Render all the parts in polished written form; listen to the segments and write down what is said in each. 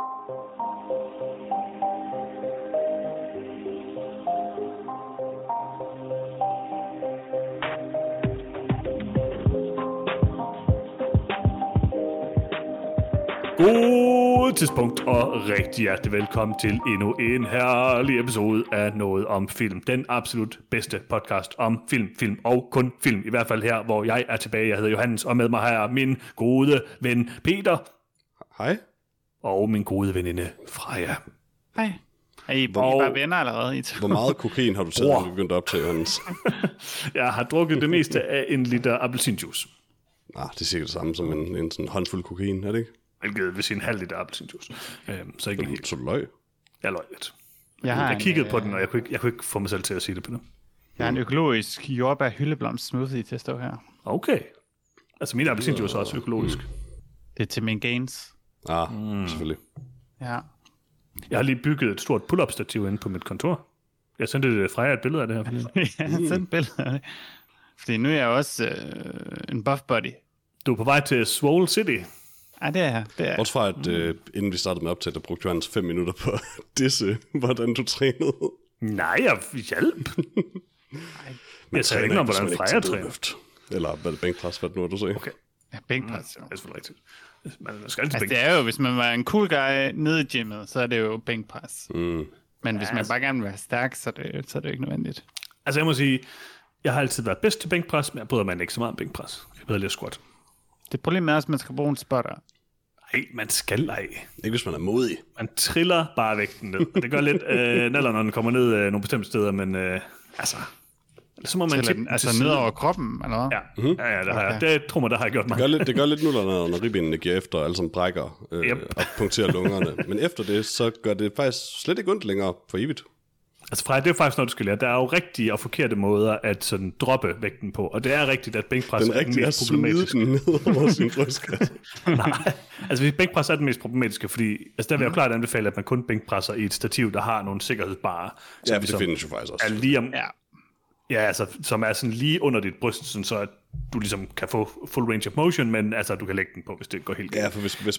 God tidspunkt og rigtig hjertelig velkommen til endnu en herlig episode af Noget om Film. Den absolut bedste podcast om film og kun film. I hvert fald her, hvor jeg er tilbage. Jeg hedder Johannes, og med mig her min gode ven Peter. Hej. Og min gode veninde Freja. Hej. Er I bare venner allerede? Hvor meget kokain har du taget, når du begyndte op til, Johannes? Jeg har drukket det meste af en liter appelsinjuice. Det er sikkert det samme som en sådan håndfuld kokain, er det ikke? Hvilket vil sige en halv liter appelsinjuice. Så ikke helt. Så du løg? Jeg løg lidt. Jeg kiggede på den, og jeg kunne ikke få mig selv til at sige det på det. Jeg har en økologisk jordbær hyldeblomst smoothie til at stå her. Okay. Altså min appelsinjuice er også økologisk. Det er til min gains. Selvfølgelig. Ja. Jeg har lige bygget et stort pull-up stativ inde på mit kontor. Jeg sendte Freja et billede af det her. Ja, jeg sendte et billede af det. Fordi nu er jeg også en buff body. Du er på vej til Swole City. Ja, det er jeg. Også fra at inden vi startede med optaget, der brugte Johannes 5 minutter på at disse, hvordan du trænede. Nej, jeg hjælp. Jeg sagde ikke noget, hvordan Freja træner. Eller hvad det bænkpres, hvad det nu er, du sagde. Okay. Ja, bænkpres. Det er selvfølgelig rigtigt. Man skal altid det er jo, hvis man var en cool guy nede i gymmet, så er det jo bænkpres. Men hvis man bare gerne vil være stærk, så er det ikke nødvendigt. Altså jeg må sige, jeg har altid været bedst til bænkpres, men jeg bryder mig ikke så meget om bænkpres. Jeg bedre lige at squat. Det problemet er også, at man skal bruge en spotter. Nej, man skal ej. Ikke hvis man er modig. Man triller bare vægten ned. Det gør lidt naller, når den kommer ned nogle bestemte steder, men altså... Så må man ned over kroppen, eller hvad? Ja, det har jeg. Det tror man, der har jeg gjort mig. Det gør lidt nu, når ribbenene giver efter, og alle sammen brækker og punkterer lungerne. Men efter det, så gør det faktisk slet ikke ondt længere for evigt. Altså Freja, det er faktisk noget, du skal lære. Der er jo rigtige og forkerte måder at sådan droppe vægten på, og det er rigtigt, at bænkpres er den mest problematiske. Den rigtige er at smide den ned over sin brystkasse. Nej, altså bænkpres er den mest problematiske, fordi altså, der vil jeg jo klart anbefale, at man kun bænkpresser i et stativ, der har nogle sikkerhedsbarer. Ja, det findes jo faktisk også. Er lige om, ja, altså, som er sådan lige under dit bryst, sådan, så at du ligesom kan få full range of motion, men altså, du kan lægge den på, hvis det går helt galt. Ja, for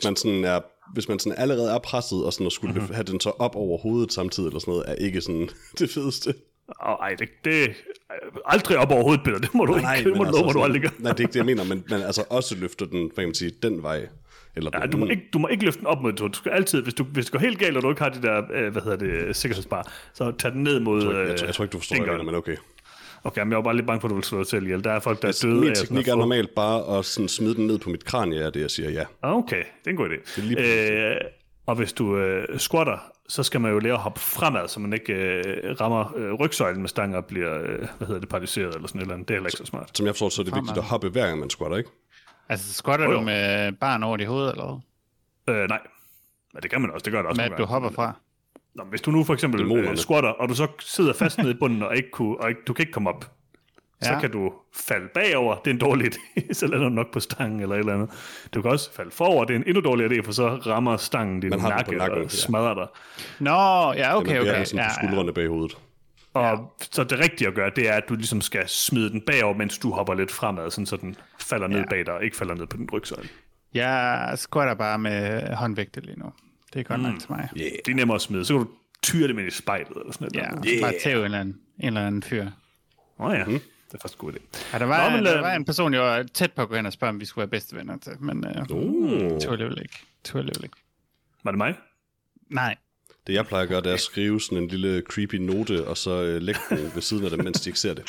hvis man sådan allerede er presset, og sådan at skulle have den så op over hovedet samtidig, eller sådan noget, er ikke sådan det fedeste. Ej, det aldrig op over hovedet, Peter. Det må du ikke. Det må du aldrig gøre. Nej, det er ikke det, jeg mener, men altså også løfter den, hvad kan man sige, den vej. Eller ja, du må ikke løfte den op mod det. Du skal altid, hvis det går helt galt, og du ikke har de der, sikkerhedsbar, så tag den ned mod... Jeg tror ikke, du forstår det, men okay. Okay, men jeg var bare lidt bange for, at du ville slå dig selv ihjel. Der er folk, der er døde. Min teknik er normalt bare at sådan smide den ned på mit kranie, er det, jeg siger ja. Okay, det er en god idé. Og hvis du squatter, så skal man jo lære at hoppe fremad, så man ikke rammer rygsøjlen med stang og bliver, paralyseret eller sådan et eller andet. Det er heller ikke så smart. Som jeg forstår, så er det vigtigt at hoppe hver gang, man squatter, ikke? Altså, squatter du med barn over dit hoved, eller hvad? Nej. Men det kan man også. Det gør det også. Men du hopper fra? Nå, hvis du nu for eksempel squatter, og du så sidder fast nede i bunden, og du kan ikke komme op, så kan du falde bagover. Det er en dårlig idé, så lander du nok på stangen eller et eller andet. Du kan også falde forover. Det er en endnu dårligere idé, for så rammer stangen din nakke og smadrer dig. Nå, ja, okay. Sådan på skuldrene bag hovedet. Og så det rigtige at gøre, det er, at du ligesom skal smide den bagover, mens du hopper lidt fremad, sådan, så den falder ned bag dig, og ikke falder ned på den rygsøjle. Jeg squatter bare med håndvægte lige nu. Det er godt nok til mig. Yeah. Det er nemmere at smide. Så kan du tyre det med i spejlet eller sådan noget. Ja, bare tæve en eller anden fyr. Ja. Det er faktisk en god idé. Ja, der var en person, jeg var tæt på at gå hen og spørge, om vi skulle være bedste venner til, men tog alligevel ikke. Var det mig? Nej. Det jeg plejer at gøre, det er at skrive sådan en lille creepy note, og så lægge den ved siden af dem, mens de ikke ser det.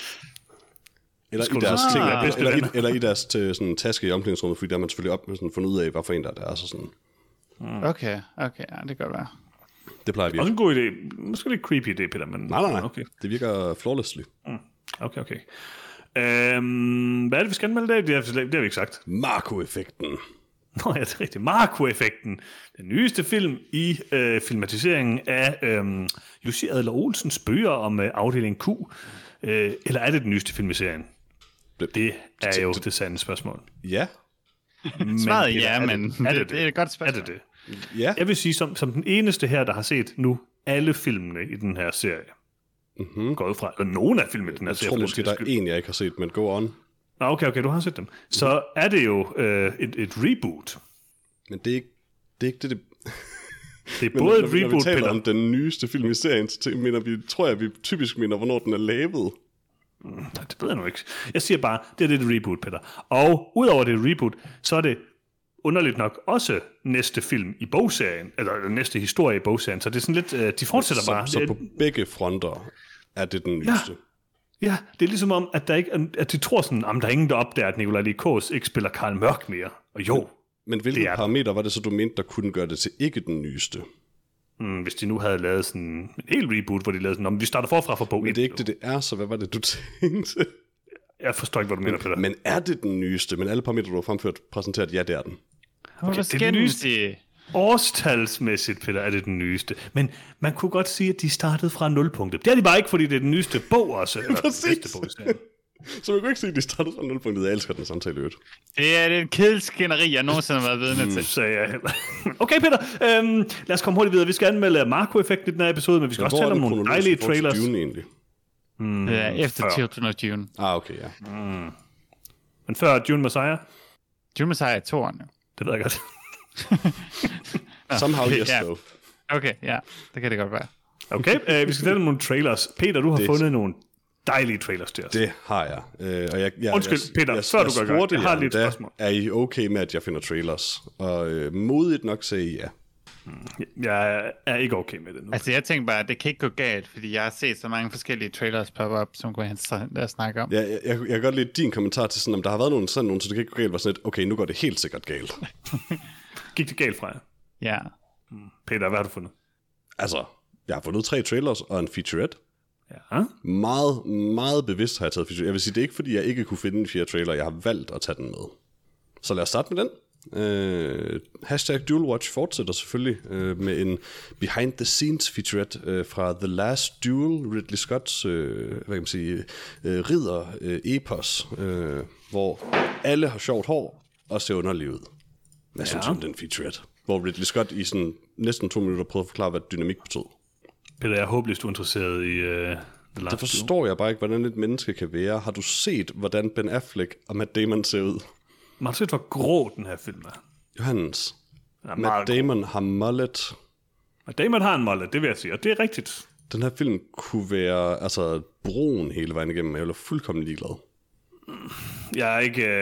Eller i deres sådan, taske i omklædningsrummet, fordi der er man selvfølgelig op med sådan fundet ud af, hvad for en der er så sådan. Okay, ja, det kan godt være. Det plejer vi. Også en god idé. Måske lidt creepy idé, Peter, men... Nej. Okay. Det virker flawlessly. Okay. Hvad er det, vi skal anmelde i dag? Det har vi ikke sagt. Marco-effekten. Nå ja, det er rigtigt. Marco-effekten. Den nyeste film i filmatiseringen af Jussi Adler-Olsens bøger om afdeling Q. Eller er det den nyeste film i serien? Det er jo det sande spørgsmål. Ja. Svaret ja, men det er et godt spørgsmål. Er det? Ja. Jeg vil sige, som den eneste her, der har set nu alle filmene i den her serie. Går ud fra, eller nogen af filmene i den her serie. Jeg tror måske, der er en, jeg ikke har set, men go on. Okay, du har set dem. Så er det jo et reboot. Men det er ikke det. Det er både et reboot, når vi taler Peter. om den nyeste film i serien, så tror jeg, vi typisk mener, hvornår den er lavet. Det ved jeg nu ikke. Jeg siger bare, det er et reboot, Peter. Og udover det reboot, så er det underligt nok også næste film i bogserien, eller næste historie i bogserien. Så det er sådan lidt, de fortsætter bare. Så på begge fronter er det den nyeste. Ja, det er ligesom om, at de tror sådan, der er ingen, der opdager, at Nikolaj Likos ikke spiller Karl Mørk mere. Og jo, men hvilke parameter var det så, du mente, der kunne gøre det til ikke den nyeste? Hvis de nu havde lavet sådan en hel reboot, hvor de lavede sådan, vi starter forfra fra bog 1. Men det er ikke det er, så hvad var det, du tænkte? Jeg forstår ikke, hvad du mener, Peter. Men er det den nyeste? Men alle parametre, du har fremført, præsenteret, ja, det er den. Okay, det er den nyeste. Årstalsmæssigt, Peter, er det den nyeste. Men man kunne godt sige, at de startede fra nulpunktet. Det er de bare ikke, fordi det er den nyeste bog også. Eller Præcis. Bog, så man kunne ikke sige, at de startede fra nulpunktet. Jeg elsker den samtale øvrigt. Det er den kedeligste skænderi, jeg nogensinde har været vidne til. Sagde jeg heller. Okay, Peter. Lad os komme hurtigt videre. Vi skal anmelde Marco-effekten i den her episode, men vi skal også tale om nogle dejlige trailers. Dune, egentlig? Det er efter Children of Dune. Okay, ja. Men før Dune Messiah? Dune Messiah er 2'erne. Det ved jeg godt. Somehow yes, though. Okay, ja. Det kan det godt være. Okay, vi skal tale om nogle trailers. Peter, du har fundet nogle dejlige trailers til os. Det har jeg. Og Undskyld, Peter, før du går i gang. Jeg har lige et spørgsmål. Er I okay med, at jeg finder trailers? Og modigt nok sagde I ja. Jeg er ikke okay med det nu. Altså, jeg tænker bare, at det kan ikke gå galt, fordi jeg har set så mange forskellige trailers poppe op, som går hen at snakke om. Ja, jeg kan godt lide din kommentar til sådan, om der har været nogen, så det kan ikke gå galt, var sådan lidt, okay, nu går det helt sikkert galt. Gik det galt fra jer? Ja. Peter, hvad har du fundet? Altså, jeg har fundet 3 trailers og en featurette. Ja. Meget, meget bevidst har jeg taget featurette. Jeg vil sige, det er ikke fordi, jeg ikke kunne finde en 4. trailer. Jeg har valgt at tage den med. Så lad os starte med den. #DuelWatch fortsætter selvfølgelig med en behind the scenes featurette fra The Last Duel, Ridley Scotts hvad kan man sige, ridder epos, hvor alle har sjovt hår og ser underlige ud. Hvad synes du om den featurette? Hvor Ridley Scott i sådan næsten 2 minutter prøvede at forklare, hvad dynamik betød. Peter, jeg er håbløst du er interesseret i The Last Det forstår jeg bare ikke, hvordan et menneske kan være. Har du set, hvordan Ben Affleck og Matt Damon ser ud? Man har set, hvor grå den her film er. Johannes, Matt Damon har mullet. Matt Damon har en mullet, det vil jeg sige, og det er rigtigt. Den her film kunne være brun hele vejen igennem, og jeg er fuldkommen ligeglad. Jeg er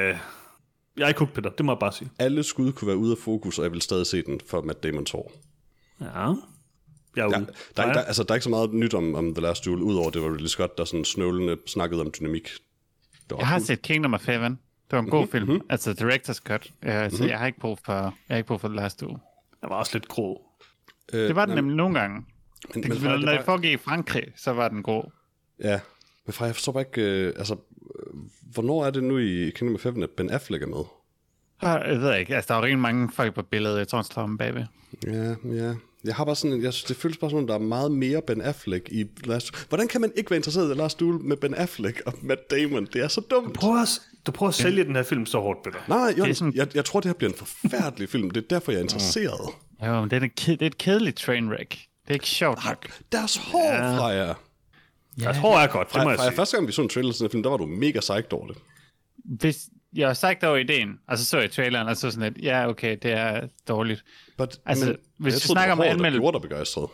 ikke hooked, Peter, det må jeg bare sige. Alle skud kunne være ude af fokus, og jeg vil stadig se den for Matt Damons hår. Ja. Der er ikke så meget nyt om The Last Duel, udover det var Ridley Scott, der sådan snøvlende snakkede om dynamik. Jeg har set Kingdom of Heaven. Det var en god film. Altså Director's Cut. Så jeg har ikke brug for The Last Duel. Den var også lidt grå. Det var den nemlig nogle gange. Når det foregik i Frankrig, så var den grå. Ja, men jeg forstår bare ikke... hvornår er det nu i Kingdom of Heaven, at Ben Affleck er med? Jeg ved ikke. Altså, der er rigtig mange folk på billedet. Jeg tror, han står om bagved. Ja. Jeg har bare sådan, det føles bare som, der er meget mere Ben Affleck i Last Duel. Hvordan kan man ikke være interesseret i Last Duel med Ben Affleck og Matt Damon? Det er så dumt. Du prøver at sælge den her film så hårdt, Peter. Nej, jeg tror, det her bliver en forfærdelig film. Det er derfor, jeg er interesseret. Jo, men det er et kedeligt trainwreck. Det er ikke sjovt nok. Deres hår fra jer. Deres hår er godt, det må jeg sige. Første gang, vi så en trailer til den film, der var du mega psyched over det. Hvis jeg har sagt over ideen, og så jeg traileren, og så sådan lidt, ja, okay, det er dårligt. Altså, hvis vi snakker om at anmelde... Jeg tror, der begejstret.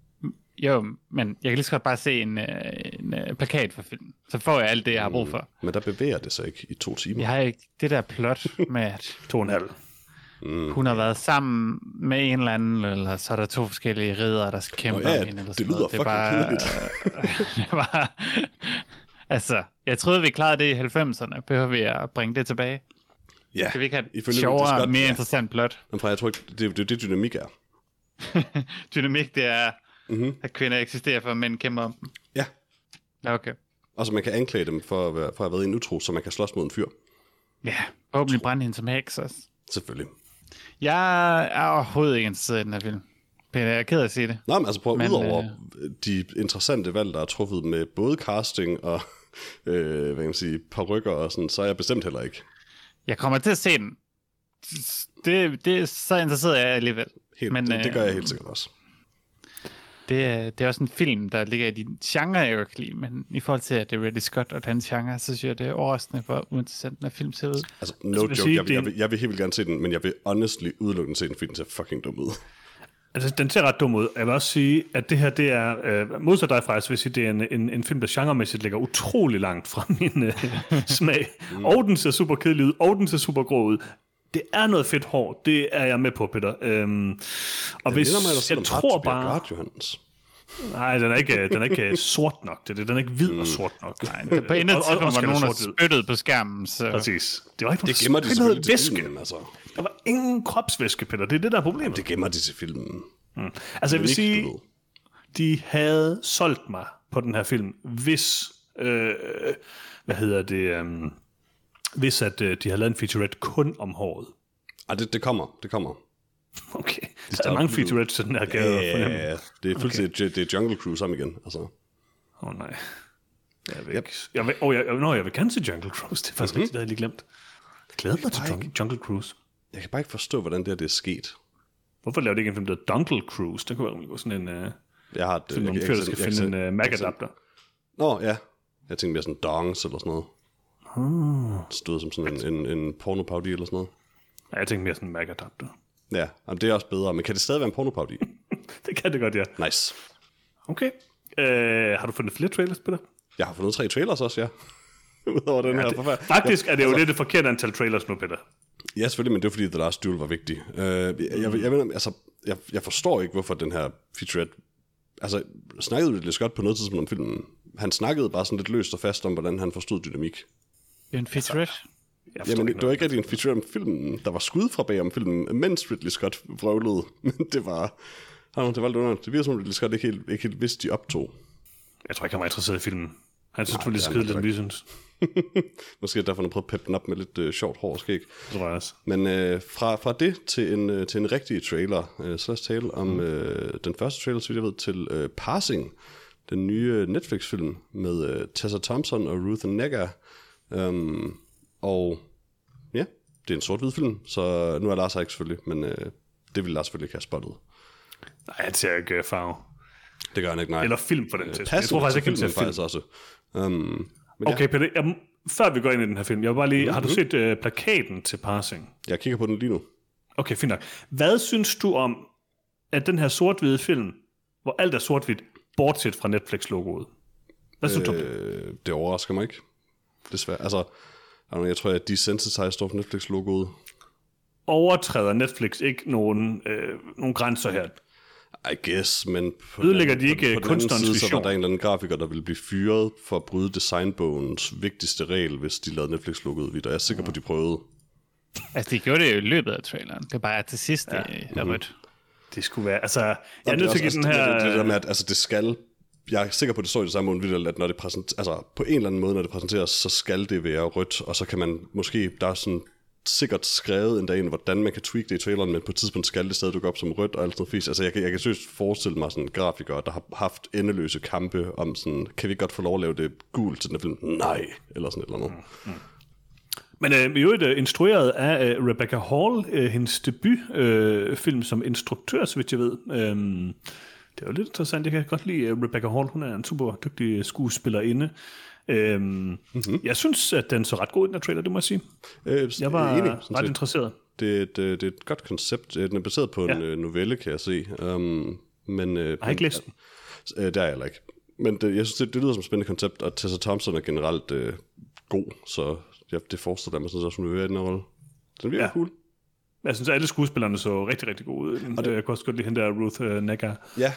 Jo, men jeg kan lige så godt bare se en plakat for filmen. Så får jeg alt det, jeg har brug for. Men der bevæger det sig ikke i 2 timer. Jeg har ikke det der plot med, at 2,5. Hun har været sammen med en eller anden, eller så er der 2 forskellige riddere, der skal kæmpe om hende. Eller det lyder fucking kedeligt. Det var... Altså, jeg troede, vi klarede det i 90'erne. Behøver vi at bringe det tilbage? Ja. Kan vi ikke have et sjovere, mere interessant plot? Men jeg tror ikke, det er det dynamik er. Dynamik, det er, at kvinder eksisterer, for at mænd kæmper om dem. Ja. Ja, okay. Og så man kan anklage dem for at have været en utro, så man kan slås mod en fyr. Ja, åbenligt brænde hende som heks også. Selvfølgelig. Jeg er overhovedet ikke interesseret i den her film. Peter, jeg er ked af at sige det. Nej, men altså prøv udover de interessante valg, der er truffet med både casting og hvad kan man sige, parykker og sådan, så er jeg bestemt heller ikke. Jeg kommer til at se den. Det så interesseret jeg alligevel. Det gør jeg helt sikkert også. Det er også en film, der ligger i din genre, jeg godt kan lide, men i forhold til, at det er Ridley Scott og hans genre, så synes jeg, det er overraskende, hvor uinteressant den film ser ud. Altså, no joke, jeg vil helt vildt gerne se den, men jeg vil honestly udelukkende se den, fordi den ser fucking dum ud. Altså, den ser ret dum ud. Jeg vil også sige, at det her, det er, modsat dig faktisk, vil sige, det er en film, der genremæssigt ligger utrolig langt fra min smag. Og den ser super kedelig ud, og den ser super grå ud. Det er noget fedt hår, det er jeg med på, Peter. Og hvis jeg tror bare... Johannes. Nej, den er ikke sort nok. Den er ikke hvid og sort nok. Nej, på intet tidspunkt var nogen, der spyttede på skærmen. Så. Præcis. Det var ikke det gemmer de selvfølgelig til væske. filmen, altså. Der var ingen kropsvæske, Peter. Det er det, der er problemet. Jamen, det gemmer de til filmen. Altså, jeg vil sige, de havde solgt mig på den her film, hvis... hvis at de havde lavet en featurette kun om håret. Ej, det kommer. Okay, der er mange featurettes til den her gade. Ja, det er fuldstændig det er Jungle Cruise om igen. Altså. Nej. Jeg vil gerne til Jungle Cruise. Det er faktisk rigtigt, det havde jeg lige glemt. Jeg glæder mig til Jungle Cruise. Jeg kan bare ikke forstå, hvordan det er sket. Hvorfor lavede de ikke en film, der hedder Dungle Cruise? Det kunne være sådan en jeg har film, om fyr, der skal finde en Mac-adapter. Nå, ja. Jeg tænkte mere sådan dongs eller sådan noget. Det stod som sådan en pornoparodi eller sådan noget. Ja, jeg tænkte mere sådan en Mac-adapter. Ja, det er også bedre. Men kan det stadig være en pornoparodi? Det kan det godt, ja. Nice. Okay. Har du fundet flere trailers, Peter? Jeg har fundet 3 trailers også, ja. Udover den her forfærd. Faktisk er det jo lidt et forkert antal trailers nu, Peter. Ja, selvfølgelig, men det er fordi The Last Duel var vigtig. Jeg forstår ikke, hvorfor den her featurette... Altså, snakkede Ridley Scott på noget tidspunkt om filmen. Han snakkede bare sådan lidt løst og fast om, hvordan han forstod dynamik. Det er en featurette. Jamen, det var ikke rigtig en featurette om filmen. Der var skud fra bag om filmen, mens Ridley Scott vrøvlede. Men det var lidt underligt. Det virker som, Ridley Scott ikke helt vidste, de optog. Jeg tror ikke, han var interesseret i filmen. Han synes, det var lidt skideligt, end vi synes. Måske derfor, han har prøvet at peppe den op med lidt sjovt hår og skæg. Det tror jeg også. Men fra det til en rigtig trailer, så lad os tale om den første trailer, så vidt jeg ved, til Passing, den nye Netflix-film med Tessa Thompson og Ruth Negga. Og ja, det er en sort-hvid film, så nu er Lars her ikke selvfølgelig, men det vil Lars selvfølgelig ikke have spottet. Nej, han ser ikke farve. Det gør han ikke, nej. Eller film for den til. Jeg tror faktisk ikke, han ser film. Også. Okay, Peter, før vi går ind i den her film, jeg vil bare lige, har du set plakaten til Passing? Jeg kigger på den lige nu. Okay, fint nok. Hvad synes du om, at den her sort-hvide film, hvor alt er sort-hvidt, bortset fra Netflix-logoet? Hvad synes du om det? Det overrasker mig ikke. Desværre. Altså, jeg tror, at Desensitized står på Netflix-logoet. Overtræder Netflix ikke nogen grænser her? I guess, men ødelægger de ikke kunstnerens vision? Så var der en eller anden grafiker, der ville blive fyret for at bryde designbogens vigtigste regel, hvis de lavede Netflix-logoet vidt, og jeg er sikker på, at de prøvede. Altså, de gjorde det jo i løbet af traileren. Det er bare til sidst, det er rødt. Det skulle være, altså... Jeg er nødt til at give den her... Det der med, at altså, det skal... Jeg er sikker på, at det står i det samme måde, at når det altså, på en eller anden måde, når det præsenteres, så skal det være rødt, og så kan man måske... Der er sådan sikkert skrevet endda ind, hvordan man kan tweak det i traileren, men på et tidspunkt skal det stadig dukke op som rødt og alt sådan noget fisk. Altså jeg kan seriøst forestille mig sådan grafikere, der har haft endeløse kampe om sådan, kan vi godt få lov at lave det gult til den film? Nej, eller sådan et eller andet. Men i øvrigt instrueret af Rebecca Hall, hendes debutfilm som instruktør, så vidt jeg ved. Det er jo lidt interessant, jeg kan godt lide Rebecca Hall, hun er en super dygtig skuespillerinde. Jeg synes, at den så ret god i den her trailer, det må jeg sige. Jeg var ret interesseret. Det er et godt koncept. Den er baseret på en novelle, kan jeg se. Men, jeg har ikke læst den. Det er jeg ikke. Men jeg synes, det lyder som et spændende koncept, og Tessa Thompson er generelt god, så det forestiller mig sådan, at hun vil være i den her rolle. Den virker cool. Jeg synes, at alle skuespillerne så rigtig, rigtig gode ud. Og jeg kunne også godt lide hende der, Ruth Negga. Ja.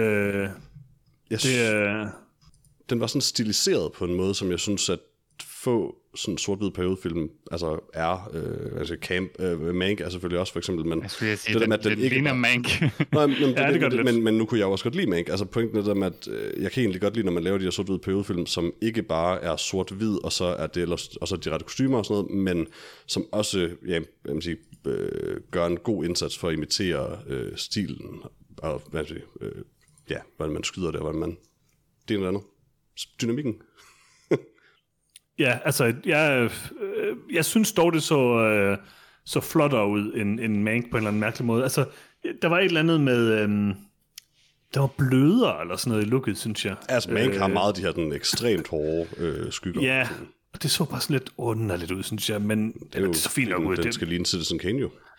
Det den var sådan stiliseret på en måde, som jeg synes, at få sådan sort-hvid periodefilm altså er, Mank er selvfølgelig også for eksempel, men jeg skulle sige, det ligner Mank. Nej, men nu kunne jeg også godt lide Mank. Altså pointen er der med, at jeg kan egentlig godt lide, når man laver de her sort-hvid periodefilm, som ikke bare er sort-hvid, og så er det og så de rette kostymer og sådan noget, men som også, gør en god indsats for at imitere stilen og hvordan man skyder det, og hvordan man det er noget andet. Dynamikken. Ja, altså, jeg synes dog, det så flottere ud end Mank på en eller anden mærkelig måde. Altså, der var et eller andet med... der var blødere eller sådan noget i looket, synes jeg. Altså, Mank har meget de her den ekstremt hårde skygger. Ja, og det så bare sådan lidt underligt ud, synes jeg, men det så fint nok ud. Den skal ligne Citizen Kane jo.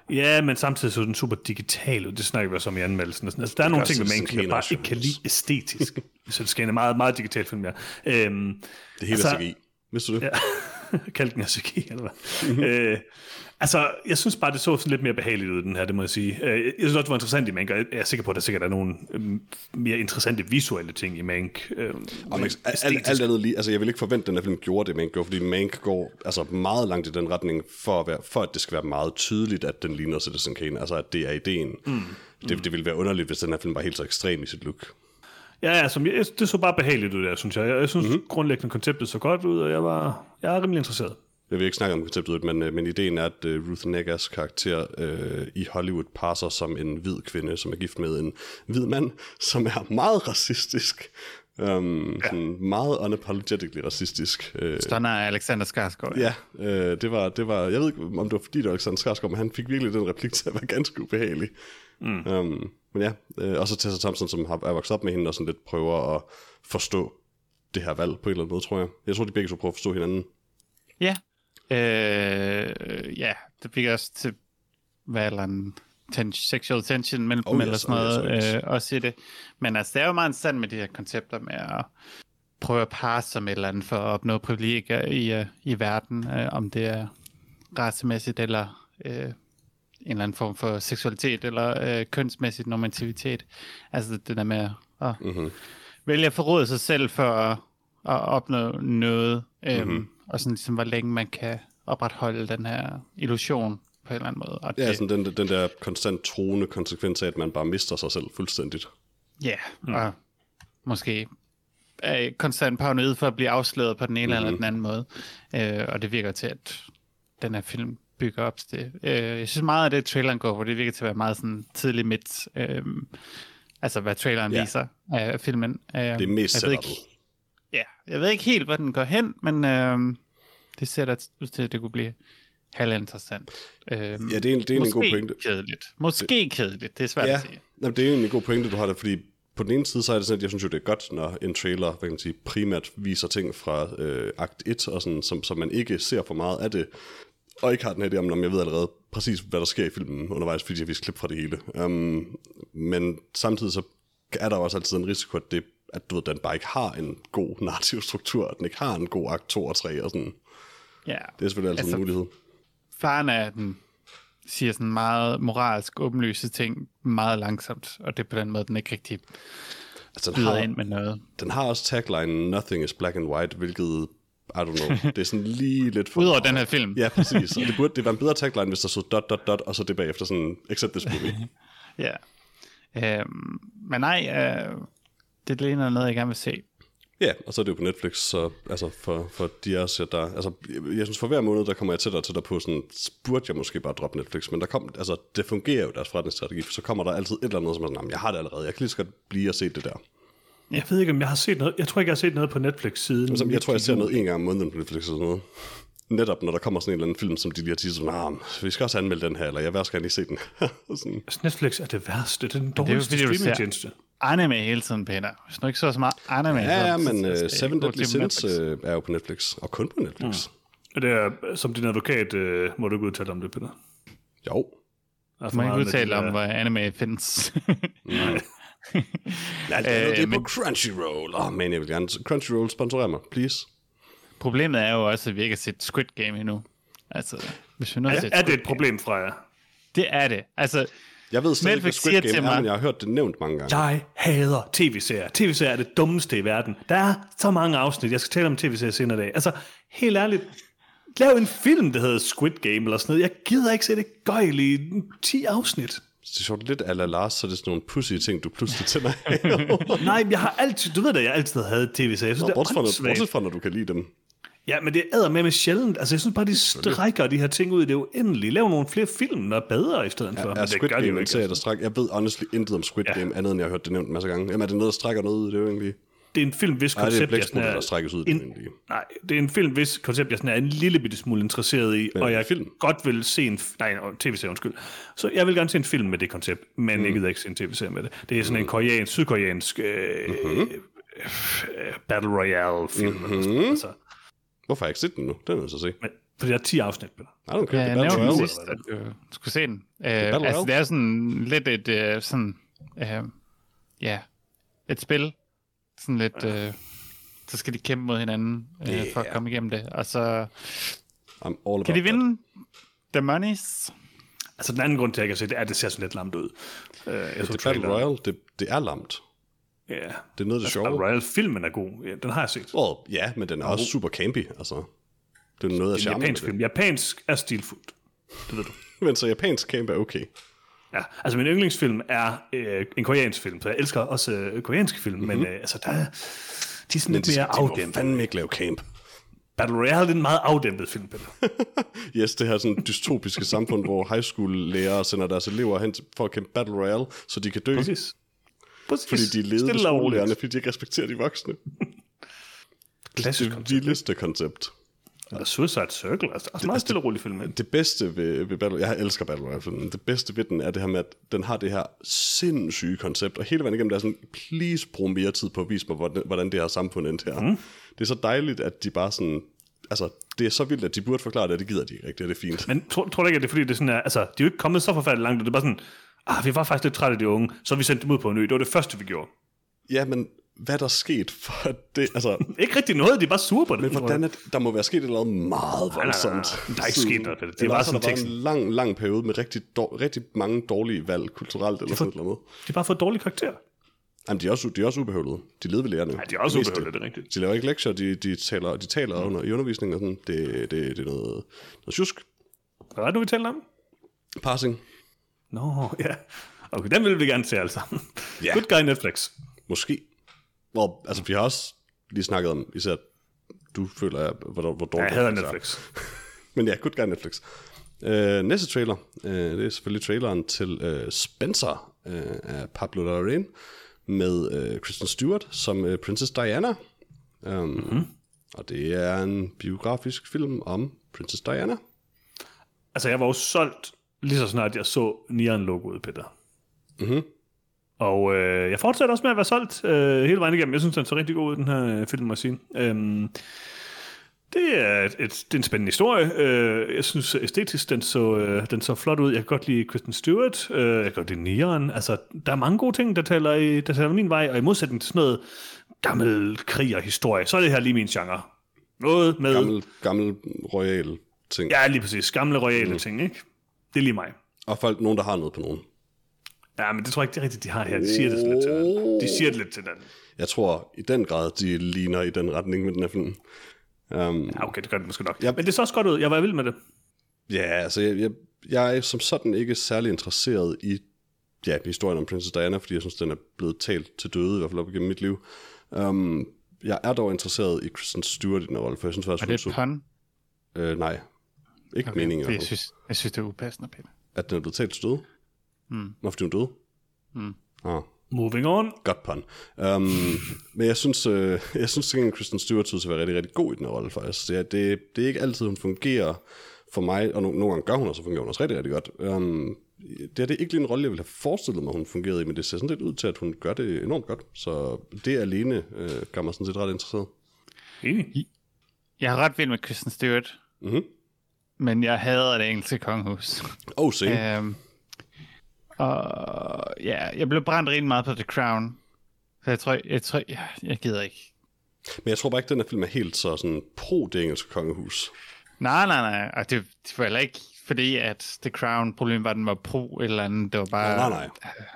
Ja, men samtidig så er den super digital, og det snakker vi også om i anmeldelsen. Altså, der er nogle ting, man jeg bare ikke kan lide æstetisk. Så det skal en meget, meget digital film, ja. Det hele er CGI. Vidste du det? Ja. Kaldte den af CGI, eller hvad? Altså, jeg synes bare, det så sådan lidt mere behageligt ud, den her, det må jeg sige. Jeg synes også, det var interessant i Mank, og jeg er sikker på, at der sikkert er nogle mere interessante visuelle ting i Mank. Alt andet lige, altså jeg vil ikke forvente, at den her film gjorde det, Mank gjorde, fordi Mank går altså meget langt i den retning, for at det skal være meget tydeligt, at den ligner Citizen Kane, altså at det er ideen. Det ville være underligt, hvis den her film var helt så ekstrem i sit look. Ja, altså, det så bare behageligt ud der, synes jeg. Jeg synes grundlæggende konceptet så godt ud, og jeg er rimelig interesseret. Jeg vil ikke snakke om konceptet, men ideen er, at Ruth Neggas karakter i Hollywood passer som en hvid kvinde, som er gift med en hvid mand, som er meget racistisk. Sådan meget unapologetically racistisk. Sådan er Alexander Skarsgård. Ja, det var, jeg ved ikke, om det var fordi, det var Alexander Skarsgård, men han fik virkelig den replik til at være ganske ubehagelig. Men ja, også Tessa Thompson, som er vokset op med hende, og sådan lidt prøver at forstå det her valg på en eller anden måde, tror jeg. Jeg tror, de begge så prøver at forstå hinanden. Ja. Ja, det fik også til, hvad eller en sexual tension mellem dem, eller sådan noget, også i det. Men altså, det er jo meget interessant med de her koncepter med at prøve at parre som et eller andet for at opnå privilegier i verden, om det er racemæssigt eller en eller anden form for seksualitet eller kønsmæssigt normativitet. Altså det der med at vælge at forråde sig selv for at opnå noget, og sådan ligesom, hvor længe man kan opretholde den her illusion på en eller anden måde. Og ja, sådan den der konstant truende konsekvens af, at man bare mister sig selv fuldstændigt. Ja, og måske er konstant paranoid for at blive afsløret på den ene eller den anden måde. Og det virker til, at den her film bygger op til det. Jeg synes meget af det, traileren går, hvor det virker til at være meget sådan tidlig midt. Altså, hvad traileren viser af filmen. Det er mest setup. Ja, jeg ved ikke helt, hvor den går hen, men det ser da ud til, at det kunne blive halvinteressant. Ja, det er en god pointe. Måske kedeligt, det er svært at sige. Jamen, det er en god pointe, du har der, fordi på den ene side, så er det sådan, at jeg synes jo, det er godt, når en trailer, hvad kan man sige, primært viser ting fra akt 1, og sådan, som man ikke ser for meget af det, og ikke har den her idé om, jeg ved allerede præcis, hvad der sker i filmen undervejs, fordi jeg viser klip fra det hele. Men samtidig så er der også altid en risiko, at du ved, den bare ikke har en god narrativ struktur, at den ikke har en god akt 2 og 3 og sådan. Ja. Det er selvfølgelig altid en mulighed. Faren er, at den siger sådan meget moralsk åbenlyse ting meget langsomt, og det er på den måde, den ikke rigtig byder ind med noget. Den har også tagline, nothing is black and white, hvilket, I don't know, det er sådan lige lidt for... Udover den her film. Ja, præcis. Og det var en bedre tagline, hvis der stod ... og så det bagefter sådan, except this movie. Ja. Men nej, det ligner noget, jeg gerne vil se. Ja, og så er det jo på Netflix, så altså for de af os, der... Altså, jeg synes, for hver måned, der kommer jeg tættere på sådan, burde jeg måske bare droppe Netflix, men det fungerer jo deres forretningsstrategi, for så kommer der altid et eller andet, som er sådan, jeg har det allerede, jeg kan lige så godt blive og se det der. Jeg ved ikke, om jeg har set noget. Jeg tror ikke, jeg har set noget på Netflix siden. Jeg tror, jeg ser noget en gang om måneden på Netflix eller sådan noget. Netop når der kommer sådan en eller anden film, som de lige har tidset, vi skal også anmelde den her, eller jeg vil også gerne lige se den. Netflix er det værste, det er den dårligste streamingtjeneste. Anime hele tiden, Peter. Hvis du ikke så meget anime... Ja, men Seven Deadly Sins er jo på Netflix, og kun på Netflix. Det er, som din advokat, må du ikke udtale om det, Peter? Jo. Du må ikke udtale om, hvor anime findes. Nej. Det er på Crunchyroll. Men jeg vil gerne... Crunchyroll sponsorerer mig, please. Problemet er jo også, at vi ikke har set Squid Game endnu. Altså, hvis vi er det et problem fra jer? Det er det. Altså, jeg ved slet ikke, hvad Squid Game er, men jeg har hørt det nævnt mange gange. Jeg hader tv-serier. Tv-serier er det dummeste i verden. Der er så mange afsnit. Jeg skal tale om tv-serier senere i dag. Altså, helt ærligt, lav en film, der hedder Squid Game eller sådan noget. Jeg gider ikke se det gøjl i 10 afsnit. Det er sjovt lidt a la Lars, så det er sådan nogle pussy ting, du pludselig tænder af. Nej, jeg har altid, du ved da, jeg altid havde tv-serier. Bortset fra, når du kan lide dem. Ja, men det æder med sjældent. Altså, jeg synes bare, de strækker de her ting ud i det uendelige. Lav nogle flere film, der er bedre i stedet for. Ja, Squid Game en serie, der strækker. Jeg ved honestly intet om Squid Game, andet end jeg har hørt det nævnt en masse gange. Jamen, er det noget, der strækker noget ud i det jo egentlig? Det er en film, hvis koncept, jeg sådan er... der strækkes ud i det egentlig. Nej, det er en film, hvis koncept, jeg sådan er en lille bitte smule interesseret i, og jeg godt vil se en... Nej, tv-serie, undskyld. Så jeg vil gerne se en film med det koncept, men jeg gider ikke se en tv-serie med det. Det er sådan en sydkoreansk Battle Royale-film. Altså. Hvorfor har jeg ikke set den nu? Den er så se. For det er 10 afsnit, Peter. Okay, jeg nævnte sidst, at du skulle se den. Altså, det er sådan lidt et, et spil. Sådan lidt, så skal de kæmpe mod hinanden, for at komme igennem det. Og så kan de vinde the monies. Altså, den anden grund til, at jeg kan se, det er, at det ser sådan lidt lamt ud. Det Battle Royale, det er lamt. Ja. Det er noget af det sjove. Battle Royale-filmen er god. Ja, den har jeg set. Ja, men den er også super campy, altså. Det er noget af charmen. Japansk film. Japansk er stilfuldt. Det ved du. Men så japansk camp er okay. Ja, altså min yndlingsfilm er en koreansk film, så jeg elsker også koreanske film, men altså der er de er sådan lidt mere afdæmpet. De må fandme ikke lave camp. Battle Royale er en meget afdæmpet film, Peter. Yes, det her sådan dystopiske samfund, hvor high school-lærere sender deres elever hen for at kæmpe Battle Royale, så de kan dø. Præcis. Fordi de er ledende skolelærerne, fordi de ikke respekterer de voksne. Klassisk det vildeste koncept. Og Suicide Circle, altså også meget stille og rolig film. Det bedste ved Battle, jeg elsker Battle Royale, det bedste ved den er det her med, at den har det her sindssyge koncept, og hele vejen igennem der er sådan, please brug mere tid på at vise mig, hvordan det her samfund endte her. Det er så dejligt, at de bare sådan, altså det er så vildt, at de burde forklare det, og det gider de ikke rigtigt, og det er fint. Men tror du ikke, at det er fordi, det er sådan, altså de er jo ikke kommet så forfærdeligt langt, og det er bare sådan, vi var faktisk lidt trætte af de unge, så vi sendte dem ud på en ø, det var det første, vi gjorde. Ja, men hvad der sket for det, altså... ikke rigtig noget, de er bare sure på det. Men hvordan der må være sket noget meget voldsomt. Nej. Der er ikke sket noget. Det var sådan en lang periode med rigtig mange dårlige valg kulturelt eller sådan noget. De har bare fået dårlige karakterer. Jamen, de er også ubehøvlede. De leder ved lærerne. Nej, de er også ubehøvlede, det er rigtigt. De laver ikke lektier, de taler i undervisning og sådan. Det er noget sjusk. Hvad er det, vi taler om? Passing. Nå, ja. Okay, den vil vi gerne se alle sammen. Ja. Good Guy Netflix. Måske. Altså, vi har også lige snakket om, især du føler, hvor dårligt jeg hader Netflix. Men ja, Good Guy Netflix. Næste trailer, det er selvfølgelig traileren til Spencer af Pablo Larraín med Kristen Stewart som Princess Diana. Og det er en biografisk film om Princess Diana. Altså, jeg var jo solgt lige så snart jeg så Neon-logoet, Peter. Og jeg fortsætter også med at være solgt hele vejen igennem. Jeg synes, den så rigtig god ud, den her film, må jeg sige. Det er en spændende historie. Jeg synes æstetisk, den så flot ud. Jeg kan godt lide Kristen Stewart. Jeg kan godt lide Neon. Altså, der er mange gode ting, der taler min vej. Og i modsætning til sådan noget gammel krig og historie, så er det her lige min genre. Noget med... Gammel royal ting. Ja, lige præcis. Gamle royale ting, ikke? Det er lige mig. Og nogen, der har noget på nogen. Ja, men det tror jeg ikke, det er rigtigt, de har her. De siger det lidt til den. De siger det lidt til den. Jeg tror i den grad, de ligner i den retning med den her film. Ja, okay, det gør det måske nok. Ja. Men det så også godt ud. Jeg var vild med det. Ja, altså jeg er som sådan ikke særlig interesseret i historien om Princess Diana, fordi jeg synes, den er blevet talt til døde, i hvert fald op igennem mit liv. Jeg er dog interesseret i Kristen Stewart i den rolle, for jeg synes faktisk... Er det et pun? Nej. Ikke okay, meningen. Jeg synes, det er upassende, Peter. At den er blevet talt til døde? Nå, fordi hun døde? Moving on. Godt pun. Men jeg synes at Kristen Stewart synes at være rigtig, rigtig god i den rolle, faktisk. Det er ikke altid, hun fungerer for mig, og nogle gange gør hun, og så fungerer hun også rigtig, rigtig godt. Det er ikke lige en rolle, jeg ville have forestillet mig, hun fungerede i, men det ser sådan lidt ud til, at hun gør det enormt godt. Så det alene gør mig sådan set ret interesseret. Enig. Jeg har ret vild med Kristen Stewart, men jeg hader det engelske kongehus. Same. Og ja, jeg blev brændt rigtig meget på The Crown. Så jeg gider ikke. Men jeg tror bare ikke, den her film er helt så sådan pro det engelske kongehus. Nej. Og det var heller ikke fordi, at The Crown problemet var, at den var pro eller andet. Det var bare... Nej.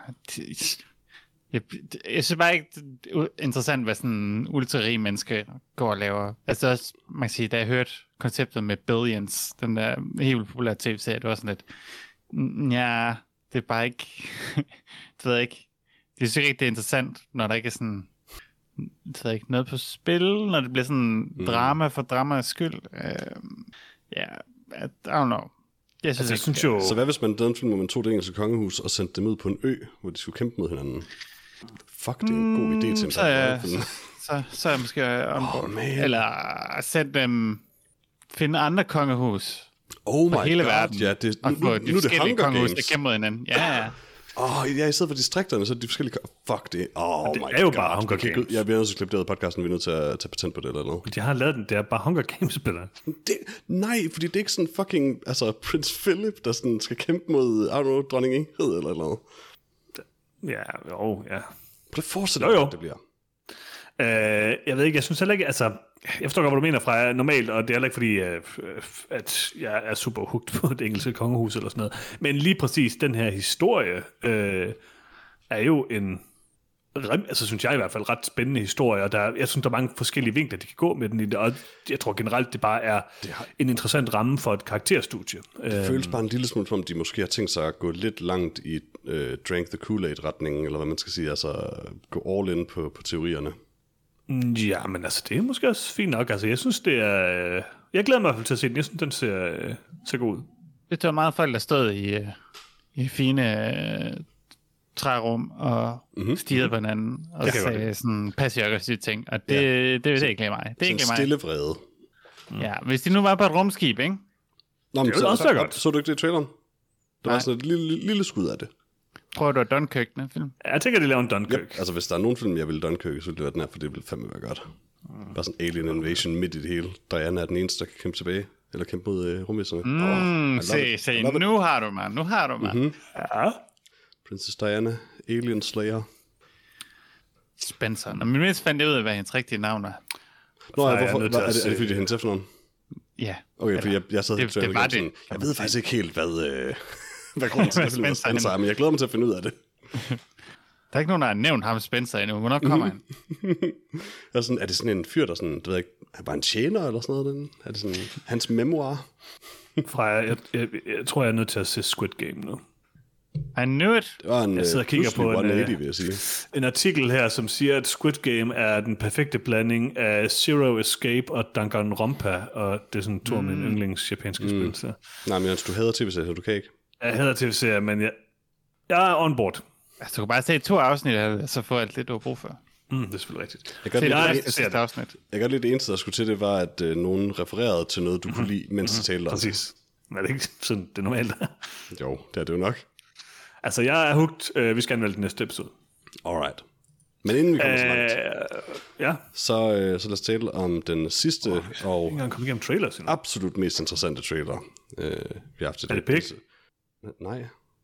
Jeg synes bare ikke, det er interessant, hvad sådan ultra-rige mennesker går og laver. Altså også, man kan sige, da jeg hørte konceptet med Billions, den der helt vildt populære tv-serie, det var sådan lidt... Ja, det er bare ikke... det ved jeg ikke. Det synes ikke, det er interessant, når der ikke er sådan... Det ved jeg ikke, noget på spil, når det bliver sådan drama for dramaets skyld. I don't know. Jeg synes jo... Så hvad hvis man lavede en film, hvor man tog det engelske kongehus og sendte dem ud på en ø, hvor de skulle kæmpe mod hinanden? Fuck, det er en god idé til en så er jeg måske ombord. Eller sætte dem... Finde andre kongehus. Oh my hele god, verden, ja. Det, og få de forskellige Hunger kongehus, Games. der kæmper mod hinanden. Ja. Ja, i stedet for distrikterne, så er de forskellige... Fuck det. Det er jo bare Hunger Games. Jeg bliver nødt til at klippe det ud af podcasten, vi er nødt til at tage patent på det eller noget. De har lavet den, det er bare Hunger Games-spillere. Nej, fordi det er ikke sådan fucking... Altså, Prince Philip, der sådan skal kæmpe mod, I don't know, dronning Ingrid eller noget. Ja. Prøv at forestille dig, det bliver. Jeg ved ikke, jeg synes heller ikke, altså, jeg forstår godt, hvad du mener fra normalt, og det er heller ikke fordi, at jeg er super hooked på det engelske kongehus eller sådan noget, men lige præcis den her historie er jo en, altså synes jeg i hvert fald, ret spændende historie, og jeg synes, der er mange forskellige vinkler, de kan gå med den i det, og jeg tror generelt, det bare er en interessant ramme for et karakterstudie. Det føles bare en lille smule, som om de måske har tænkt sig at gå lidt langt i Drank the Kool-Aid-retningen, eller hvad man skal sige, altså gå all in på teorierne. Ja, men altså, det er måske også fint nok. Altså, jeg synes, det er... Jeg glæder mig i hvert fald til at se den. Jeg synes, den ser god ud. Det var meget folk, der stod i fine trærum og stirrede på hinanden og sagde sådan passiv-aggressive ting. Og det er ikke mig. Det er ikke mig. Stille vrede. Ja, hvis de nu var på et rumskib, ikke? Nå, men det er også godt. Så du ikke det i traileren? Der var sådan et lille skud af det. Prøver du at Dunkirk, den film? Jeg tænker, de laver en Dunkirk. Yep. Altså, hvis der er nogen film, jeg vil Dunkirk, så ville det være den her, for det ville fandme være godt. Bare sådan alien invasion midt i det hele. Diana er den eneste, der kan kæmpe tilbage. Eller kæmpe mod rumvæserne. Se, nu har du, man. Mm-hmm. Ja. Princess Diana, Alien Slayer. Spencer. Men mindst fandt jeg ud af, hvad hendes rigtige navn er. Nå, hvorfor? Er det fordi, det er hendes efternavn? Ja. Okay, for jeg sad helt det var det. Sådan, jeg ved faktisk ikke helt, hvad grunden til, at filmen Spencer er, men jeg glæder mig til at finde ud af det. Der er ikke nogen, der har nævnt ham Spencer endnu. Hvornår kommer han? Er det sådan en fyr, der sådan, du ved ikke, er bare en tjener eller sådan noget? Er det sådan hans memoir? Jeg tror, jeg er nødt til at se Squid Game nu. I knew it. Det var en jeg sidder og kigger på 180, vil jeg sige. En artikel her, som siger, at Squid Game er den perfekte blanding af Zero Escape og Danganronpa, og det er sådan to af mine yndlings japanske spil. Så. Nej, men du hader tv-serier, så du kan ikke. Jeg hader tv-serier, men jeg er on board. Altså, du kan bare se 2 afsnit af det, så får alt det, du har brug for. Det er selvfølgelig rigtigt. Jeg kan godt lide det eneste, der skulle til, det var, at nogen refererede til noget, du kunne lide, mens de talte om. Præcis. Men er det ikke sådan, det er normalt? Jo, det er det jo nok. Altså, jeg er hooked. Vi skal anmelde den næste episode. Alright. Men inden vi kommer så langt, ja. så lad os tale om den sidste og trailers, absolut mest interessante trailer, vi har haft til det. Er det Pig? Nej.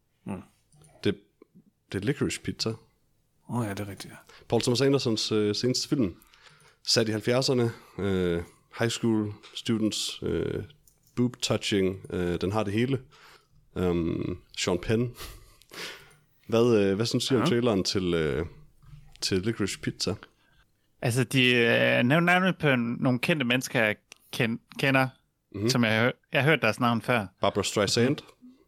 Det er Licorice Pizza. Ja, det er rigtigt, ja. Paul Thomas Andersons seneste film. Sat i 70'erne. High school students. Boob touching. Den har det hele. Sean Penn. Hvad synes du om traileren til Licorice Pizza? Altså, de nævner navnet på nogle kendte mennesker, jeg kender, som jeg har hørt deres navn før. Barbra Streisand.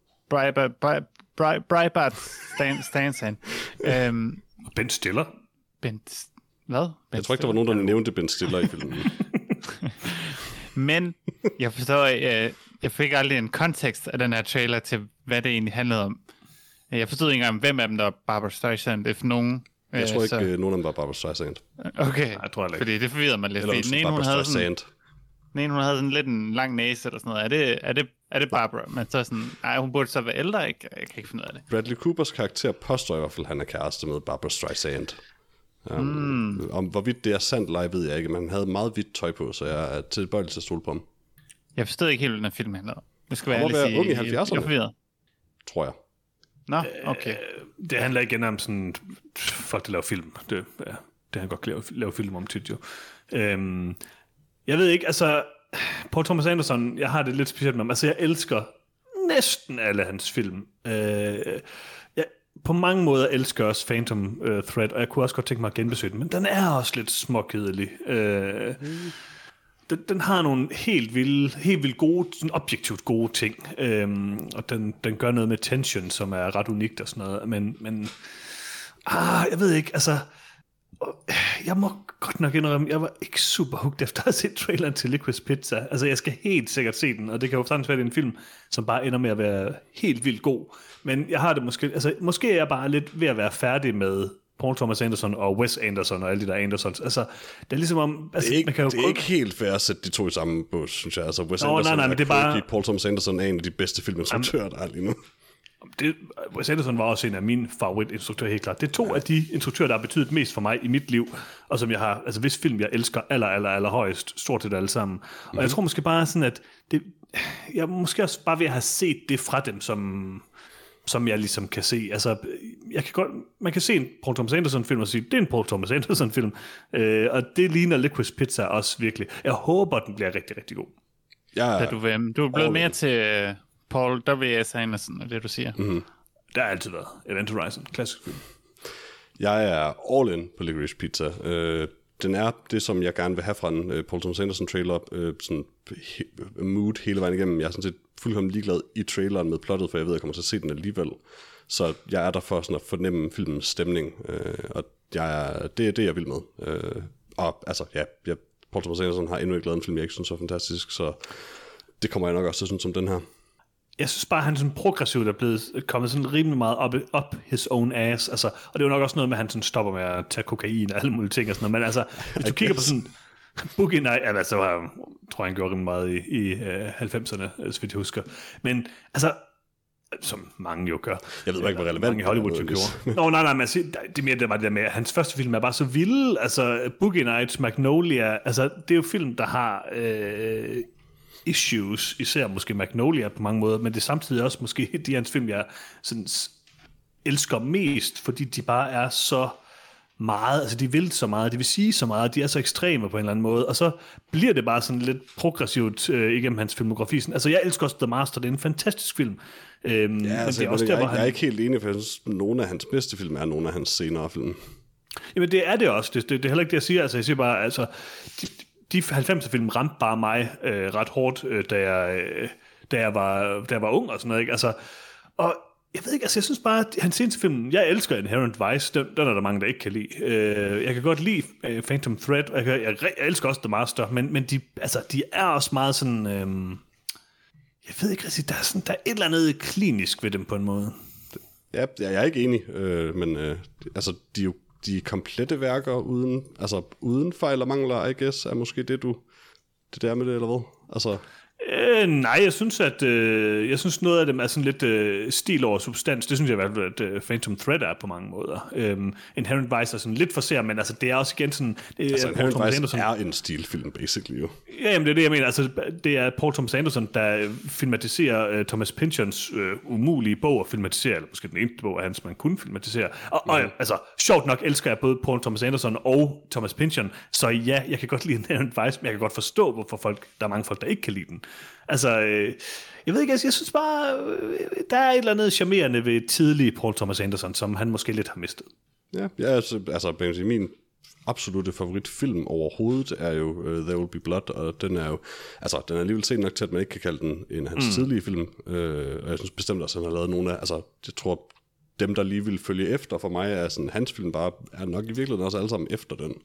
Breitbart Stanson. Ben Stiller. Hvad? Jeg tror ikke, der var nogen, der nævnte Ben Stiller i filmen. Men jeg forstår, jeg fik aldrig en kontekst af den her trailer til, hvad det egentlig handlede om. Jeg forstod ikke engang, hvem af dem, der var Barbra Streisand. If nogen, jeg tror ikke, nogen af dem var Barbra Streisand. Okay, jeg tror ikke. Fordi det forvirrede mig lidt. Eller den ene, hun havde sådan lidt en lang næse eller sådan noget. Er det Barbara? Men så sådan, hun burde så være ældre, jeg kan ikke finde ud af det. Bradley Coopers karakter påstår i hvert fald, at han er kæreste med Barbra Streisand. Om hvorvidt det er sandt eller ved jeg ikke, men han havde meget hvidt tøj på, så jeg er tilbøjelig til at stole på ham. Jeg forstod ikke helt, hvad den film handler om. Det skal være ung i 70'erne. Tror jeg. Nå, okay. Det handler igen om sådan folk, der laver film. Det han godt kan lave film om tit jo. Jeg ved ikke, altså Paul Thomas Anderson, jeg har det lidt specielt med ham. Altså jeg elsker næsten alle hans film. På mange måder elsker jeg også Phantom Thread, og jeg kunne også godt tænke mig at genbesøge den, men den er også lidt småkedelig. Den har nogle helt vildt gode, sådan objektivt gode ting, og den gør noget med tension, som er ret unikt og sådan noget, men jeg ved ikke, altså jeg må godt nok indrømme, jeg var ikke super hooked efter at have set traileren til Licorice Pizza. Altså jeg skal helt sikkert se den, og det kan jo faktisk være en film, som bare ender med at være helt vildt god, men jeg har det måske er jeg bare lidt ved at være færdig med Paul Thomas Anderson og Wes Anderson og alle de der Andersons. Altså, det er ligesom om... Altså, det er ikke helt fair at sætte de to i samme bås, synes jeg. Altså, Wes Anderson men det er bare... Paul Thomas Anderson er en af de bedste filminstruktører, der er lige nu. Wes Anderson var også en af mine favoritinstruktører, helt klart. Det er 2 af de instruktører, der har betydet mest for mig i mit liv, og som jeg har, altså hvis film, jeg elsker aller højst, stort set alle sammen. Og jeg tror måske bare sådan, at jeg måske også bare ved at have set det fra dem, som jeg ligesom kan se. Altså, man kan se en Paul Thomas Anderson-film og sige, det er en Paul Thomas Anderson-film, og det ligner Licorice Pizza også virkelig. Jeg håber, den bliver rigtig, rigtig god. Ja, du er blevet mere til Paul W.S. Anderson, er det, du siger? Mm-hmm. Der har altid været Event Horizon, klassisk film. Jeg er all in på Licorice Pizza. Den er det, som jeg gerne vil have fra en Paul Thomas Anderson-trailer, sådan mood hele vejen igennem. Jeg er sådan set fuldkommen ligeglad i traileren med plottet, for jeg ved, at jeg kommer til at se den alligevel. Så jeg er der for sådan at fornemme filmens stemning, og det er det, jeg vil med. Og altså, Paul Thomas Anderson har endnu ikke lavet en film, jeg ikke synes er fantastisk, så det kommer jeg nok også til sådan som den her. Jeg synes bare, at han er sådan progressivt er blevet kommet sådan rimelig meget op his own ass. Altså, og det er jo nok også noget med, at han sådan stopper med at tage kokain og alle mulige ting og sådan noget. Men altså, hvis du kigger på sådan Boogie Night, altså, tror jeg, han gjorde rimelig meget i 90'erne, så vidt jeg husker. Men altså, som mange jo gør. Jeg ved ikke, hvor relevant mange i Hollywood jo gjorde. Nej, men altså, det mere det var det der med, at hans første film er bare så vild. Altså, Boogie Nights, Magnolia, altså, det er jo film, der har issues, især måske Magnolia på mange måder, men det er samtidig også måske de hans film, jeg sådan elsker mest, fordi de bare er så meget, altså de vil så meget, de vil sige så meget, de er så ekstreme på en eller anden måde, og så bliver det bare sådan lidt progressivt igennem hans filmografi. Altså jeg elsker også The Master, det er en fantastisk film. Ja, altså, det er også der, jeg er ikke helt enig, for jeg synes, nogle af hans bedste film er nogle af hans senere film. Jamen det er det også, det er heller ikke det, jeg siger. Altså jeg siger bare, altså de 90'er-film ramte bare mig ret hårdt, da jeg var ung og sådan noget, ikke? Altså, og jeg ved ikke, altså jeg synes bare, at hans seneste film, jeg elsker Inherent Vice, den er der mange, der ikke kan lide. Jeg kan godt lide Phantom Thread, og jeg elsker også The Master, men de er også meget sådan, jeg ved ikke rigtig, der er et eller andet klinisk ved dem på en måde. Ja, jeg er ikke enig, men altså de er jo de komplette værker uden fejl og mangler, I guess, er måske det der med det, eller hvad? Altså nej, jeg synes noget af dem er sådan lidt stil over substans. Det synes jeg i hvert fald, at Phantom Thread er på mange måder. Inherent Vice er sådan lidt for sær, men altså det er også igen sådan... Inherent Vice er en stilfilm, basically jo. Ja, jamen det er det, jeg mener. Altså, det er Paul Thomas Anderson, der filmatiserer Thomas Pynchons umulige bog at filmatisere, eller måske den eneste bog af hans, man kunne filmatisere. Og altså, sjovt nok elsker jeg både Paul Thomas Anderson og Thomas Pynchon, så ja, jeg kan godt lide Inherent Vice, men jeg kan godt forstå, hvorfor der er mange folk, der ikke kan lide den. Altså, jeg ved ikke, jeg synes bare, der er et eller andet charmerende ved tidlige Paul Thomas Anderson, som han måske lidt har mistet. Ja, altså min absolutte favoritfilm overhovedet er jo There Will Be Blood, og den er jo, altså den er alligevel set nok til, at man ikke kan kalde den en af hans tidlige film, og jeg synes bestemt også, at han har lavet nogle af, altså jeg tror, dem der lige vil følge efter for mig, er sådan, hans film bare er nok i virkeligheden også alle sammen efter den.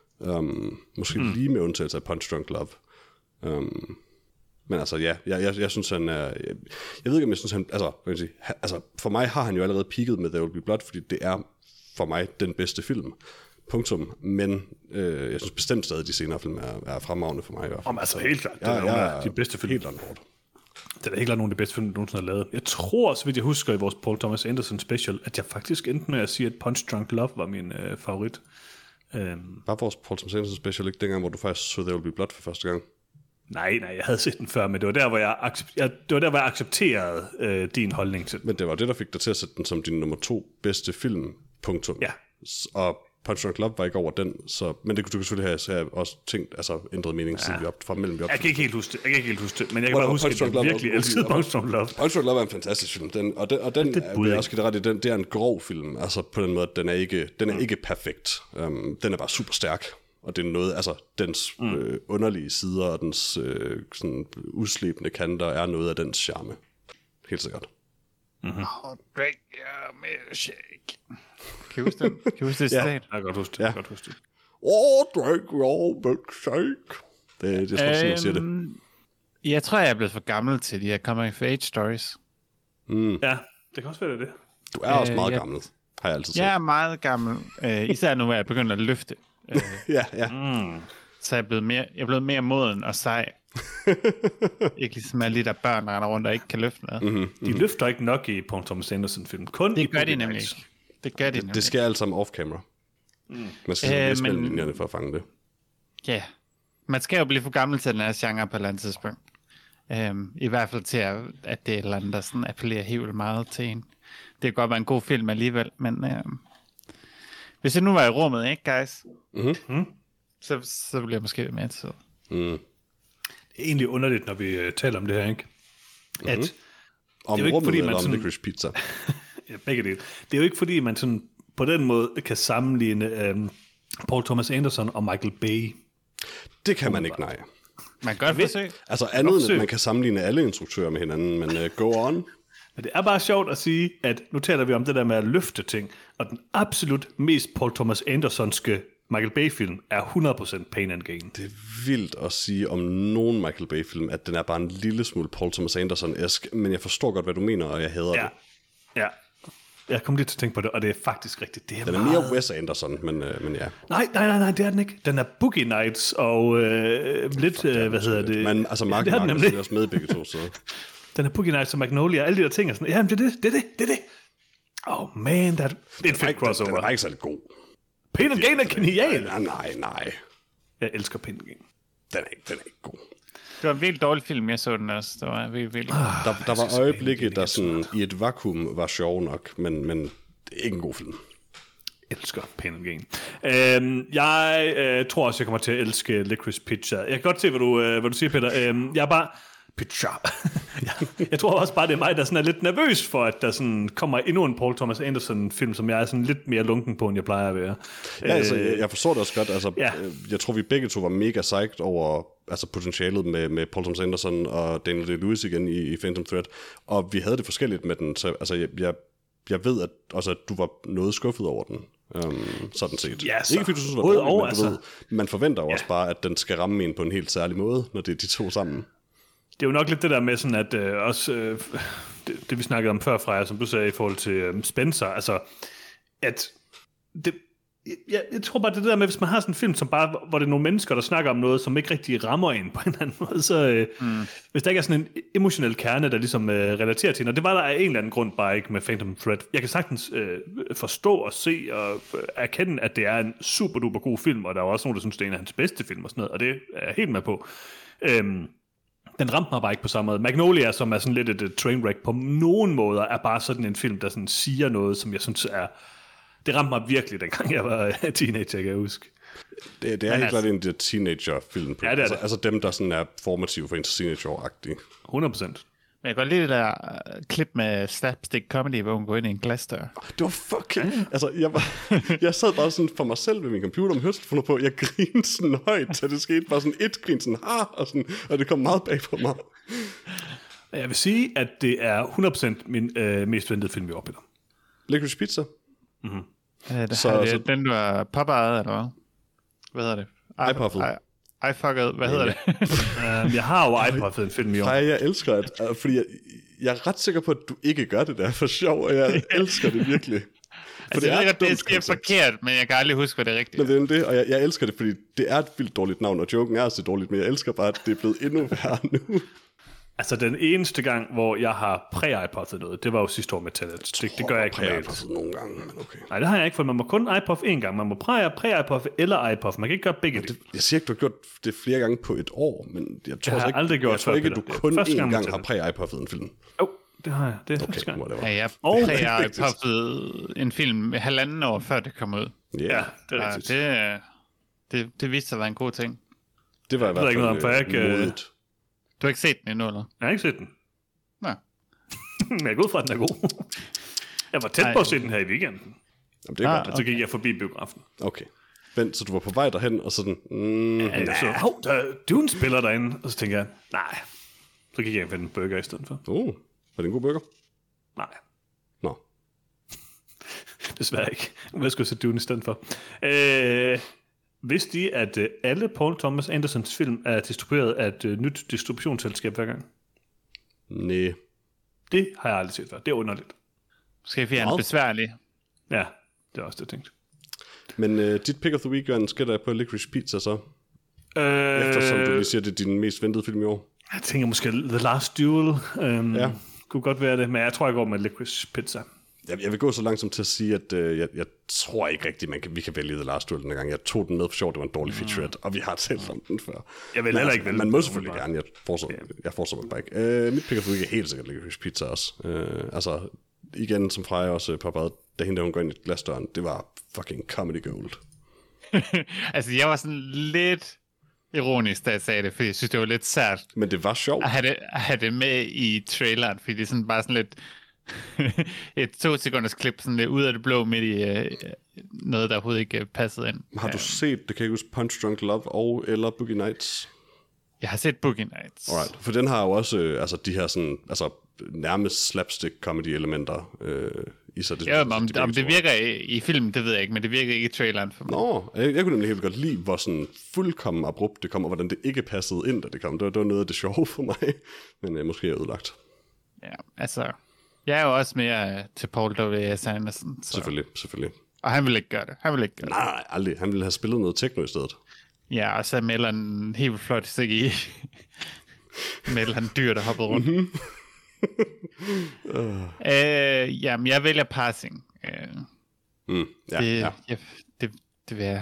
Måske lige med undtagelse af Punch Drunk Love. Men altså ja, jeg synes han er, jeg ved ikke om jeg synes han, altså for mig har han jo allerede peaked med There Will Be Blood, fordi det er for mig den bedste film. Punktum. Men jeg synes bestemt stadig, at de senere film er fremragende for mig i hvert fald. Altså helt klart, det er nogle af de bedste film. Helt hårdt. Det er helt klart nogle af de bedste film, du nogensinde har lavet. Jeg tror, så vidt jeg husker i vores Paul Thomas Anderson special, at jeg faktisk endte med at sige, at Punch Drunk Love var min favorit. Var vores Paul Thomas Anderson special ikke dengang, hvor du faktisk så There Will Be Blood for første gang? Nej, jeg havde set den før, men det var der, hvor jeg accepterede din holdning til den. Men det var det, der fik dig til at sætte den som din nummer 2 bedste film, punktum. Ja. Og Punch Drunk Love var ikke over den, så, men det kunne du selvfølgelig have også tænkt, altså ændret mening, siden vi op fra mellem vi op. Jeg kan ikke helt huske det, men jeg kan bare huske, at jeg virkelig elskede Punch Drunk Love. Punch Drunk Love er en fantastisk film, den vil jeg også give dig ret i, det er en grov film, altså på den måde, at den er ikke perfekt, den er bare super stærk. Og det er noget, altså dens underlige sider og dens sådan uslebende kanter er noget af dens charme. Helt sikkert. Drink your milkshake. Kan du huske den? Kan du huske det citat? Jeg kan godt huske det. Ja. Drink your milkshake. Det er sådan, man siger det. Jeg tror, jeg er blevet for gammel til de her coming of age stories. Ja, det kan også være det. Du er også meget gammel, har jeg altid sagt. Jeg er meget gammel, især nu, hvor jeg begynder at løfte. Ja. Så jeg er blevet mere moden og sej. Ikke ligesom alle de der børn, der render rundt og ikke kan løfte noget. De løfter ikke nok i Paul Thomas Anderson-film. Kun Det i gør de Boogie nemlig Nights. ikke. Det gør de nemlig Det sker alt sammen off-camera. Man skal læse mellem linjerne for at fange det. Ja, man skal jo blive for gammel til den her genre på et eller andet tidspunkt. I hvert fald til, at det er et eller andet, der sådan appellerer helt vildt meget til en. Det kan godt være en god film alligevel, men hvis jeg nu var i rummet, ikke, guys? Så ville jeg måske være med til. Det er egentlig underligt, når vi taler om det her, ikke? At Om det er jo ikke, rummet fordi eller man om sådan- Licorice Pizza. ja, begge dele. Det er jo ikke fordi, man sådan på den måde kan sammenligne Paul Thomas Anderson og Michael Bay. Det kan man ikke, nej. Man kan godt forsøge. Altså andet end, Forsøg. at man kan sammenligne alle instruktører med hinanden, men go on. Men det er bare sjovt at sige, at nu taler vi om det der med at løfte ting, og den absolut mest Paul Thomas Andersonske Michael Bay-film er 100% Pain and Gain. Det er vildt at sige om nogen Michael Bay-film, at den er bare en lille smule Paul Thomas Anderson-esk, men jeg forstår godt, hvad du mener, og jeg hader det. Ja. Jeg kom lige til at tænke på det, og det er faktisk rigtigt. Det er Den er mere Wes Anderson, men ja. Nej, det er den ikke. Den er Boogie Nights og lidt, hvad hedder det? Men altså, Mark det er den Marcus nemlig. er også med i begge to, så... Den er Boogie Nights og Magnolia, alle de der ting. Og sådan, jamen, det er det. Oh man, det er et fedt Den crossover. er ikke særlig god. Pain and Gain er genial. Nej. Jeg elsker Pain and Gain. Den er ikke god. Det var en vildt dårlig film, jeg så den også. Det var virkelig. Der var øjeblikke, der sådan i et vakuum var sjov nok, men det er ikke en god film. Elsker Pain and Gain. Jeg tror også, jeg kommer til at elske Licorice Pizza. Jeg kan godt se, hvad du siger, Peter. Jeg er bare... Pizza. Jeg tror også bare, det er mig, der sådan er lidt nervøs for, at der sådan kommer endnu en Paul Thomas Anderson-film, som jeg er sådan lidt mere lunken på, end jeg plejer at være. Ja, altså, jeg forstår det også godt. Altså, Ja. Jeg tror, vi begge to var mega psyched over altså, potentialet med Paul Thomas Anderson og Daniel Day-Lewis igen i Phantom Thread. Og vi havde det forskelligt med den, så altså, jeg ved, at, også, at du var noget skuffet over den. Sådan set. Ja, så ikke fordi du synes, det var både dårligt, og, men du altså. ved, man forventer jo også bare, at den skal ramme en på en helt særlig måde, når det er de to sammen. Det er jo nok lidt det der med sådan, at det vi snakkede om før, Freja, som du sagde i forhold til Spencer, altså, at jeg tror bare, det der med, hvis man har sådan en film, som bare, hvor det er nogle mennesker, der snakker om noget, som ikke rigtig rammer en på en eller anden måde, så hvis der ikke er sådan en emotionel kerne, der ligesom relaterer til en, og det var der af en eller anden grund bare ikke med Phantom Thread. Jeg kan sagtens forstå og se og erkende, at det er en super duper god film, og der er også nogen, der synes, det er en af hans bedste film og sådan noget, og det er jeg helt med på. Den ramte mig bare ikke på samme måde. Magnolia, som er sådan lidt et trainwreck på nogen måder, er bare sådan en film, der sådan siger noget, som jeg synes er... Det ramte mig virkelig, dengang jeg var teenager, kan jeg huske. Det er helt klart en teenager-film. Ja, det er det. Altså dem, der sådan er formative for ens teenager-agtige. 100%. Men jeg kan godt lide det der klip med slapstick comedy, hvor hun går ind i en glasdør. Det var fucking... Altså, jeg sad bare sådan for mig selv ved min computer med høretelefoner på. Jeg grinede sådan højt, så det skete bare sådan et grin, sådan og det kom meget bag på mig. Jeg vil sige, at det er 100% min mest ventede film i år, Peter. Licorice Pizza. Så den, du er påbejet, eller hvad? Hvad hedder det? iPuffet. iFucket, hvad hedder det? Jeg har jo iPod en film i år. Nej, jeg elsker det, fordi jeg er ret sikker på, at du ikke gør det der for sjov, og jeg elsker det virkelig. Altså, jeg ved godt, det sker forkert, men jeg kan aldrig huske, hvad det er rigtigt. Men det er det, og jeg elsker det, fordi det er et vildt dårligt navn, og joken er også dårligt, men jeg elsker bare, at det er blevet endnu værre nu. Altså, den eneste gang, hvor jeg har præ-iPod'et noget, det var jo sidste år med Tenet. Det gør jeg ikke normalt. Nogle gange, men okay. Nej, det har jeg ikke, for man må kun iPod en gang. Man må præ-iPod eller iPod. Man kan ikke gøre begge dele. Jeg siger ikke, du har gjort det flere gange på et år, men jeg tror har ikke, aldrig gjort jeg tror før, ikke, at du Peter. kun Første gang én med gang har Tenet. præ-iPod'et en film. Det har jeg. Det er første gang. whatever. Ja, jeg Og- iPuffede en film 1,5 år før det kom ud. Ja, det er Ja, rigtigt. det viste sig at være en god ting. Det var i ved hvert ikke noget om, for jeg fald ikke, modigt. Du har ikke set den endnu, eller? Jeg har ikke set den. Nej. Men jeg går ud fra, at den er god. Jeg var tæt på at se den her i weekenden. Jamen, det er godt. Og så gik jeg forbi biografen. Okay. Vent, så du var på vej derhen, og sådan... Dune spiller derinde. Og så tænker jeg, nej. Så gik jeg og fandt en burger i stedet for. Var det en god burger? Nej, Nå. desværre ikke. Hvad skulle jeg se Dune i stedet for? Vidste I, at alle Paul Thomas Andersons film er distribueret af et nyt distributionsselskab hver gang? Næh. Det har jeg aldrig set før. Det er underligt. Skal vi have en Meget. besværlig? Ja, det er også det, jeg tænkte. Men dit pick of the week, Jørgen, skal der på Licorice Pizza så? Eftersom du lige siger, det er din mest ventede film i år. Jeg tænker måske The Last Duel. Kunne godt være det, men jeg tror, jeg går med Licorice Pizza. Jeg vil gå så langt som til at sige, at jeg tror ikke rigtigt, vi kan vælge The Last Duel den gang. Jeg tog den med for sjovt, det var en dårlig featurette, og vi har talt om den før. Jeg vil heller ikke vælge man må selvfølgelig gerne, jeg fortsætter bare ikke. Mit pick of the week er helt sikkert Licorice Pizza også. Altså, igen, som Freja også påpegede, da hende, hun går ind i glasdøren, det var fucking comedy gold. Altså, jeg var sådan lidt ironisk, da jeg sagde det, fordi jeg synes, det var lidt sært. Men det var sjovt. At have det med i traileren, fordi det er sådan bare sådan lidt et 2 sekunders klip, sådan lidt ud af det blå midt i noget, der overhovedet ikke passede ind. Har du set, det kan jeg huske, Punch Drunk Love eller Boogie Nights? Jeg har set Boogie Nights. Alright, for den har jo også de her sådan, nærmest slapstick comedy elementer i sig. Ja, om det virker i filmen, det ved jeg ikke, men det virker ikke i traileren for mig. Nå, jeg kunne nemlig helt godt lide, hvor sådan fuldkommen abrupt det kom, og hvordan det ikke passede ind, da det kom. Det var noget af det sjove for mig, men måske er jeg ødelagt. Ja, altså, jeg er jo også mere til Paul W.S. Anderson. Så. Selvfølgelig. Og han vil ikke gøre det. Nej, aldrig. Han ville have spillet noget techno i stedet. Ja, og så melder en helt flot CGI. Melder han dyr, der hoppede rundt. Jamen, jeg vælger Passing. Det vil jeg.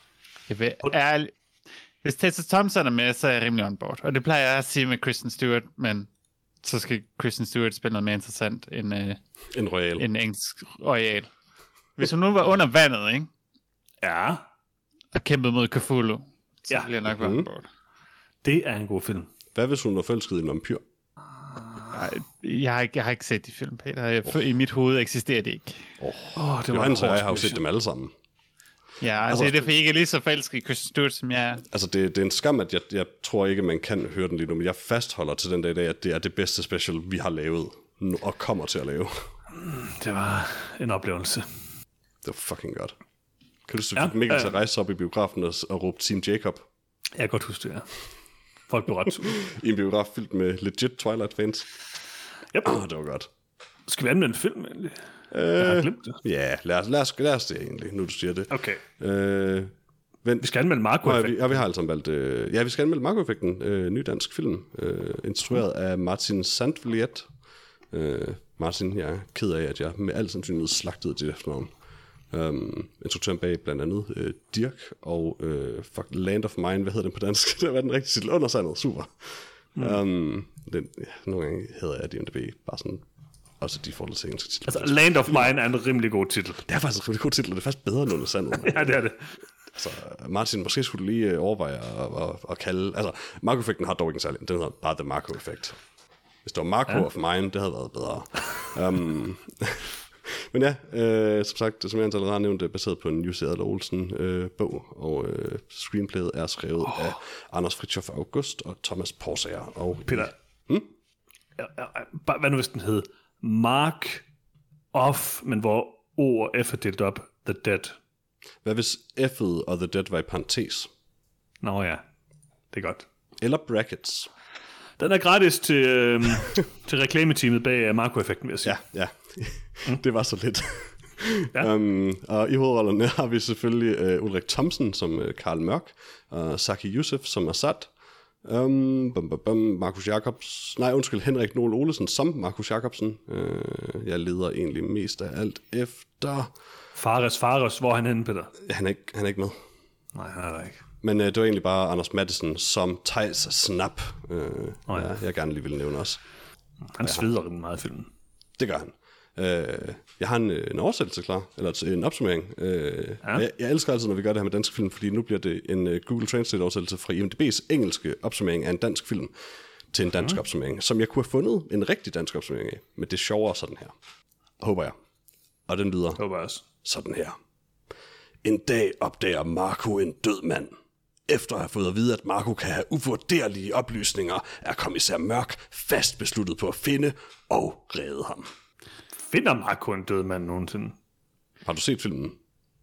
Hvis Tessa Thompson er med, så er jeg rimelig on board. Og det plejer jeg at sige med Kristen Stewart, men så skal Kristen Stewart spille noget mere interessant end en engelsk royal. Hvis hun nu var under vandet, ikke? Ja. Og kæmpede mod Cthulhu, så ville jeg nok være on board. Det er en god film. Hvad hvis hun var forelsket i en vampyr? Jeg har ikke set de film, Peter. I mit hoved eksisterer det ikke. Det var Johannes og jeg har jo set dem alle sammen. Ja, altså, det er derfor, jeg ikke er lige så forelsket i Kristen Stewart, som jeg er. Altså, det er en skam, at jeg tror ikke, man kan høre den lige nu, men jeg fastholder til den dag i dag, at det er det bedste special, vi har lavet, og kommer til at lave. Det var en oplevelse. Det var fucking godt. Kan du fik Mikkel til at rejse op i biografen og råbe Team Jacob? Jeg kan godt huske det, ja. Folk blev ret sure. I en biograf fyldt med legit Twilight-fans. Yep. Det var godt. Skal vi anmelde en film, egentlig? Jeg har glemt det. Ja, lad os det egentlig, nu du siger det. Okay. Vi skal anmelde Marco-effekten. Ja, vi har altså valgt... vi skal anmelde Marco-effekten. Ny dansk film. Instrueret af Martin Sandvliet. Martin, jeg er ked af, at jeg med al sandsynlighed slagtede dit efternavn. Instruktøren bag blandt andet Dirk og Land of Mine, hvad hedder den på dansk? Det var den rigtige titel, Undersandet, super. Nogle gange hedder jeg DMDB bare sådan, også de forhold til engelske titler. Altså Land of Mine er en rimelig god titel. Det er faktisk en rimelig god titel, og det er faktisk bedre end Undersandet. Ja, det er det. Altså, Martin, måske skulle du lige overveje at kalde... Altså, Marco-effekten har dog ikke en særlig... Den hedder bare The Marco-effekt. Hvis det var Marco of Mine, det havde været bedre. Men ja, som sagt, som jeg allerede har nævnt, baseret på en Jussi Adler Olsen bog, og screenplayet er skrevet af Anders Fritjof August og Thomas Porsager. Og Peter, hvad nu hvis den hed Mark of, men hvor O og F er delt op, The Dead? Hvad hvis F'et og The Dead var i parentes? Nå ja, det er godt. Eller brackets. Den er gratis til reklameteamet bag Marco-effekten, vil jeg sige. Ja. Det var så lidt. Ja. Og i hovedrollerne har vi selvfølgelig Ulrik Thomsen som Karl Mørk, og Zaki Youssef som Assad, Henrik Noel Olesen som Markus Jacobsen. Jeg leder egentlig mest af alt efter... Fares, hvor er han henne, Peter? Han er ikke med. Nej, han er der ikke. Men det var egentlig bare Anders Madsen som Theis Snap, jeg gerne lige ville nævne også. Han sveder rimelig meget i filmen. Det gør han. Jeg har en oversættelse klar, eller en opsummering. Jeg elsker altid, når vi gør det her med dansk film, fordi nu bliver det en Google Translate-oversættelse fra IMDb's engelske opsummering af en dansk film til en dansk opsummering, som jeg kunne have fundet en rigtig dansk opsummering af, men det er sjovere sådan her. Håber jeg. Og den lyder sådan her. En dag opdager Marco en død mand. Efter at have fået at vide, at Marco kan have uvurderlige oplysninger, er kommissær Mørk fast besluttet på at finde og redde ham. Finder Marco en død mand nogensinde? Har du set filmen?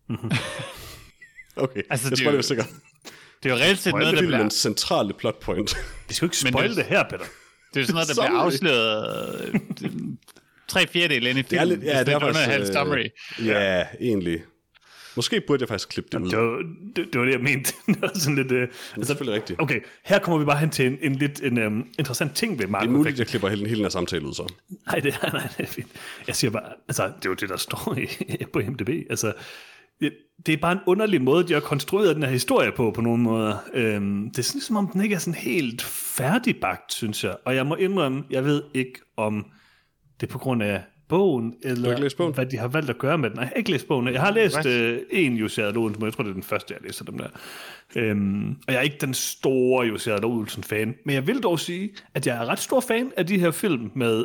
Okay, altså, jeg tror, det er sikkert. Det er jo reelt set noget, der bliver... en centrale plotpoint. Vi skal jo ikke spoil det her, Peter. Det er jo sådan noget, der bliver afsløret 3/4 ind i filmen. Det er lidt, ja, det er faktisk... summary. Ja, egentlig. Måske burde jeg faktisk klippe det ud. Det var det, jeg mente. Det var sådan lidt... Det er selvfølgelig rigtigt. Okay, her kommer vi bare hen til en lidt interessant ting ved Marco. Det er muligt, at jeg klipper hele den her samtale ud så. Nej, det er fint. Jeg siger bare, altså, det er jo det, der står på IMDb. Altså, det er bare en underlig måde, de har konstrueret den her historie på nogle måder. Det er sådan, som om den ikke er sådan helt færdigbagt, synes jeg. Og jeg må indrømme, jeg ved ikke, om det er på grund af bogen, eller bogen? Hvad de har valgt at gøre med den. Nej, jeg har ikke læst bogen. Jeg har læst en Jussi Adler Olsen, men jeg tror, det er den første, jeg læser dem der. Og jeg er ikke den store Jussi Adler Olsen-fan, men jeg vil dog sige, at jeg er ret stor fan af de her film med,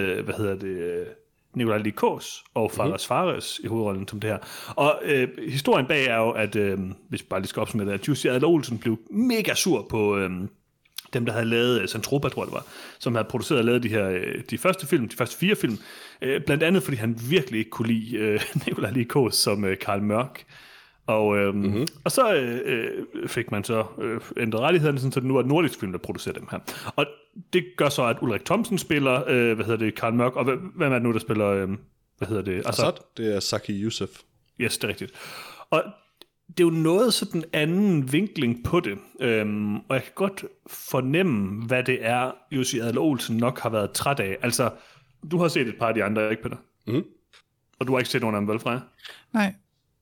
Nikolaj Lie Kaas og Fares Fares i hovedrollen som det her. Og historien bag er jo, at hvis vi bare lige skal opsummere det, at Jussi Adler Olsen blev mega sur på dem, der havde lavet Centropa, tror jeg det var, som havde produceret og lavet de første 4 film, blandt andet fordi han virkelig ikke kunne lide Nikolaj Lie Kaas som Karl Mørk. Og, og så fik man så ændret rettighederne, så det nu er et nordisk film, der producerer dem her. Og det gør så, at Ulrik Thomsen spiller, Karl Mørk, og hvem er det nu, der spiller, Assad? Det er Zaki Youssef. Yes, det er rigtigt. Og det er jo noget sådan anden vinkling på det, og jeg kan godt fornemme, hvad det er, Jussi Adler Olsen nok har været træt af. Altså, du har set et par af de andre, ikke, Peter? Og du har ikke set nogen af dem, vel, Freja? Nej.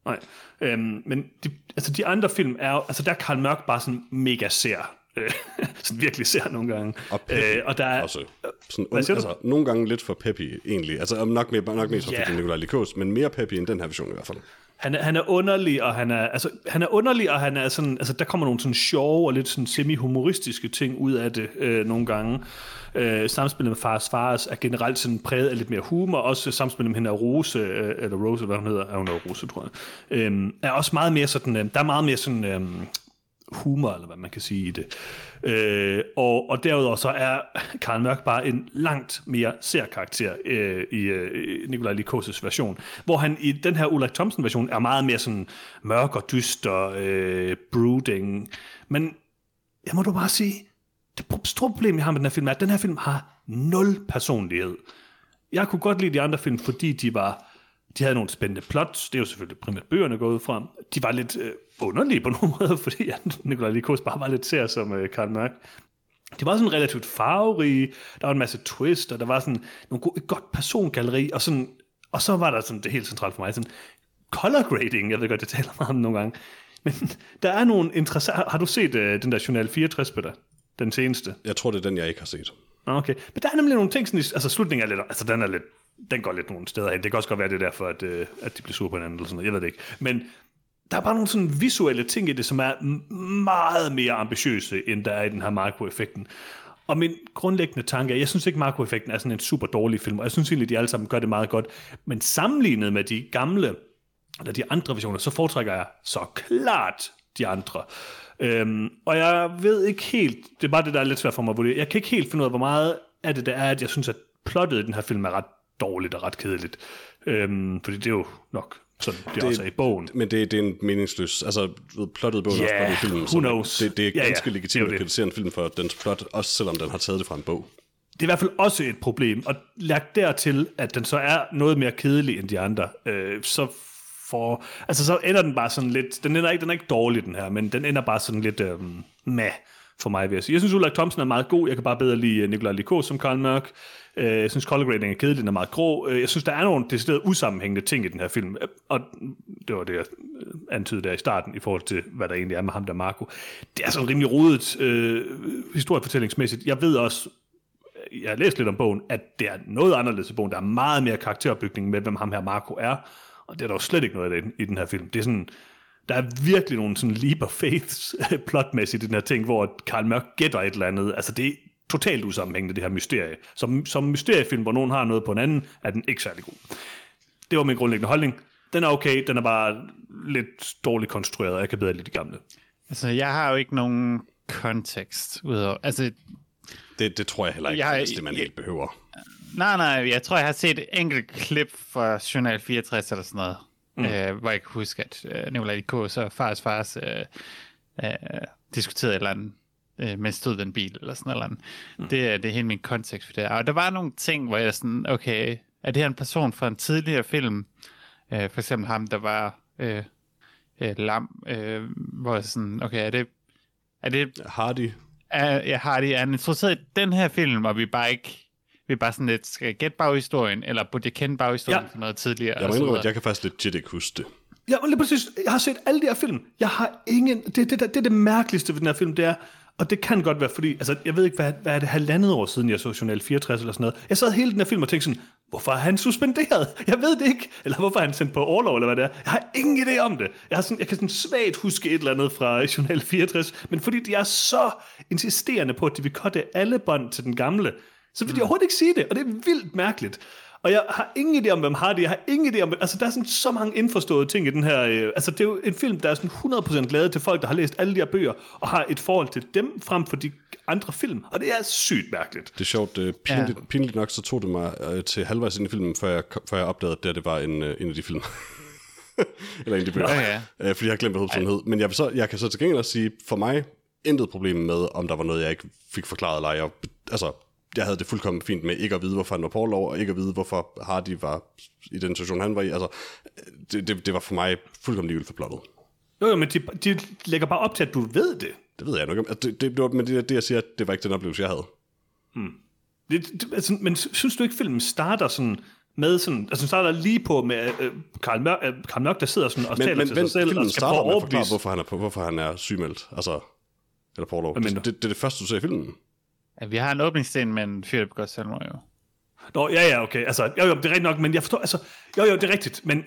Men de andre film er jo, altså der er Karl Mørk bare sådan mega sær. Sådan virkelig sær nogle gange. Og der er også sådan, nogle gange lidt for peppy egentlig. Altså nok mere for Nikolaj Lie Kaas, men mere peppy end den her version i hvert fald. Han er underlig, og han er sådan, altså der kommer nogle sådan sjove og lidt sådan semi-humoristiske ting ud af det nogle gange. Samspillet med Fares er generelt sådan præget af lidt mere humor, også samspillet med hende af Rose, eller Rose, hvad hun hedder, er hun er Rose, tror jeg, er også meget mere sådan, der er meget mere sådan humor, eller hvad man kan sige i det. Og derudover så er Karl Mørk bare en langt mere sær karakter i Nikolaj Lie Kaas' version, hvor han i den her Ulrik Thomsen version er meget mere sådan mørk og dyster, brooding. Men jeg må da bare sige, det store problem, jeg har med den her film, er, at den her film har 0 personlighed. Jeg kunne godt lide de andre film, fordi de havde nogle spændende plots. Det er jo selvfølgelig primært bøgerne gået ud fra. De var lidt underlige på nogle måder, fordi Nikolaj Lie Kaas bare var lidt sær som Karl Mørk. Det var sådan relativt farverige. Der var en masse twist, og der var sådan et godt persongalleri, og så var der sådan det helt centralt for mig, sådan color grading. Jeg ved godt, jeg taler meget om nogle gange. Men der er nogle interessante... Har du set den der Journal 64, Peter? Den seneste? Jeg tror, det er den, jeg ikke har set. Okay. Men der er nemlig nogle ting, sådan, altså slutningen er lidt... Altså den går lidt nogle steder hen. Det kan også godt være, det er derfor, at de bliver sure på hinanden, eller sådan noget. Jeg ved det ikke. Men der er bare nogle sådan visuelle ting i det, som er meget mere ambitiøse, end der er i den her Marco-effekten. Og min grundlæggende tanke er, jeg synes ikke, Marco-effekten er sådan en super dårlig film, og jeg synes egentlig, de alle sammen gør det meget godt. Men sammenlignet med de gamle, eller de andre versioner, så foretrækker jeg så klart de andre. Og jeg ved ikke helt, det er bare det, der er lidt svært for mig at vurdere. Jeg kan ikke helt finde ud af, hvor meget af det der er, at jeg synes, at plottet i den her film er ret dårligt og ret kedeligt. Fordi det er jo nok sådan, det også er i bogen. Men det er en meningsløs, altså plottet i bogen og plottet i filmen. Who knows? Det er ganske legitimt at kritisere en film for dens plot, også selvom den har taget det fra en bog. Det er i hvert fald også et problem, og lagt dertil, at den så er noget mere kedelig end de andre, så ender den bare sådan lidt, den er ikke dårlig, den her, men den ender bare sådan lidt for mig, vil jeg sige. Jeg synes, Ulrik Thomsen er meget god. Jeg kan bare bedre lide Nikolaj Lie Kaas som Karl Mørk. Jeg synes, color grading er kedelig, den er meget grå. Jeg synes, der er nogle decideret usammenhængende ting i den her film, og det var det, jeg antydede der i starten, i forhold til, hvad der egentlig er med ham der Marco. Det er sådan rimelig rodet historiefortællingsmæssigt. Jeg ved også, jeg har læst lidt om bogen, at det er noget anderledes i bogen. Der er meget mere karakteropbygning med, hvem ham her Marco er, og det er der jo slet ikke noget af det i den her film. Det er sådan, der er virkelig nogle sådan leap of faith plotmæssigt i den her ting, hvor Karl Mørk gætter et eller andet. Altså det er totalt usammenhængende, det her mysterie. Som mysteriefilm, hvor nogen har noget på en anden, er den ikke særlig god. Det var min grundlæggende holdning. Den er okay, den er bare lidt dårligt konstrueret, og jeg kan bedre lide de gamle. Altså, jeg har jo ikke nogen kontekst udover. Altså, det tror jeg heller ikke, hvis det man helt behøver. Nej, jeg tror, jeg har set et enkelt klip fra Journal 64 eller sådan noget, hvor jeg kan huske, at Nikolaj Lie Kaas og Fares diskuterede et eller andet, mens stod ved en bil eller sådan noget. Det er helt min kontekst for det. Og der var nogle ting, hvor jeg sådan, okay, er det her en person fra en tidligere film? For eksempel ham, der var lam, hvor sådan, okay, er det Hardy. Hardy er introduceret i den her film, og vi bare sådan lidt skal gætte baghistorien, eller burde jeg kende baghistorien for noget tidligere? Jeg må indrømme, at jeg kan faktisk legit ikke huske det. Ja, lige præcis. Jeg har set alle de her film. Jeg har ingen... Det er det mærkeligste ved den her film, det er... Og det kan godt være, fordi... Altså, jeg ved ikke, hvad er det 1,5 år siden, jeg så Journal 64 eller sådan noget. Jeg sad hele den her film og tænkte sådan, hvorfor er han suspenderet? Jeg ved det ikke. Eller hvorfor er han sendt på orlov, eller hvad det er. Jeg har ingen idé om det. Jeg kan sådan svagt huske et eller andet fra Journal 64, men fordi de er så insisterende på, at de vil cutte alle bånd til den gamle, så vil de overhovedet ikke sige det, og det er vildt mærkeligt. Og jeg har ingen idé om, hvem har det. Jeg har ingen idé om... Altså, der er sådan så mange indforståede ting i den her... altså, det er jo en film, der er sådan 100% lavet til folk, der har læst alle de her bøger, og har et forhold til dem frem for de andre film. Og det er sygt mærkeligt. Det er sjovt. Pinligt nok, så tog det mig til halvvejs ind i filmen, før jeg opdagede, at det var en af de film. Eller en af de bøger. Fordi jeg har glemt, hvad hovedpersonen hed. Men jeg kan så til gengæld også sige, for mig, intet problem med, om der var noget, jeg ikke fik forklaret eller ej. Jeg havde det fuldkommen fint med ikke at vide, hvorfor han var på orlov, og ikke at vide, hvorfor Hardy var i den situation, han var i. Altså, det var for mig fuldkommen ligegyldigt for plottet. Jo, men de lægger bare op til, at du ved det. Det ved jeg nok. Men det jeg siger, det var ikke den oplevelse, jeg havde. Altså, men synes du ikke, filmen starter sådan med sådan... Altså, starter lige på med Carl Mørk, der sidder sådan og taler til sig selv, og skal prøve at overbevise... hvorfor han er sygemeldt. Altså, eller på orlov. Det er det første, du ser i filmen. Ja, vi har en åbningsscene med en fyr, der begår selvmord, jo. Nå, ja, okay. Altså, jo, det er rigtigt nok, men jeg forstår... Altså, jo, det er rigtigt, men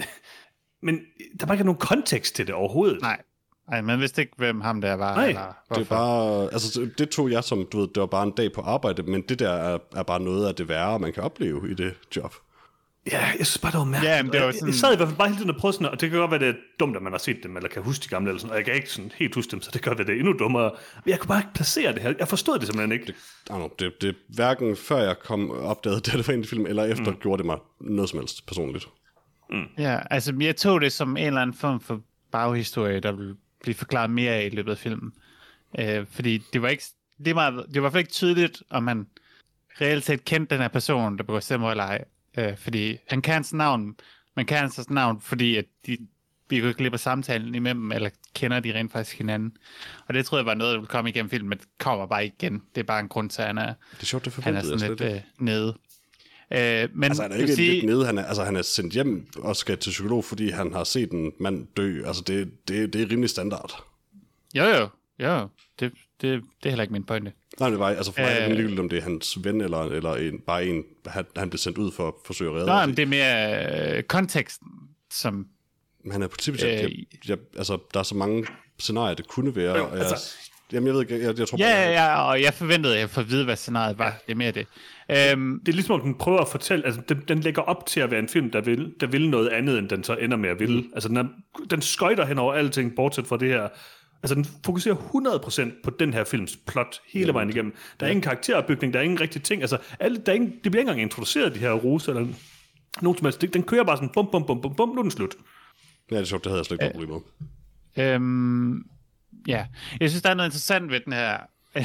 der bare ikke nogen kontekst til det overhovedet. Nej, man vidste ikke, hvem ham der var. Nej, eller det er bare... Altså, det tog jeg som, du ved, det var bare en dag på arbejde, men det der er bare noget af det værre, man kan opleve i det job. Ja, jeg synes bare, det var mærkeligt. Ja, men det var sådan... Jeg sad i hvert fald bare hele tiden og prøvede sådan, og det kan godt være, det er dumt, at man har set dem, eller kan huske de gamle, eller sådan, og jeg kan ikke sådan helt huske dem, så det kan godt være, det er endnu dummere. Men jeg kunne bare ikke placere det her. Jeg forstod det simpelthen ikke. Det hverken før jeg opdagede det var en film, eller efter gjorde det mig noget som helst personligt. Ja, altså jeg tog det som en eller anden form for baghistorie, der ville blive forklaret mere af i løbet af filmen. Fordi det var i hvert fald ikke tydeligt, om man reelt set kendte den her person, der begår selvmord eller ej. Fordi han kan hans navn, man kan hans navn, fordi at vi kunne ikke glip af samtalen imellem, eller kender de rent faktisk hinanden. Og det troede jeg var noget, der ville komme igennem filmen, men det kommer bare igen. Det er bare en grund til, at han er, det er sjovt, det han er sådan lidt nede. Men altså han er ikke lidt nede, han er sendt hjem og skal til psykolog, fordi han har set en mand dø. Altså det er rimelig standard. Jo. Det er heller ikke min pointe. Nej, det var altså for mig er det ligegyldigt, om det er hans ven, eller bare en, han blev sendt ud for at forsøge at redde. Nej, men det er mere konteksten, som... Han er politibetjent. Altså, der er så mange scenarier, det kunne være. Jo, jamen, jeg ved ikke, jeg tror... Ja, og jeg forventede, at jeg får at vide, hvad scenariet var. Det er mere det. Det er ligesom, at den prøver at fortælle... Altså, den lægger op til at være en film, der vil noget andet, end den så ender med at ville. Altså, den skøjter hen over alting, bortset fra det her... Altså, den fokuserer 100% på den her films plot hele vejen igennem. Der er ingen karakteropbygning, der er ingen rigtige ting. Altså, de bliver ikke engang introduceret, de her ruse, eller nogen som helst. Den kører bare sådan, bum, nu er den slut. Ja, det er sjovt, det havde jeg slet ikke noget problem med. Ja, jeg synes, der er noget interessant ved den her.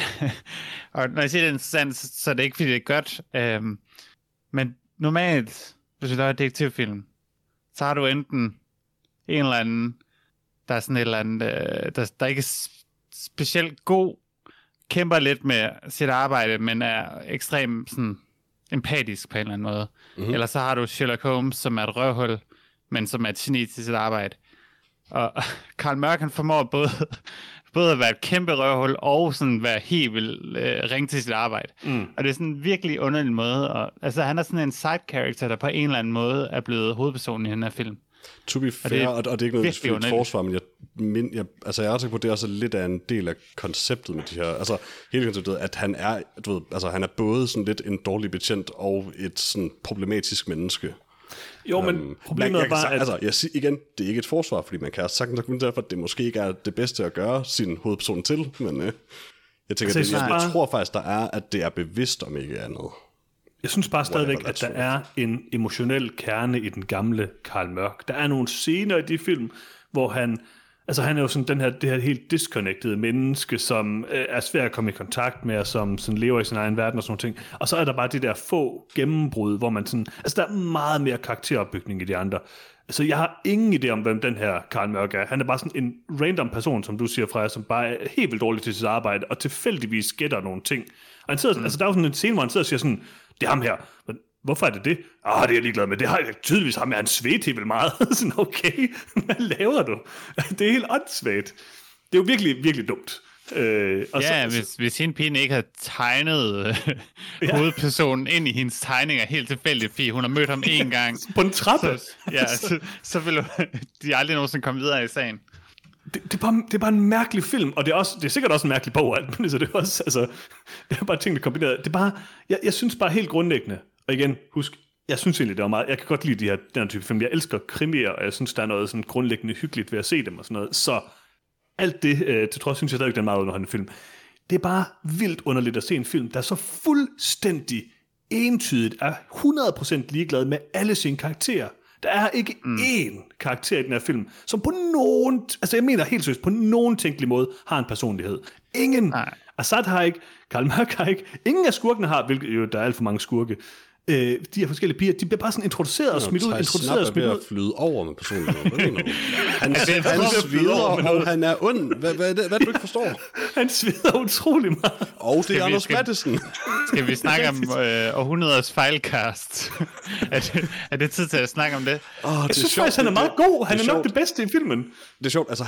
Og når jeg siger, det er interessant, så er det ikke, fordi det er godt. Men normalt, hvis du laver et detektivfilm, så har du enten en eller anden, der er sådan et eller andet, der ikke er specielt god, kæmper lidt med sit arbejde, men er ekstremt sådan, empatisk på en eller anden måde. Mm-hmm. Eller så har du Sherlock Holmes, som er et røvhul, men som er et geni til sit arbejde. Og Carl Mørk, han formår både at være et kæmpe røvhul, og sådan være helt vildt ringe til sit arbejde. Og det er sådan en virkelig underlig måde. Og, altså, han er sådan en side character, der på en eller anden måde er blevet hovedpersonen i den her film. To be fair, og det er ikke noget specifikt forsvar, men jeg er sikker på, at det er også lidt af en del af konceptet med de her, altså hele konceptet, at han er, du ved, altså han er både sådan lidt en dårlig betjent og et sådan problematisk menneske. Jo, men problemet er bare, at... Altså, jeg siger igen, det er ikke et forsvar, fordi man kan sagtens argumentere for, at det måske ikke er det bedste at gøre sin hovedperson til, men jeg tænker, altså, jeg tror faktisk, der er, at det er bevidst om ikke andet. Jeg synes bare stadigvæk, at der er en emotionel kerne i den gamle Carl Mørk. Der er nogle scener i de film, hvor han er jo sådan det her helt disconnected menneske, som er svært at komme i kontakt med, og som sådan lever i sin egen verden og sådan nogle ting. Og så er der bare de der få gennembrud, hvor man sådan... Altså, der er meget mere karakteropbygning i de andre. Altså, jeg har ingen idé om, hvem den her Carl Mørck er. Han er bare sådan en random person, som du siger, Freja, som bare er helt vildt dårlig til sit arbejde, og tilfældigvis gætter nogle ting. Og han sidder, altså, der er jo sådan en scene, hvor han sidder og siger sådan, det er ham her. Men hvorfor er det det? Det er jeg ligeglad med. Det har jeg tydeligvis ham, han svedt helt vildt meget. Sådan, okay, hvad laver du? Det er helt åndssvagt. Det er jo virkelig, virkelig dumt. Og hvis hende pigen ikke havde tegnet hovedpersonen ind i hendes tegninger helt tilfældigt, fordi hun har mødt ham en gang. På en trappe. Så ville de aldrig nogensinde komme videre i sagen. Det er bare en mærkelig film, og det er sikkert også en mærkelig bog, men så det er også, altså, det er bare ting, der kombineret. Det er bare, jeg synes bare helt grundlæggende, og igen, husk, jeg synes egentlig, det var meget, jeg kan godt lide den her type film, jeg elsker krimier, og jeg synes, der er noget sådan grundlæggende hyggeligt ved at se dem og sådan noget, så alt det, til trods synes jeg stadig, det er en meget underholdende film. Det er bare vildt underligt at se en film, der så fuldstændig entydigt er 100% ligeglad med alle sine karakterer. Der er ikke én karakter i den her film, som på nogen, altså jeg mener helt seriøst, på nogen tænkelig måde har en personlighed. Ingen. Nej. Assad har ikke, Carl Mørck har ikke, ingen af skurkene har, hvilket jo, der er alt for mange skurke. De her forskellige piger, de bliver bare sådan introduceret og smidt ud, introduceret og smidt ud. Han er flyde over med personligheden. Hvad mener du? Han sveder, og han er ond. Hvad du ikke forstår? Han sveder utrolig meget. Og det er Anders Matthesen. Skal vi snakke om århundreders fejlcast? Er det tid til at snakke om det? Jeg synes faktisk, han er meget god. Han er nok det bedste i filmen. Det er sjovt, altså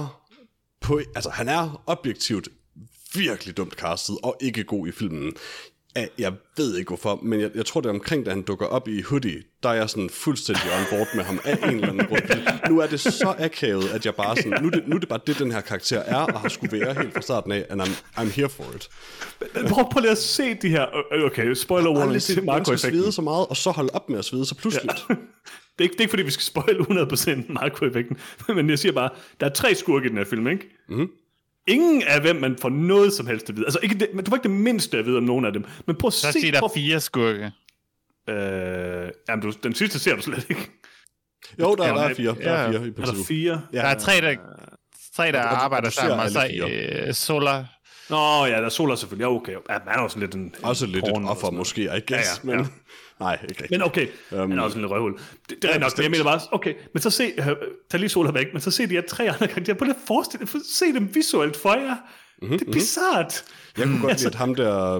han er objektivt virkelig dumt castet, og ikke god i filmen. Jeg ved ikke hvorfor, men jeg tror det er omkring, da han dukker op i Hoodie, der er jeg sådan fuldstændig on board med ham af en eller anden grund. Nu er det så akavet, at jeg bare sådan, nu er det bare det, den her karakter er, og har skulle være helt fra starten af, and I'm here for it. Prøv lige at se de her, okay, spoiler warning til Marco-effekten. Man skal svede så meget, og så holde op med at svede så pludseligt. Ja. Det er ikke fordi, vi skal spoile 100% Marco-effekten, men jeg siger bare, der er 3 skurke i den her film, ikke? Mhm. Ingen af hvem man får noget som helst at vide. Altså, ikke det, du får ikke det mindste at vide om nogen af dem. Men prøv at se... Så siger der 4 skurke. Jamen, den sidste ser du slet ikke. Jo, der er 4. Der er 4 i princippet. Der er 4? Ja. Der er 3, der arbejder sammen, og så Solar. Nå, ja, der er Solar selvfølgelig. Ja, okay. Ja, man er også lidt en... Også lidt et offer, måske, I guess. Ja. Men... Nej, ikke rigtigt. Men okay, han er også en lille røvhul. Det er nok, men jeg mener bare, okay, men så se, tag lige Solar væk, men så se de her 3 andre karakterer, på det forestille, se dem visuelt for jer. Det er bizarrt. Jeg kunne godt lide, at ham der,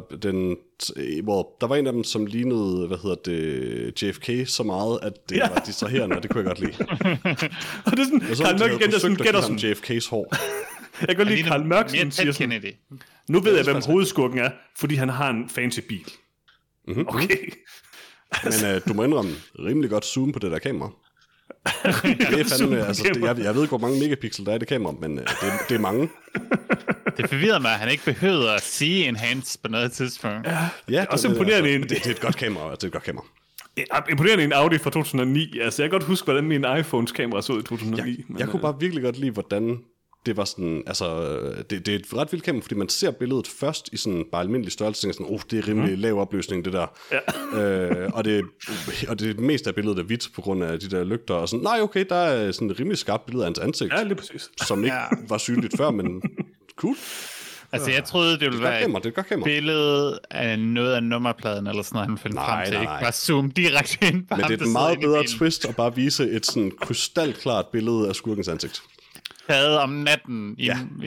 der var en af dem, som lignede, JFK så meget, at det var distraherende, og det kunne jeg godt lide. Og det er sådan, Carl Mørck igen, der sådan gætter sådan. JFK's hår. Jeg kan godt lide Carl Mørck, som siger sådan, nu ved jeg, hvem hovedskurken er, fordi han har en fancy bil. Okay. Men du må indrømme rimelig godt zoom på det der kamera. Det er fandme, altså, jeg ved ikke, hvor mange megapixel der er i det kamera, men det er mange. Det forvirrer mig, at han ikke behøver at sige enhance på noget tidspunkt. Ja, det er også imponerende. Altså, det er et godt kamera, det er et godt kamera. Imponerende en Audi fra 2009. Altså, jeg kan godt huske, hvordan min iPhones kamera så ud i 2009. Jeg kunne bare virkelig godt lide, hvordan det var sådan, altså, det er et ret vildt kamera, fordi man ser billedet først i sådan bare almindelig størrelse, og sådan, det er rimelig lav opløsning, det der. Ja. Og det meste af billedet er hvidt på grund af de der lygter, og sådan, nej, okay, der er sådan et rimelig skarpt billede af hans ansigt. Ja, lige præcis. Som ikke var synligt før, men cool. Altså, jeg troede, det ville være et billede af noget af nummerpladen, eller sådan noget, han fandt frem til. Ikke bare zoom direkte ind på ham, men det er et meget bedre twist at bare vise et sådan krystalklart billede af skurkens ansigt. Taget om natten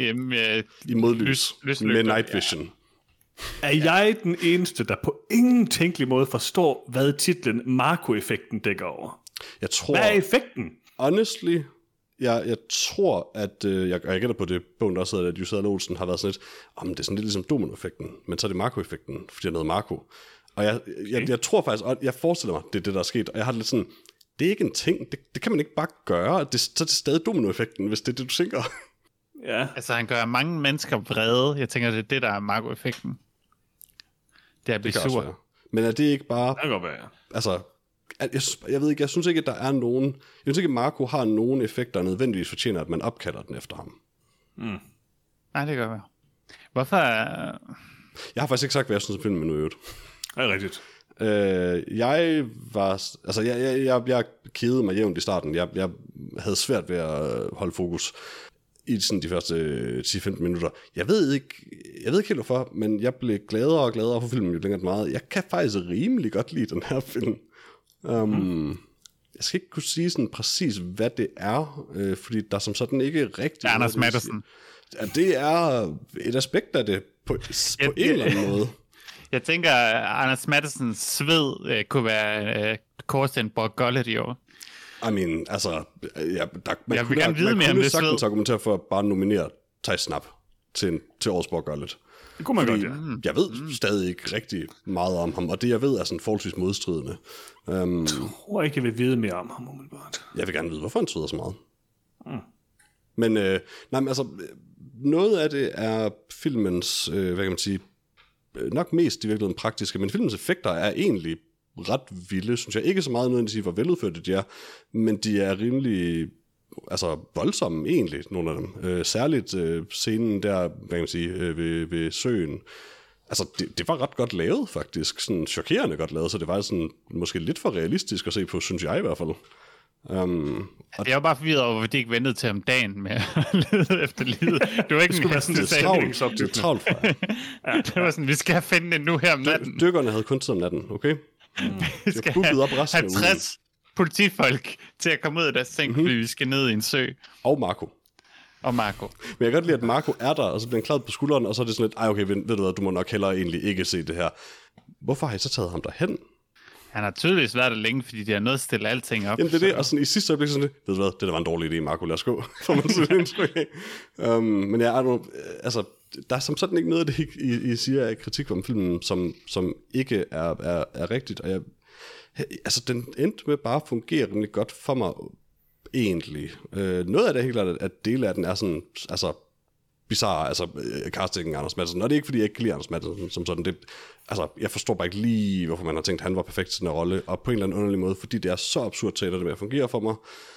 i modlys med night vision. Er jeg den eneste, der på ingen tænkelig måde forstår, hvad titlen Marco-effekten dækker over? Hvad er effekten? Honestly, jeg tror, at jeg gætter på det, bogen der også hedder, at Jussi Olsen har været sådan lidt, det er sådan lidt ligesom dominoeffekten, men så er det Marco-effekten, fordi det er noget Marco. Og jeg tror faktisk, og jeg forestiller mig, det er det, der er sket, og jeg har det lidt sådan, det er ikke en ting, det kan man ikke bare gøre, så er det stadig dominoeffekten, hvis det er det, du tænker. Ja. Altså, han gør mange mennesker vrede. Jeg tænker, det er det, der er Marco-effekten. Det er at blive sur. Men er det ikke bare... Det kan godt være. Altså, jeg ved ikke, jeg synes ikke, at der er nogen... Jeg synes ikke, at Marco har nogen effekter, der nødvendigvis fortjener, at man opkalder den efter ham. Nej, det kan godt være. Hvorfor... Jeg har faktisk ikke sagt, hvad jeg synes om filmen nu i øvrigt. Det er rigtigt. Jeg var... Altså, jeg kedede mig jævnt i starten. Jeg havde svært ved at holde fokus i sådan de første 10-15 minutter. Jeg ved ikke helt hvorfor, men jeg blev gladere og gladere for filmen, jo længere den meget. Jeg kan faktisk rimelig godt lide den her film. Jeg skal ikke kunne sige sådan præcis, hvad det er, fordi der som sådan ikke rigtigt... Det er Anders Matthesen. Ja, det er et aspekt af det, på en eller anden måde. Jeg tænker, Anders Matthesens sved kunne være Korsten Borg-Gullet i år. I mean, altså... Jeg vil gerne vide mere om det sved. Man kunne sagtens argumentere for at bare nominere Thijs Snap til årets Borg-Gullet. Det kunne man godt, ja. Jeg ved stadig ikke rigtig meget om ham, og det jeg ved er sådan forholdsvis modstridende. Jeg tror ikke, jeg vil vide mere om ham umiddelbart. Jeg vil gerne vide, hvorfor han sveder så meget. Men, men altså, noget af det er filmens, hvad kan man sige, nok mest i virkeligheden praktiske, men filmens effekter er egentlig ret vilde, synes jeg. Ikke så meget nødvendigvis, hvor veludførte de er, men de er rimelig voldsomme egentlig, nogle af dem. Særligt scenen der, hvad kan man sige, ved søen. Altså, det var ret godt lavet, faktisk. Sådan chokerende godt lavet, så det var sådan måske lidt for realistisk at se på, synes jeg i hvert fald. Jeg var bare forvirret over, at de ikke ventede til om dagen med at lede efter livet. Det var ikke det være sådan, det er travlt fra. Det var sådan, vi skal finde det nu her om natten. Dykkerne havde kun tid om natten, okay? Vi skal have 50 politifolk til at komme ud af deres seng, fordi vi skal ned i en sø. Og Marco. Men jeg kan godt lide, at Marco er der, og så bliver han klaret på skulderen, og så er det sådan lidt, okay, ved du hvad, du må nok heller egentlig ikke se det her. Hvorfor har I så taget ham derhen? Han har tydeligvis været der længe, fordi de har nødt at stille alting op. Jamen det er det, og sådan, i sidste øjeblik sådan lidt, ved du hvad, det der var en dårlig idé, Marco, lad os gå. Men altså, der er som sådan ikke noget af det, I siger af kritik om filmen, som ikke er rigtigt, og altså, den endte med bare at fungere rimelig godt for mig, egentlig. Noget af det er helt klart, at dele af den er sådan, altså, bizarre, altså, castingen af Anders Matthesen, og det er ikke, fordi jeg ikke kan lide Anders Matthesen som sådan, altså, jeg forstår bare ikke lige, hvorfor man har tænkt, at han var perfekt til den rolle, og på en eller anden underlig måde, fordi det er så absurd teater, det med at fungere for mig.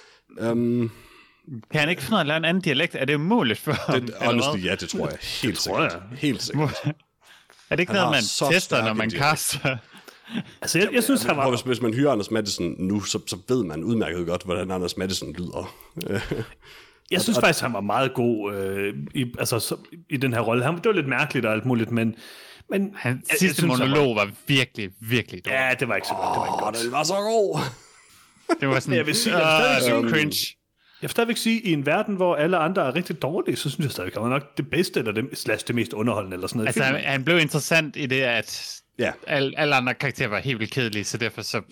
Kan han ikke finde noget eller en anden dialekt? Er det umuligt for ham? Honestly, ja, det tror jeg. Helt sikkert. Helt sikkert. Er det ikke noget, man tester, når man kaster? Altså, jeg synes, han var... Hvis man hyrer Anders Matthesen nu, så ved man udmærket godt, hvordan Anders Matthesen lyder. Jeg synes faktisk, han var meget god i den her rolle. Det var lidt mærkeligt og alt muligt, men hans sidste monolog var virkelig, virkelig dårlig. Ja, det var ikke så godt. Det var så god. Det var sådan, jeg vil sige, cringe. Jeg vil stadigvæk sige, at i en verden, hvor alle andre er rigtig dårlige, så synes jeg stadigvæk, han var nok det bedste, eller det mest underholdende, eller sådan noget. Altså, han blev interessant i det, at alle andre karakterer var helt vildt kedelige, så derfor så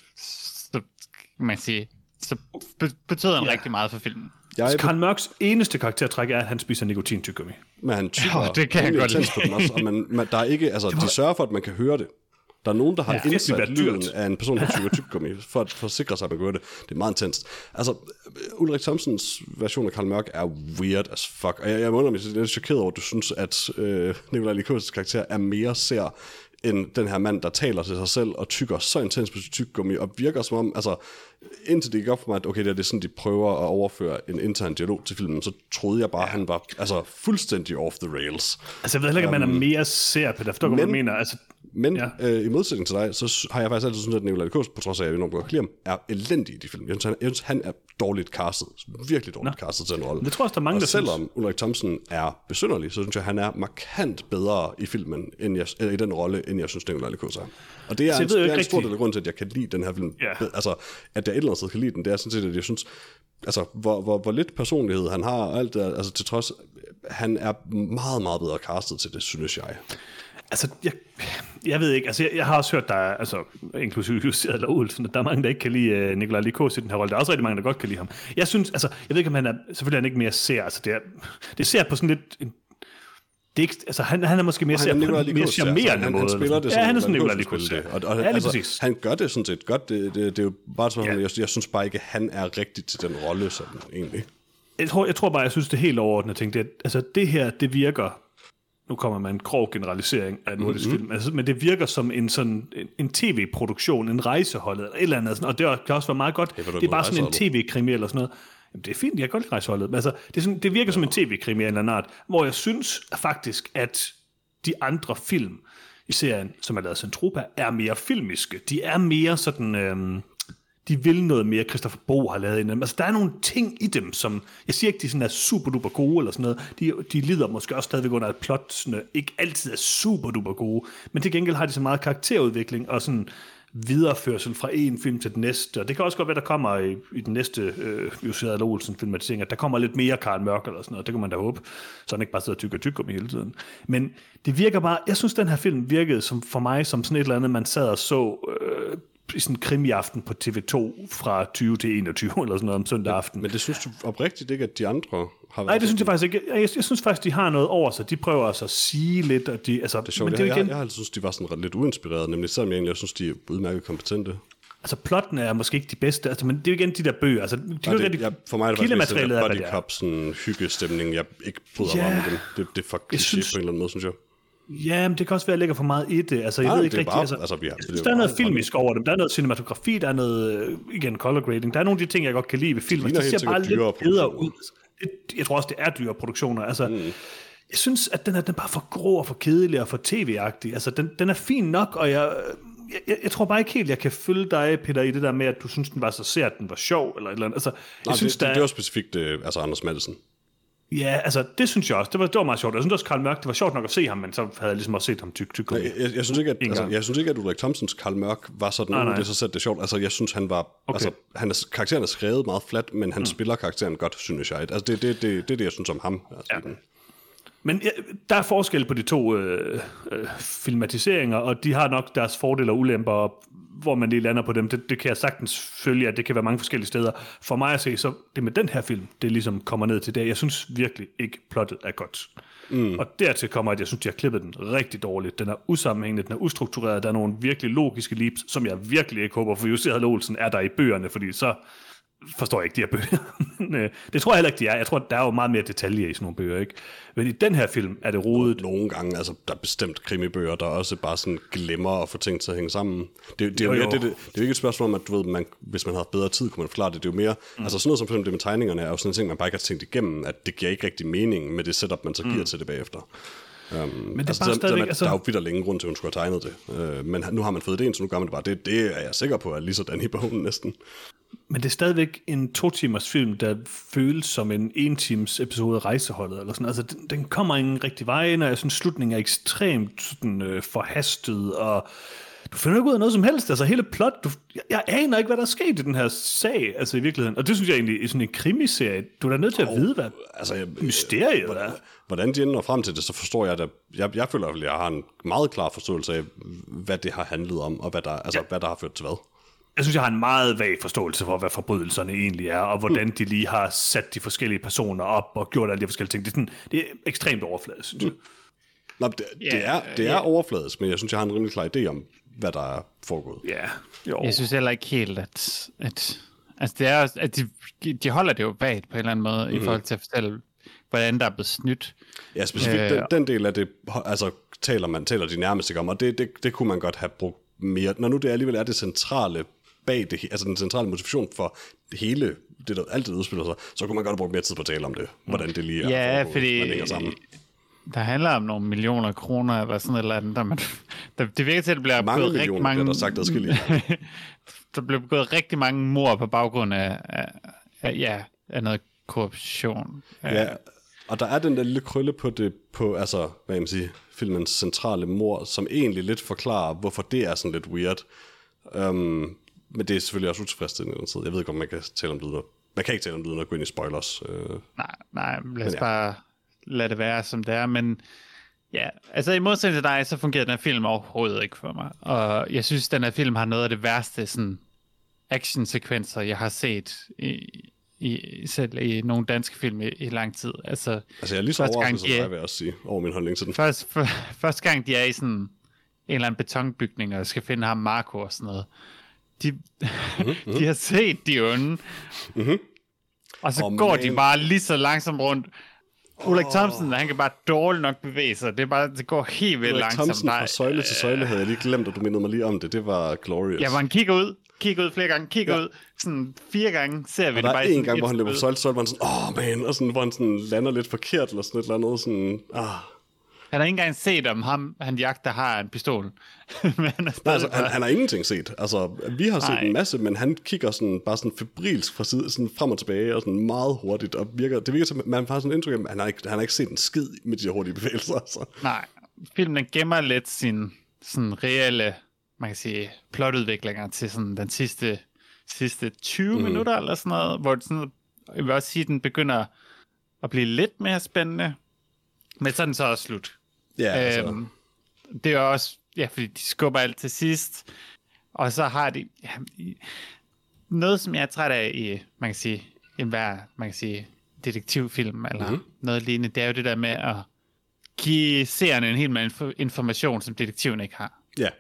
man sige, så betød han rigtig meget for filmen. Karl Mørks eneste karaktertræk er, at han spiser nikotintyggegummi. Men han tykker det kan jeg godt lide. På dem også, og der er ikke, altså, de sørger for, at man kan høre det. Der er nogen, der har indsat lyden af en person, der tykker tyggegummi, for at sikre sig, at man gør det. Det er meget intenst. Altså, Ulrik Thomsens version af Karl Mørk er weird as fuck. Og jeg må mig lidt chokeret over, at du synes, at Nikolaj Likos karakter er mere sær end den her mand, der taler til sig selv og tykker så intens på sit tyggegummi, og virker som om, altså, indtil det gik op for mig, at okay, det er sådan, de prøver at overføre en intern dialog til filmen, så troede jeg bare, at han var altså fuldstændig off the rails. Altså, jeg ved heller ikke, at man er mere sær på det, for hvad mener. Altså, men i modsætning til dig, så har jeg faktisk altid syntes, at Nikolaj Likos, på trods af, at jeg enormt godt kan lide ham, er elendig i de film. Jeg synes, han er dårligt castet. Virkelig dårligt castet til den rolle. Det tror jeg, der er mange, og selvom Ulrik Thomsen er besynderlig, så synes jeg, han er markant bedre i filmen, i den rolle, end jeg synes, Nikolaj Likos er. Og det er en stor del af grunden til, at jeg kan lide den her film. Altså, at jeg et eller andet sted kan lide den, det er sådan set, at jeg synes, altså, hvor lidt personlighed han har, og alt det, altså til trods, han er meget, meget bedre castet til det, synes jeg. Altså, jeg ved ikke, altså jeg har også hørt, der er, altså inklusive Jussi Adler-Olsen, der er mange, der ikke kan lide Nikolaj Likos i den her rolle. Der er også rigtig mange, der godt kan lide ham. Jeg synes, altså, jeg ved ikke, om han er, selvfølgelig er han ikke mere sær, altså det ser på sådan lidt, det er ikke, altså han er måske mere sær på en mere charmerende måde. Han spiller det sådan, han er sådan Nikolaj Likos. Og altså, han gør det sådan set godt, det er jo bare sådan, jeg synes bare ikke, at han er rigtig til den rolle, sådan egentlig. Jeg tror bare, jeg synes, det er helt overordnet ting, altså det her, det virker. Nu kommer man en grov generalisering af nordisk film, altså, men det virker som en tv-produktion, en rejseholdet, eller et eller andet, og det kan også være meget godt. Det er bare sådan en tv-krimi eller sådan noget. Jamen, det er fint, jeg kan godt lide rejseholdet, men altså, det virker som en tv-krimi eller noget, hvor jeg synes faktisk, at de andre film i serien, som er lavet af Centropa, er mere filmiske. De er mere sådan... de vil noget mere, Christoffer Bo har lavet inden. Altså, der er nogle ting i dem, som... Jeg siger ikke, de sådan er super duper gode eller sådan noget. De lider måske også stadigvæk under, at plotsene ikke altid er super duper gode. Men til gengæld har de så meget karakterudvikling, og sådan videreførsel fra en film til den næste, og det kan også godt være, der kommer i den næste Jussi Adler-Olsen-filmatisering, at der kommer lidt mere Carl Mørck eller sådan noget, det kan man da håbe, så han ikke bare sidder og tykker om hele tiden. Men det virker bare, jeg synes, den her film virkede som, for mig som sådan et eller andet, man sad og så i sådan en krimiaften på TV2 fra 20 til 21 eller sådan noget om søndag aften. Men det synes du oprigtigt ikke, at de andre har været? Nej, det synes jeg faktisk ikke. Jeg synes faktisk, de har noget over sig. De prøver altså at sige lidt, og de, altså, det er sjovt. Jeg har altid synes, de var sådan lidt uinspirerede, nemlig selvom jeg egentlig synes, de er udmærket kompetente. Altså, plottene er måske ikke de bedste, altså, men det er jo igen de der bøger. Altså, for mig er det faktisk den der body cop, sådan hyggestemning, jeg ikke bryder mig om den. Det er for kliché på en eller anden måde, synes jeg. Ja, men det kan også være, at jeg lægger for meget i det. Altså, jeg ved ikke rigtigt. Jeg synes, der er noget filmisk over dem. Der er noget cinematografi, der er noget, igen, color grading. Der er nogle af de ting, jeg godt kan lide ved film. Det ser bare lidt bedre ud. Jeg tror også, det er dyre produktioner. Altså, jeg synes, at den er bare for grå og for kedelig og for tv-agtig. Altså, den er fin nok, og jeg tror bare ikke helt, jeg kan følge dig, Peter, i det der med, at du synes, den var så sær, at den var sjov, eller et eller andet. Altså, det var specifikt Anders Madsen. Ja, altså, det synes jeg også. Det var meget sjovt. Jeg synes også, Carl Mørck, det var sjovt nok at se ham, men så havde jeg ligesom også set ham tyk. Jeg synes ikke, at Ulrik Thomsens Carl Mørck var sådan, det så sæt det sjovt. Altså, jeg synes, han var, karakteren er skrevet meget flat, men han spiller karakteren godt, synes jeg. Altså, det, jeg synes om ham. Altså, ja. Men der er forskel på de to filmatiseringer, og de har nok deres fordele og ulemper, og hvor man lige lander på dem. Det kan jeg sagtens følge, at det kan være mange forskellige steder. For mig at se, så det med den her film, det ligesom kommer ned til det. Jeg synes virkelig ikke, plottet er godt. Og dertil kommer, at jeg synes, de har klippet den rigtig dårligt. Den er usammenhængende, den er ustruktureret, der er nogle virkelig logiske leaps, som jeg virkelig ikke håber, for Jussi Adler-Olsen er der i bøgerne, fordi så forstår jeg ikke de her bøger. Det tror jeg heller ikke, de er. Jeg tror, der er jo meget mere detaljer i sådan nogle bøger, ikke? Men i den her film er det rodet. Nogle gange, altså, der er bestemt krimibøger, der også bare sådan glemmer at få ting til at hænge sammen. Det er jo ikke et spørgsmål om, at du ved, hvis man havde bedre tid, kunne man forklare det. Det er jo mere, altså sådan noget som for eksempel det med tegningerne, er jo sådan en ting, man bare ikke har tænkt igennem, at det giver ikke rigtig mening med det setup, man så giver til det bagefter. Men det er bare stadigvæk, der er jo vidt og længe grund til, at hun skulle have tegnet det. Men nu har man fået idéen, så nu gør man det bare. Det er jeg sikker på, at lige sådan i bogen næsten. Men det er stadigvæk en 2-timers film, der føles som en 1-times episode af Rejseholdet. Eller sådan. Altså, den kommer ingen rigtig vej ind, og jeg synes, slutningen er ekstremt sådan, forhastet, og du finder ikke ud af noget som helst. Altså, hele plot, jeg aner ikke, hvad der er sket i den her sag, altså i virkeligheden. Og det synes jeg egentlig, i sådan en krimiserie, du er da nødt til at vide, hvad mysteriet er. Hvordan de ender frem til det, så forstår jeg det. Jeg føler, at jeg har en meget klar forståelse af, hvad det har handlet om, og hvad der har ført til hvad. Jeg synes, jeg har en meget vag forståelse for, hvad forbrydelserne egentlig er, og hvordan de lige har sat de forskellige personer op og gjort alle de forskellige ting. Det er ekstremt overfladisk, synes jeg. Nå, det er overfladisk, men jeg synes, jeg har en rimelig klar idé om, hvad der er foregået. Ja, jo. Jeg synes heller ikke helt, at altså det er, at de holder det jo vagt på en eller anden måde, i forhold til at fortælle, hvordan der er blevet snydt. Ja, specifikt den del af det, altså taler de nærmest ikke om, og det kunne man godt have brugt mere. Når nu det alligevel er det centrale bag det, altså den centrale motivation for det hele, alt det udspiller sig, så kunne man godt have brugt mere tid på at tale om det, hvordan det lige er. Ja, fordi der handler om nogle millioner kroner, eller sådan et eller andet, det virker til, at det bliver begået rigtig mange... Der sagt adskillige. Der bliver begået rigtig mange mord på baggrund af noget korruption. Ja, og der er den der lille krølle på altså, hvad jeg sige, filmens centrale mord, som egentlig lidt forklarer, hvorfor det er sådan lidt weird. Men det er selvfølgelig også utilfredsstillende. Jeg ved ikke, om man kan tale om det uden. Man kan ikke tale om det uden at gå ind i spoilers. Nej, lad os bare lade det være, som det er. Men ja, altså i modsætning til dig, så fungerer den her film overhovedet ikke for mig. Og jeg synes, den her film har noget af det værste sådan actionsekvenser, jeg har set selv i nogle danske film i lang tid. Altså jeg er lige så overrasket som dig, vil jeg også sige, over min holdning til den. Første gang, de er i sådan en eller anden betonbygning, og skal finde ham Marco og sådan noget. De har set de onde, og så går de bare lige så langsomt rundt. Ulrik Thomsen, han kan bare dårligt nok bevæge sig. Det går helt vildt langsomt. Ulrik Thomsen fra søjle til søjle havde jeg lige glemt, at du mindede mig lige om det. Det var glorious. Ja, man kigger ud flere gange, ud. Sådan 4 gange ser vi det bare. Der er en gang, hvor han løber fra søjle til søjle, hvor han sådan, man, og sådan, hvor han sådan lander lidt forkert, eller sådan et eller andet, sådan, Han har ikke engang set, om han jagter har en pistol. Men han har ingenting set. Altså, vi har set en masse, men han kigger sådan, bare sådan febrilsk fra side, sådan frem og tilbage, og sådan meget hurtigt, og det virker som, man har sådan en indtryk af, at han har ikke set en skid med de her hurtige bevægelser. Altså. Nej, filmen gemmer lidt sin sådan reelle man kan sige, plotudviklinger til sådan den sidste 20 minutter eller sådan noget, hvor det sådan, jeg vil også sige, at den begynder at blive lidt mere spændende, men så er den så også slut. Ja, det er også, fordi de skubber alt til sidst, og så har de noget, som jeg er træt af i, man kan sige, detektivfilm, eller noget lignende, det er jo det der med at give seerne en hel masse information, som detektiven ikke har. Ja.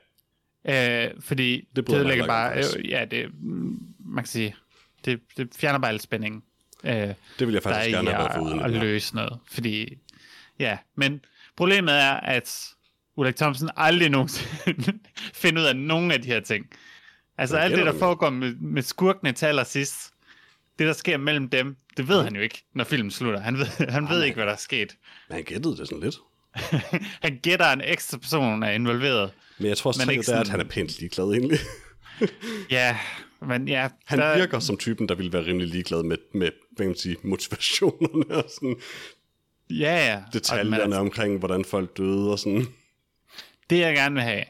Fordi det ødelægger bare, man kan sige, det fjerner bare al spænding. Det vil jeg faktisk gerne have været foruden. At løse noget, fordi, men problemet er, at Ulrik Thomsen aldrig nogensinde finder ud af nogen af de her ting. Altså alt det, der foregår med skurkene til allersidst, det, der sker mellem dem, det ved han jo ikke, når filmen slutter. Han ved ikke, hvad der er sket. Men han gættede det sådan lidt. Han gætter, en ekstra person er involveret. Men jeg tror også, det er, at han er pænt ligeglad egentlig. Men han virker som typen, der ville være rimelig ligeglad med hvad kan man sige, motivationerne og sådan. Detaljerne omkring, hvordan folk døde og sådan. Det, jeg gerne vil have,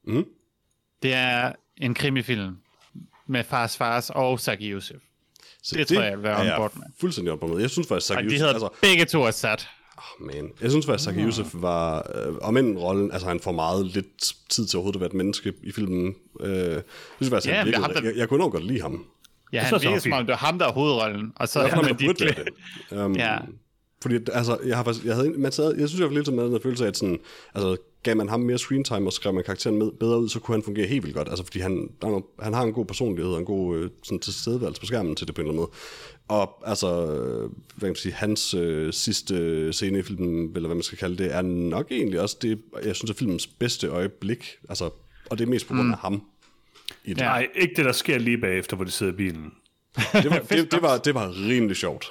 det er en krimifilm med Fars og Saki Youssef. Det tror jeg vil være on board med. Fuldstændig on board med. Jeg synes faktisk, Saki Youssef... de hedder begge to er sat. Jeg synes faktisk, Saki Youssef var... om en rollen, altså han får meget lidt tid til overhovedet at være et menneske i filmen. Jeg synes faktisk, jeg kunne nok godt lide ham. Ja, han virker som om, det var ham, der er hovedrollen. Og så han det. Fordi altså, jeg synes i hvert fald lidt som en følelse af, at sådan, altså, gav man ham mere screentime og skrev man karakteren bedre ud, så kunne han fungere helt vildt godt. Altså, fordi han har en god personlighed og en god sådan, tilstedeværelse på skærmen til det på en eller anden måde. Og altså, hvad kan man sige, hans sidste scene i filmen, eller hvad man skal kalde det, er nok egentlig også det, jeg synes er filmens bedste øjeblik. Altså, og det er mest på grund af ham. Nej, ikke det, der sker lige bagefter, hvor de sidder i bilen. Det var rimelig sjovt.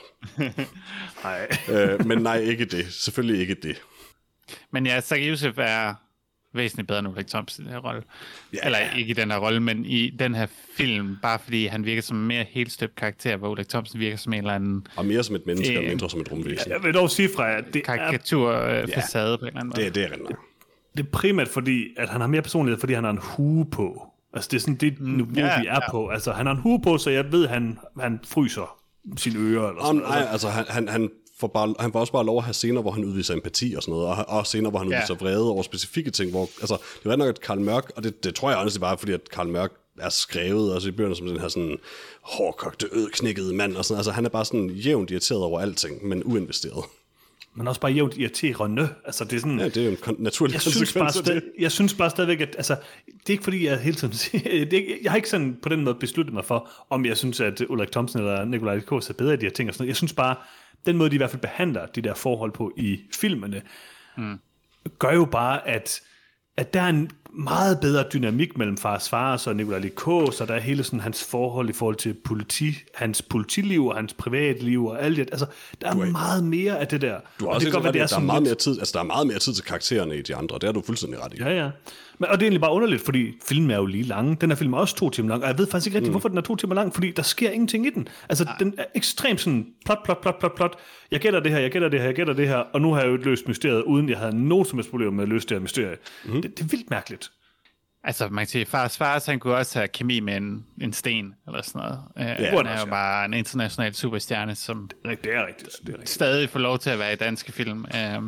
Men nej, ikke det. Selvfølgelig ikke det. Men ja, Saki Youssef er væsentligt bedre end Ulrik Thomsen i den her rolle. Yeah. Eller ikke i den her rolle, men i den her film, bare fordi han virker som en mere helstøbt karakter, hvor Ulrik Thomsen virker som en eller anden... Og mere som et menneske, og mindre som et rumvæsen. Jeg vil dog sige fra, at det karikaturfacade på en eller anden måde. Det er rent. Det er primært fordi, at han har mere personlighed, fordi han har en hue på. Altså det er sådan det niveau, vi er på. Altså han har en hue på, så jeg ved, han fryser sine ører. Eller sådan. Nej, altså han får også bare lov at have scener, hvor han udviser empati og sådan noget, og scener, hvor han udviser vrede over specifikke ting, hvor, altså, det var nok, at Carl Mørk, og det tror jeg også bare, fordi at Carl Mørk er skrevet, altså i bøgerne som den her sådan hårdkogte, ødknækkede mand, og sådan, altså han er bare sådan jævnt irriteret over alting, men uinvesteret. Men også bare jævnt irriterende. Altså det er sådan... Ja, det er jo en naturlig konsekvens af det. Jeg synes bare stadigvæk, at altså, det er ikke fordi, jeg hele tiden jeg har ikke sådan på den måde besluttet mig for, om jeg synes, at Ulrik Thomsen eller Nikolaj Likos er bedre i de her ting og sådan noget. Jeg synes bare, den måde, de i hvert fald behandler de der forhold på i filmene, gør jo bare, at der er en meget bedre dynamik mellem Fars og Nikolaj Likos, og der er hele sådan hans forhold til hans politiliv og hans privatliv og alt det. Altså, der er meget mere af det der. Du har også det godt, der er meget mere tid, altså der er meget mere tid til karaktererne i de andre, det er du fuldstændig ret i. Ja. Men, og det er egentlig bare underligt, fordi filmen er jo lige lang. Den her film er også 2 timer lang, og jeg ved faktisk ikke rigtig, hvorfor den er 2 timer lang, fordi der sker ingenting i den. Altså, den er ekstremt sådan plot. Jeg gætter det her, og nu har jeg jo løst mysteriet, uden jeg havde nogen som helst problem med at løse det her mysterie. Det er vildt mærkeligt. Altså, man kan sige, Fars, han kunne også have kemi med en sten, eller sådan noget. Han er jo bare en international superstjerne, som det er rigtigt. Stadig får lov til at være i danske film.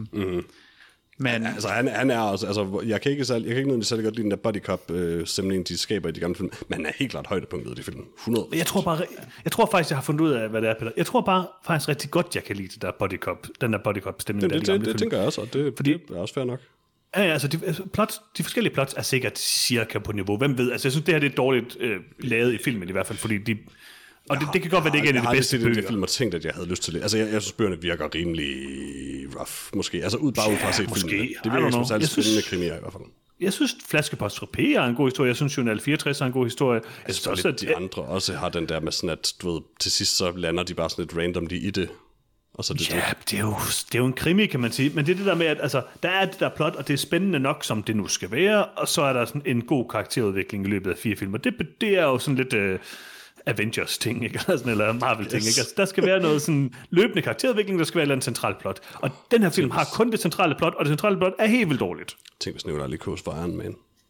Men altså, han er også, altså, jeg kan ikke nødvendigvis særlig godt lide den der body cop stemning, de skaber i de gamle film, men han er helt klart højdepunktet i de film. 100. Jeg tror faktisk, jeg har fundet ud af, hvad det er, Peter. Jeg tror bare faktisk rigtig godt, jeg kan lide det der den der body cop stemning. Det tænker jeg også, og det er også fair nok. Ja, altså de forskellige plots er sikkert cirka på niveau. Hvem ved? Altså jeg synes, det her det er dårligt lavet i filmen i hvert fald, fordi de... Og det kan godt være, det ikke er en af de bedste bøger. Jeg har aldrig set film og tænkt, at jeg havde lyst til det. Altså jeg synes, bøgerne virker rimelig rough, måske. Altså bare ud fra at se filmen. Det virker som særligt spændende krimier i hvert fald. Jeg synes, Flaskepost Trapé er en god historie. Jeg synes, Journal 64 er en god historie. Jeg synes også, at de andre også har den der med sådan, at du ved, til sidst så lander de bare sådan lidt randomly i det. Og så det er jo en krimi, kan man sige. Men det er det der med, at altså, der er det der plot, og det er spændende nok, som det nu skal være. Og så er der sådan en god karakterudvikling i løbet af 4 film. Og det er jo sådan lidt... Avengers-ting, ikke? Eller Marvel-ting, ikke? Altså, der skal være noget sådan løbende karakterudvikling, der skal være et centralt plot. Og den her film har kun det centrale plot, og det centrale plot er helt vildt dårligt. Tænk, hvis Nikolaj Likos var Iron Man.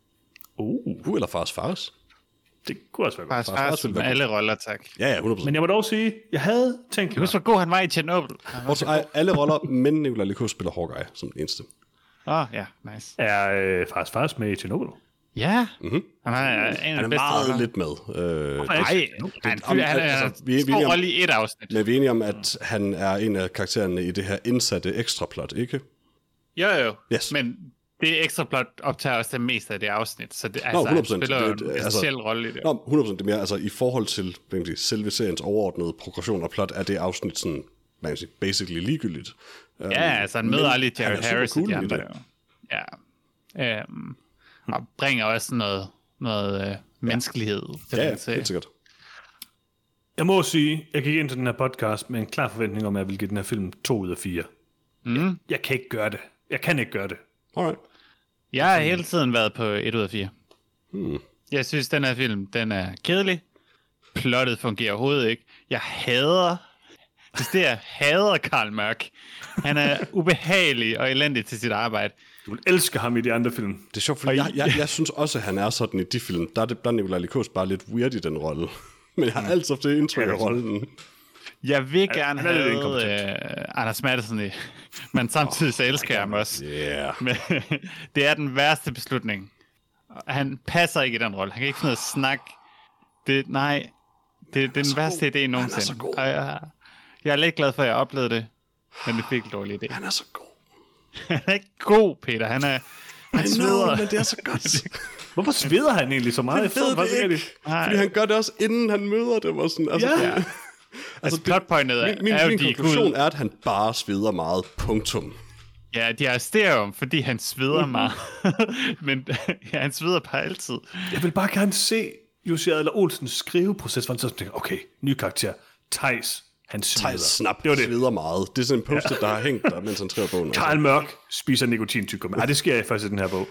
Eller Fars. Det kunne også være godt. Fars med alle roller, tak. Ja, 100%. Men jeg må dog sige, jeg havde tænkt... Husk, hvor god han var i Chernobyl. Alle roller, men Nikolaj Lie spiller Hawkeye som den eneste. Ja, nice. Er Fars med i Chernobyl? Ja. Mm-hmm. Han er meget lidt med. Nej, han er en stor rolle i et afsnit. Men vi er enige om, at han er en af karaktererne i det her indsatte ekstraplot, ikke? Jo. Yes. Men det ekstra plot optager også det meste af det afsnit, så det, han spiller jo en speciel rolle i det. 100%. Det mere, altså i forhold til selve seriens overordnede progression og plot, er det afsnit sådan, man kan sige, basically ligegyldigt. Altså han møder aldrig Jared Harris cool i de andre. Ja. Og bringer også noget menneskelighed til den serie. Helt sikkert. Jeg må sige, jeg gik ind til den her podcast med en klar forventning om, at jeg ville give den her film 2 ud af 4. Jeg kan ikke gøre det. Jeg kan ikke gøre det. Alright. Jeg har hele tiden været på 1 ud af 4. Jeg synes, den her film, den er kedelig. Plottet fungerer overhovedet ikke. Jeg hader Karl Mørk. Han er ubehagelig og elendig til sit arbejde. Du vil elske ham i de andre film. Det er sjovt, fordi jeg synes også, at han er sådan i de film. Der er Nikolaj Lie bare lidt weird i den rolle. Men jeg har altid haft det indtryk af rollen. Jeg vil gerne have Anders Matthesen i, men samtidig så elsker jeg ham også. Men, det er den værste beslutning. Han passer ikke i den rolle. Han kan ikke finde noget snak. Det er den værste idé nogensinde. Jeg er lidt glad for, at jeg oplevede det, men det fik en dårlig idé. Han er så god. Han er ikke god, Peter. Han sveder. Men det er så godt. Hvorfor sveder han egentlig så meget? Jeg ved det ikke. Fordi han gør det også, inden han møder dem. Og sådan, altså plotpointet er jo, min konklusion er, at han bare sveder meget. Punktum. Ja, de arresterer ham, fordi han sveder meget. Men han sveder bare altid. Jeg vil bare gerne se Jussi Adler Olsens skriveproces, hvor han så tænker, okay, ny karakter. Theis, han sveder. Theis Snap, det sveder meget. Det er sådan en post der har hængt der, mens han skriver bogen. Karl Mørk spiser nikotintyggegummi. Det sker først i den her bog.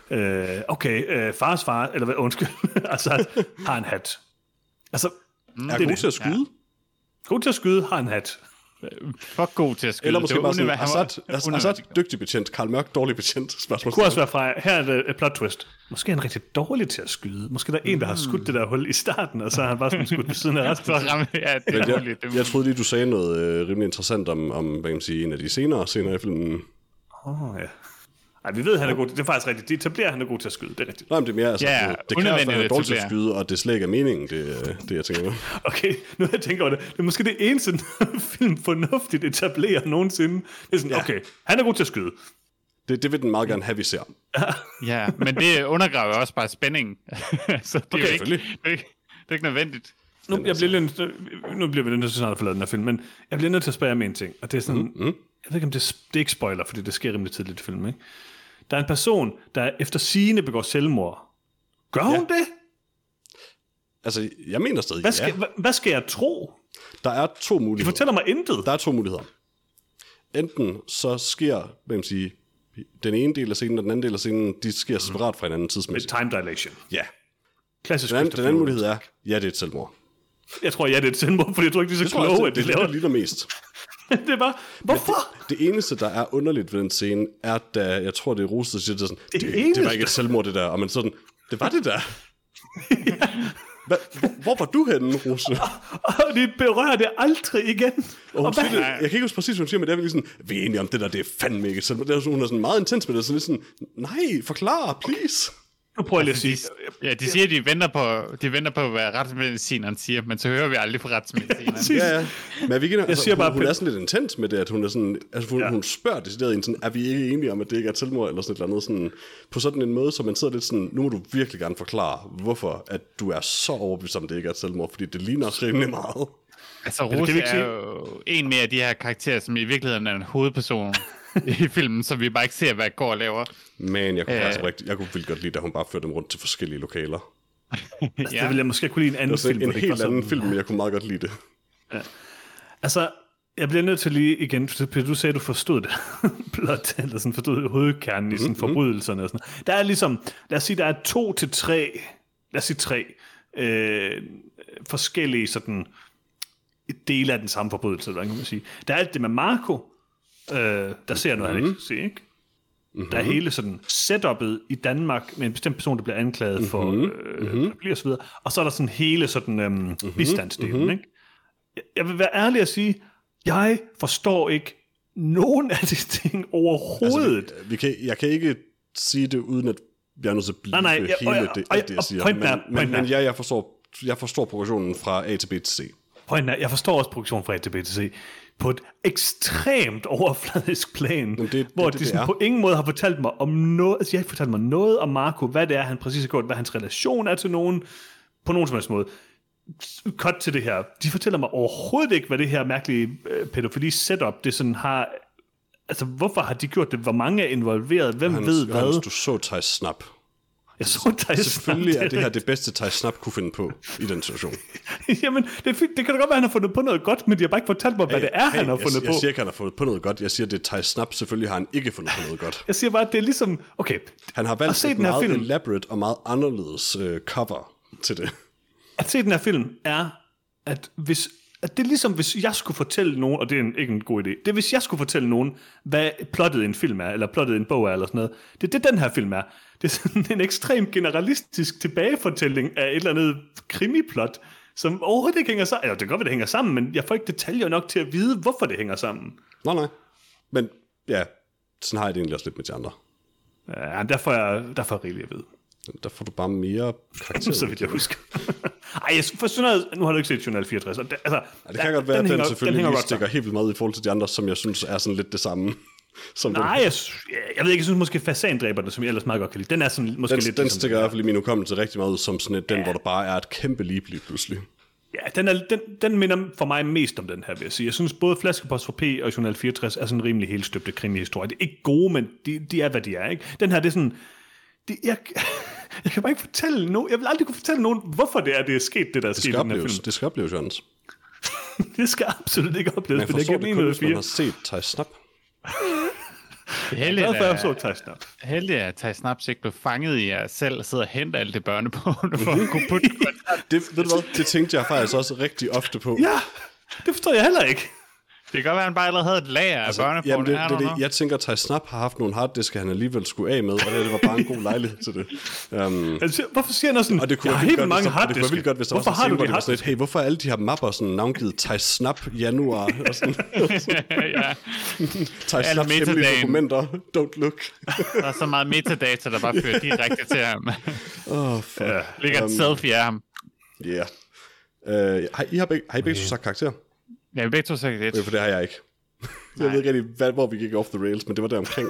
Fars far, eller hvad, undskyld, altså har en hat. Altså, er god til at skyde? God til at skyde, har en hat. For god til at skyde. Eller måske bare sådan, Assad dygtig betjent, Karl Mørk dårlig betjent. Det kunne også være fra, her er det et plot twist. Måske er han rigtig dårlig til at skyde. Måske der er en, der har skudt det der hul i starten, og så har han bare sådan skudt ved siden af resten. Jeg troede lige, du sagde noget rimelig interessant om hvad kan man sige, en af de senere i filmen. Ja. Ej, vi ved, at han er god. Det er faktisk rigtigt. De etablerer, at han er god til at skyde. Det er rigtigt. Nej, men det er mere, altså, det kan være, at han er dårlig til at skyde, og det slet ikke er meningen, det jeg tænker på. Okay, nu jeg tænker over det. Det er måske det eneste film fornuftigt etablerer nogensinde. Det er sådan, okay, han er god til at skyde. Det vil den meget gerne have, vi ser. Ja, men det undergraver også bare spændingen. Så det er jo ikke nødvendigt. Nu bliver vi nødt til snart at forlade den her film, men jeg bliver nødt til at spørge om en ting, og det er sådan, jeg ved ikke, om det er ikke spoiler, fordi det sker rimelig tidligt i filmen, ikke? Der er en person, der efter sigende begår selvmord. Gør hun det? Altså, jeg mener stadig, hvad skal jeg tro? Der er 2 muligheder. De fortæller mig intet. Der er 2 muligheder. Enten så sker, hvad man siger, den ene del af scenen og den anden del af scenen, de sker separat fra hinanden tidsmæssigt. Med time dilation. Ja. Klassisk. Den anden mulighed er, det er et selvmord. Jeg tror, det er et selvmord, fordi jeg tror ikke, de er så kloge, at de laver det. Det mest. Det er bare, hvorfor? Det eneste, der er underligt ved den scene, er, da jeg tror, det er Rose, der siger det sådan, det var ikke et selvmord, det der. Og man sådan, det var det der. Hvor var du henne, Rose? Og de berører det aldrig igen. Jeg kan ikke huske præcis, hvad hun siger, men det er virkelig sådan, vi er enige om det der, det er fandme ikke et selvmord. Det er sådan, hun er sådan meget intens med det, så lidt sådan, nej, forklar, please. Nu prøver jeg lige at sige. Ja, de siger, at de venter på, hvad retsmedicineren siger, men så hører vi aldrig fra retsmedicineren. Ja. Men vi hun er sådan lidt intens med det, at hun er sådan, altså hun spørger decideret en sådan, er vi ikke enige om, at det ikke er et selvmord, eller sådan et eller andet, sådan, på sådan en måde, så man sidder lidt sådan, nu må du virkelig gerne forklare, hvorfor at du er så overbevist om, det ikke er et selvmord, fordi det ligner også rimelig meget. Altså, Rose er jo en mere af de her karakterer, som i virkeligheden er en hovedperson i filmen, så vi bare ikke ser, hvad går og laver. Men jeg kunne virkelig godt lide, da hun bare førte dem rundt til forskellige lokaler. Altså, det ville jeg måske kunne lide en anden film. En helt anden film, men jeg kunne meget godt lide det. Ja. Altså, jeg bliver nødt til lige igen, du sagde, du forstod det. Blot, eller sådan forstod hovedkernen i sådan forbrydelserne og sådan. Der er ligesom, lad os sige, der er 2 til 3, lad os sige 3 forskellige sådan dele af den samme forbrydelse, kan man sige. Der er alt det med Marco, der ser noget, han ikke ser, ikke? Der er hele sådan setup'et i Danmark med en bestemt person, der bliver anklaget for og så videre. Og så er der sådan hele sådan bistandsdelen, ikke? Jeg vil være ærlig at sige, jeg forstår ikke nogen af de ting overhovedet. Altså, jeg kan ikke sige det, uden at jeg er nødt til at blive det, jeg siger. Men jeg forstår progressionen fra A til B til C. Pointen er, jeg forstår også progressionen fra A til B til C på et ekstremt overfladisk plan, hvor de sådan på ingen måde har fortalt mig om noget, altså jeg har ikke fortalt mig noget om Marco, hvad det er, han præcis har gjort, hvad hans relation er til nogen, på nogen som helst måde. Cut til det her. De fortæller mig overhovedet ikke, hvad det her mærkelige pædofili-setup, det sådan har. Altså, hvorfor har de gjort det? Hvor mange er involveret? Hvem ved hvad? Du så Theis Snap. Jeg så Theis Snap. Selvfølgelig er det her det bedste, Theis Snap kunne finde på i den situation. Jamen, det kan da godt være, at han har fundet på noget godt, men de har bare ikke fortalt mig, hvad det er, han har fundet på. Jeg siger ikke, han har fundet på noget godt. Jeg siger, det er Theis Snap. Selvfølgelig har han ikke fundet på noget godt. Jeg siger bare, at det er ligesom. Okay. Han har valgt et meget elaborate og meget anderledes cover til det. At se den her film er, at det er ligesom, hvis jeg skulle fortælle nogen, og det er ikke en god idé, det er, hvis jeg skulle fortælle nogen, hvad plottet i en film er, eller plottet i en bog er, eller sådan noget. Det er det, den her film er. Det er sådan en ekstremt generalistisk tilbagefortælling af et eller andet krimiplot, som overhovedet ikke hænger sammen. Eller det kan godt være, det hænger sammen, men jeg får ikke detaljer nok til at vide, hvorfor det hænger sammen. Nej. Men ja, sådan har jeg det egentlig også lidt med de andre. Ja, derfor er rigeligt at vide. Der får du bare mere karakter. Så vidt jeg husker. Ej, for sådan noget, nu har du ikke set Journal 64. Det kan godt være, at den selvfølgelig lige stikker helt vildt meget i forhold til de andre, som jeg synes er sådan lidt det samme. Som nej, jeg ved ikke, jeg synes måske Fasandræberne, som jeg ellers meget godt kan lide, den er sådan måske lidt. Den stikker i hvert fald i min hukommelse rigtig meget ud som sådan et, den, hvor der bare er et kæmpe liv lige pludselig. Ja, den minder for mig mest om den her, vil jeg sige. Jeg synes både Flaskepost for P og Journal 64 er sådan en rimelig helt støbte krimihistorie. Det er ikke gode, men de er, hvad de er, ikke? Den her, det er sådan. Jeg kan bare ikke fortælle nogen. Jeg vil aldrig kunne fortælle nogen, hvorfor det er sket, det der er sket i den her film. Det skal opleves, Jørgens. Det skal absolut ikke opleves. Men jeg forstår det kun, hvis man har set Theis Snap. Heldigt er, at Theis Snap ikke blev fanget i jer selv og sidder og henter alt det børneporno for at kunne putte det. Ved du hvad? Det tænkte jeg faktisk også rigtig ofte på. Ja, det forstår jeg heller ikke. Det kan godt være, at han bare allerede havde et lager af børneporno. Det. Jeg tænker, at Theis Snap har haft nogle harddisker, han alligevel skulle af med, og det var bare en god lejlighed til det. Hvorfor siger han sådan, og det kunne være helt mange harddisker? Det kunne være godt, hvis der hvorfor har du det harddisker? Hey, hvorfor er alle de her mapper sådan navngivet Theis Snap januar? Og sådan. Ja. Theis Snap hemmelige dokumenter, don't look. Der er så meget metadata, der bare fører direkte til ham. Ligger et selfie af ham. Ja. Har I begge sagt karakter? Ja, vi begge to sagt det. For det har jeg ikke. Jeg ved ikke rigtig, hvor vi gik off the rails, men det var der omkring.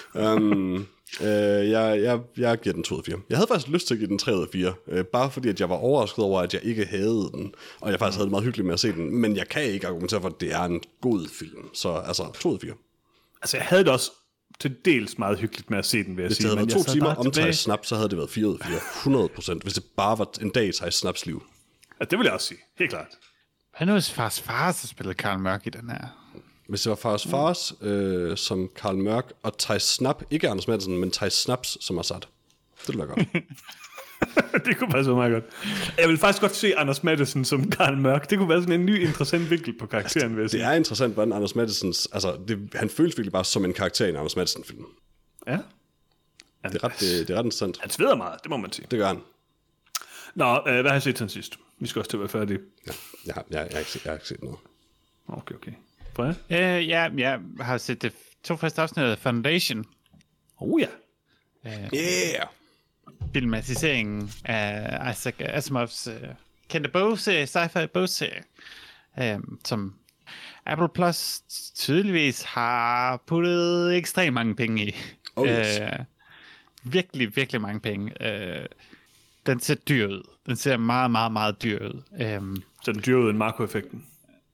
Jeg giver den 2 ud af 4. Jeg havde faktisk lyst til at give den 3 ud af 4, bare fordi at jeg var overrasket over, at jeg ikke havde den, og jeg faktisk havde det meget hyggeligt med at se den, men jeg kan ikke argumentere for, at det er en god film, så altså 2 ud af 4. Altså jeg havde det også til dels meget hyggeligt med at se den, vil jeg sige. Hvis det havde været 2 timer om Theis Snap, så havde det været 4 ud af 4, 100%, hvis det bare var en dag i Theis Snaps liv. Ja, det vil jeg også sige, helt klart. Hvad nu hvis Fars Fars spillede Carl Mørk i den her? Hvis det var Fars Fars som Carl Mørk, og Theis Snap, ikke Anders Madsen, men Theis Snaps som Assad. Det ville være godt. Det kunne være så meget godt. Jeg vil faktisk godt se Anders Madsen som Carl Mørk. Det kunne være sådan en ny interessant vinkel på karakteren, vil jeg sige. Det er interessant, hvordan Anders Madsens, altså han føles virkelig bare som en karakter i en Anders Madsen-film. Ja. Det er ret interessant. Han sveder meget, det må man sige. Det gør han. Nå, hvad har jeg set til sidst? Vi skal også til at være færdige. Ja, jeg har ikke set noget. Okay. Freja? Jeg har set det 2 første afsnit af Foundation. Ja. Yeah! Filmatiseringen af Isaac Asimovs kendte bogserie, sci-fi bogserie, som Apple Plus tydeligvis har puttet ekstremt mange penge i. Virkelig, virkelig mange penge. Den ser dyr ud. Den ser meget, meget, meget dyr ud. Så den dyr ud end Marco-effekten?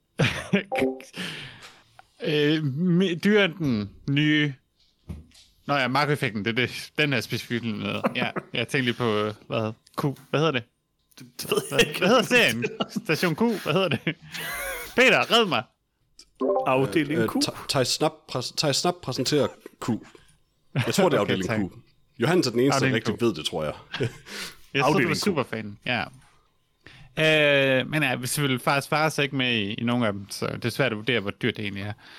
Dyr end den nye. Nå ja, Marco-effekten, det er det. Den her specifikke noget. Ja, jeg tænkte lige på, hvad hedder det? Det ved jeg ikke. Hvad hedder serien? Station Q, hvad hedder det? Peter, red mig. Afdeling Q. Theis Snap præsenterer Q. Jeg tror, det er afdeling Q. Johannes er den eneste, der rigtig ved det, tror jeg. Jeg tror, du var superfan. Ja. Men ja, vi vil faktisk ikke med i nogen af dem, så det er svært at vurdere, hvor dyrt det egentlig er.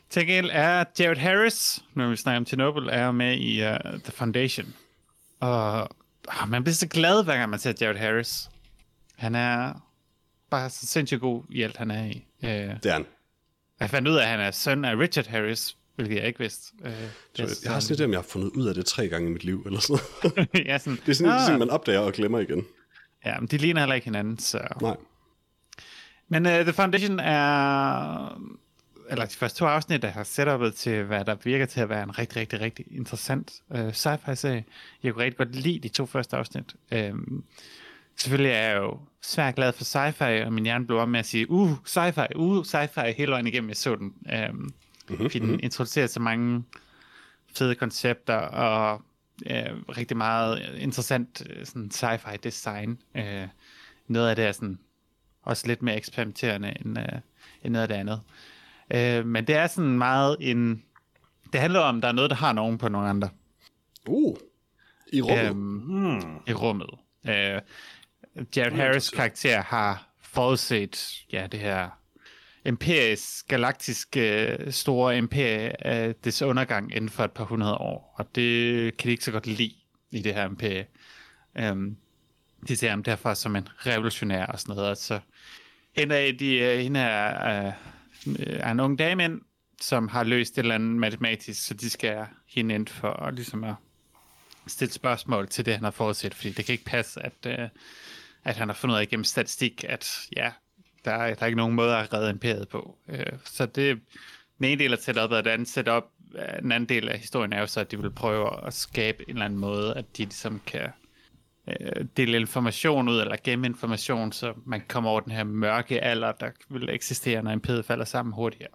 Til gengæld er Jared Harris, når vi snakker om Chernobyl, er med i The Foundation. Og man bliver så glad, hver gang man ser Jared Harris. Han er bare så sindssygt god i alt, han er i. Det er han. Jeg fandt ud af, at han er søn af Richard Harris, hvilket jeg ikke vidste. Jeg har set det, om jeg har fundet ud af det 3 gange i mit liv, eller sådan noget. Ja, sådan, det er sådan ting, man opdager og glemmer igen. Ja, men de ligner heller ikke hinanden, så... Nej. Men The Foundation er... Eller de første 2 afsnit, der har setupet til, hvad der virker til at være en rigtig, rigtig, rigtig interessant sci-fi-serie. Jeg kunne rigtig godt lide de 2 første afsnit. Selvfølgelig er jeg jo svært glad for sci-fi, og min hjerne blev om med at sige, sci-fi hele vejen igennem, jeg så den. Fordi den introducerer så mange fede koncepter, og rigtig meget interessant sådan sci-fi design. Noget af det er sådan også lidt mere eksperimenterende end noget af det andet. Men det er sådan meget det handler om, der er noget, der har nogen på nogle andre. I rummet. I rummet. Jared Harris' karakter har forudset det her galaktiske store imperie af dets undergang inden for et par 100 år. Og det kan de ikke så godt lide i det her imperie. De ser ham derfor som en revolutionær og sådan noget. Og så hende er en ung dame ind, som har løst et eller andet matematisk, så de skal hende ind for ligesom at stille spørgsmål til det, han har forudset, fordi det kan ikke passe, at han har fundet ud af gennem statistik, at der er ikke nogen måde at redde imperiet på. Så det er den ene del af setupet, og den anden del af historien er jo så, at de vil prøve at skabe en eller anden måde, at de ligesom kan dele information ud, eller gemme information, så man kommer over den her mørke alder, der vil eksistere, når imperiet falder sammen hurtigere.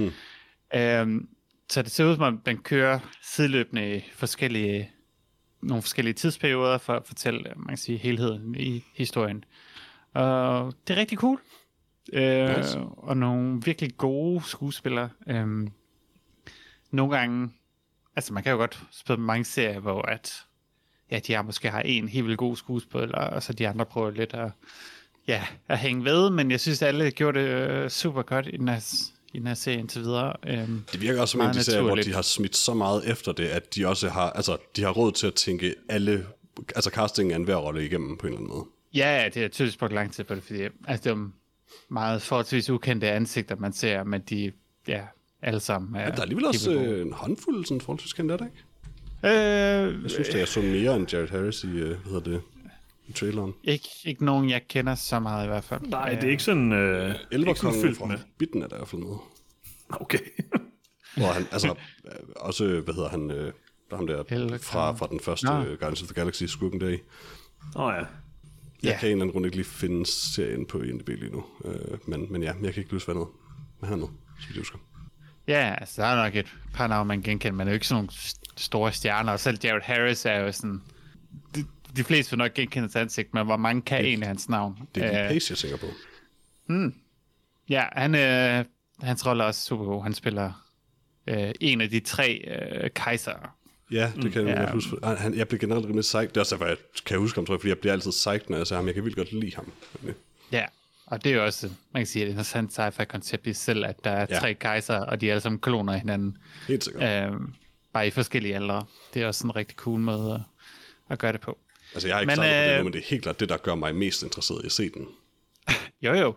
Så det ser ud som om, den kører sideløbende i nogle forskellige tidsperioder, for at fortælle, man kan sige, helheden i historien. Og det er rigtig cool. Nice. Og nogle virkelig gode skuespillere. Nogle gange, altså man kan jo godt spille mange serier, hvor de måske har en helt vildt god skuespiller, og så de andre prøver lidt at hænge ved, men jeg synes, at alle gjorde det super godt i den her serie indtil videre. Det virker også som en af de serier, hvor de har smidt så meget efter det, at de også har, de har råd til at tænke alle, castingen af enhver rolle igennem på en eller anden måde. Ja, det er tydeligt brugt lang tid på det, fordi det er meget forholdsvis ukendte ansigter, man ser, men de, alle sammen er... Ja, der er alligevel også en håndfuld sådan forholdsvis kendte, er der ikke? Jeg synes, at jeg så mere end Jared Harris i, i traileren. Ikke nogen, jeg kender så meget i hvert fald. Nej, det er ikke sådan... Elverkongen fra Bitten er der i hvert fald med. Okay. Hvor han, også, hvad hedder han, ham der fra den første Guardians of the Galaxy skurken der i. Jeg kan en eller anden grund ikke lige finde serien på IMDb lige nu. Men jeg kan ikke huske, hvad han er med, så vidt jeg husker. Ja, altså der er nok et par navne, man genkender, men det er jo ikke sådan nogle store stjerner, og selv Jared Harris er jo sådan... De fleste vil nok genkende hans ansigt, men hvor mange kan egentlig hans navn? Det er Lee Pace, jeg tænker på. Ja, hans rolle er også super god. Han spiller en af de 3 kejsere. Ja, det kan jeg huske. Jeg bliver generelt rimelig psyched. Det er også derfor, jeg kan huske ham, tror jeg, fordi jeg bliver altid psyched, når jeg ser ham. Jeg kan vildt godt lide ham. Ja, og det er jo også, man kan sige, et interessant sci-fi-koncept i selv, at der er 3 kejsere, og de er alle sammen kloner af hinanden. Helt sikkert. Bare i forskellige aldre. Det er også en rigtig cool måde at gøre det på. Altså, jeg har ikke startet på det nu, men det er helt klart det, der gør mig mest interesseret i at se den. Jo.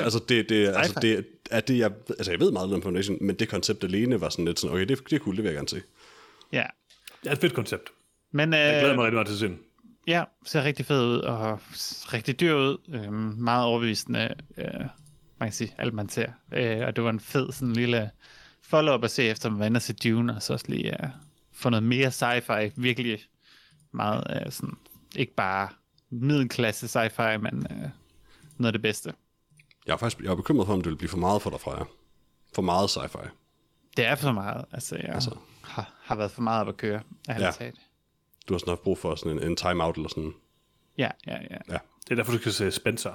Jeg ved meget om Foundation, men det koncept alene var sådan lidt sådan, okay, det er cool, det vil jeg gerne se. Ja. Det er et fedt koncept. Men, jeg glæder mig rigtig meget til at se den. Ja, ser rigtig fed ud, og rigtig dyr ud. Meget overbevisende, man kan sige, alt man ser. Og det var en fed sådan lille follow-up at se, efter man var inde og se Dune, og så også lige få noget mere sci-fi, virkelig meget sådan, ikke bare middelklasse sci-fi, men noget af det bedste. Jeg er bekymret for, om det vil blive for meget for dig, Freja. For meget sci-fi. Det er for meget. Altså, jeg har været for meget op at køre. Du har sådan haft brug for sådan en time-out eller sådan. Ja. Det er derfor, du skal se Spencer.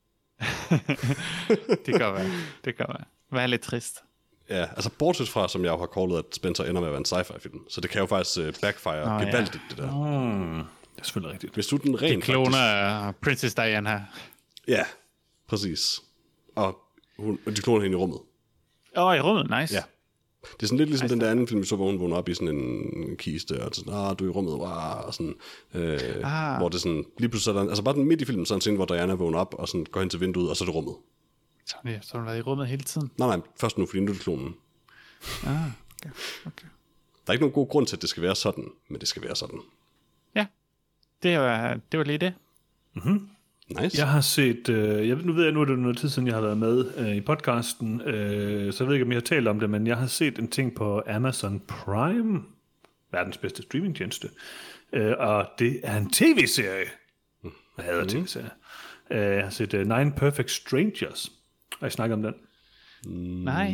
Det kan være. Hvad er lidt trist. Ja, altså bortset fra, som jeg jo har callet, at Spencer ender med at være en sci-fi-film. Så det kan jo faktisk backfire gevaldigt, det der. Det er selvfølgelig rigtigt. Hvis du den rent de kloner Princess Diana her. Ja, præcis. Og de kloner hende i rummet. I rummet, nice. Ja. Det er sådan lidt ligesom den der anden film, så hvor hun vågner op i sådan en kiste, og sådan, du er i rummet, og sådan, hvor det sådan, lige pludselig sådan, altså bare den midt i filmen, sådan en scene, hvor Diana vågner op, og sådan går hen til vinduet, og så er det rummet. Så har hun været i rummet hele tiden? Nej, først nu, fordi nu er det klonen. Okay. Der er ikke nogen god grund til, at det skal være sådan, men det skal være sådan. Ja, det var lige det. Mm-hmm. Nice. Jeg har set, nu ved jeg, nu er det noget tid siden, jeg har været med i podcasten, så jeg ved ikke, om jeg har talt om det, men jeg har set en ting på Amazon Prime, verdens bedste streamingtjeneste, og det er en tv-serie. Jeg hader tv-serier. Jeg har set Nine Perfect Strangers. Har I snakket om den? Nej.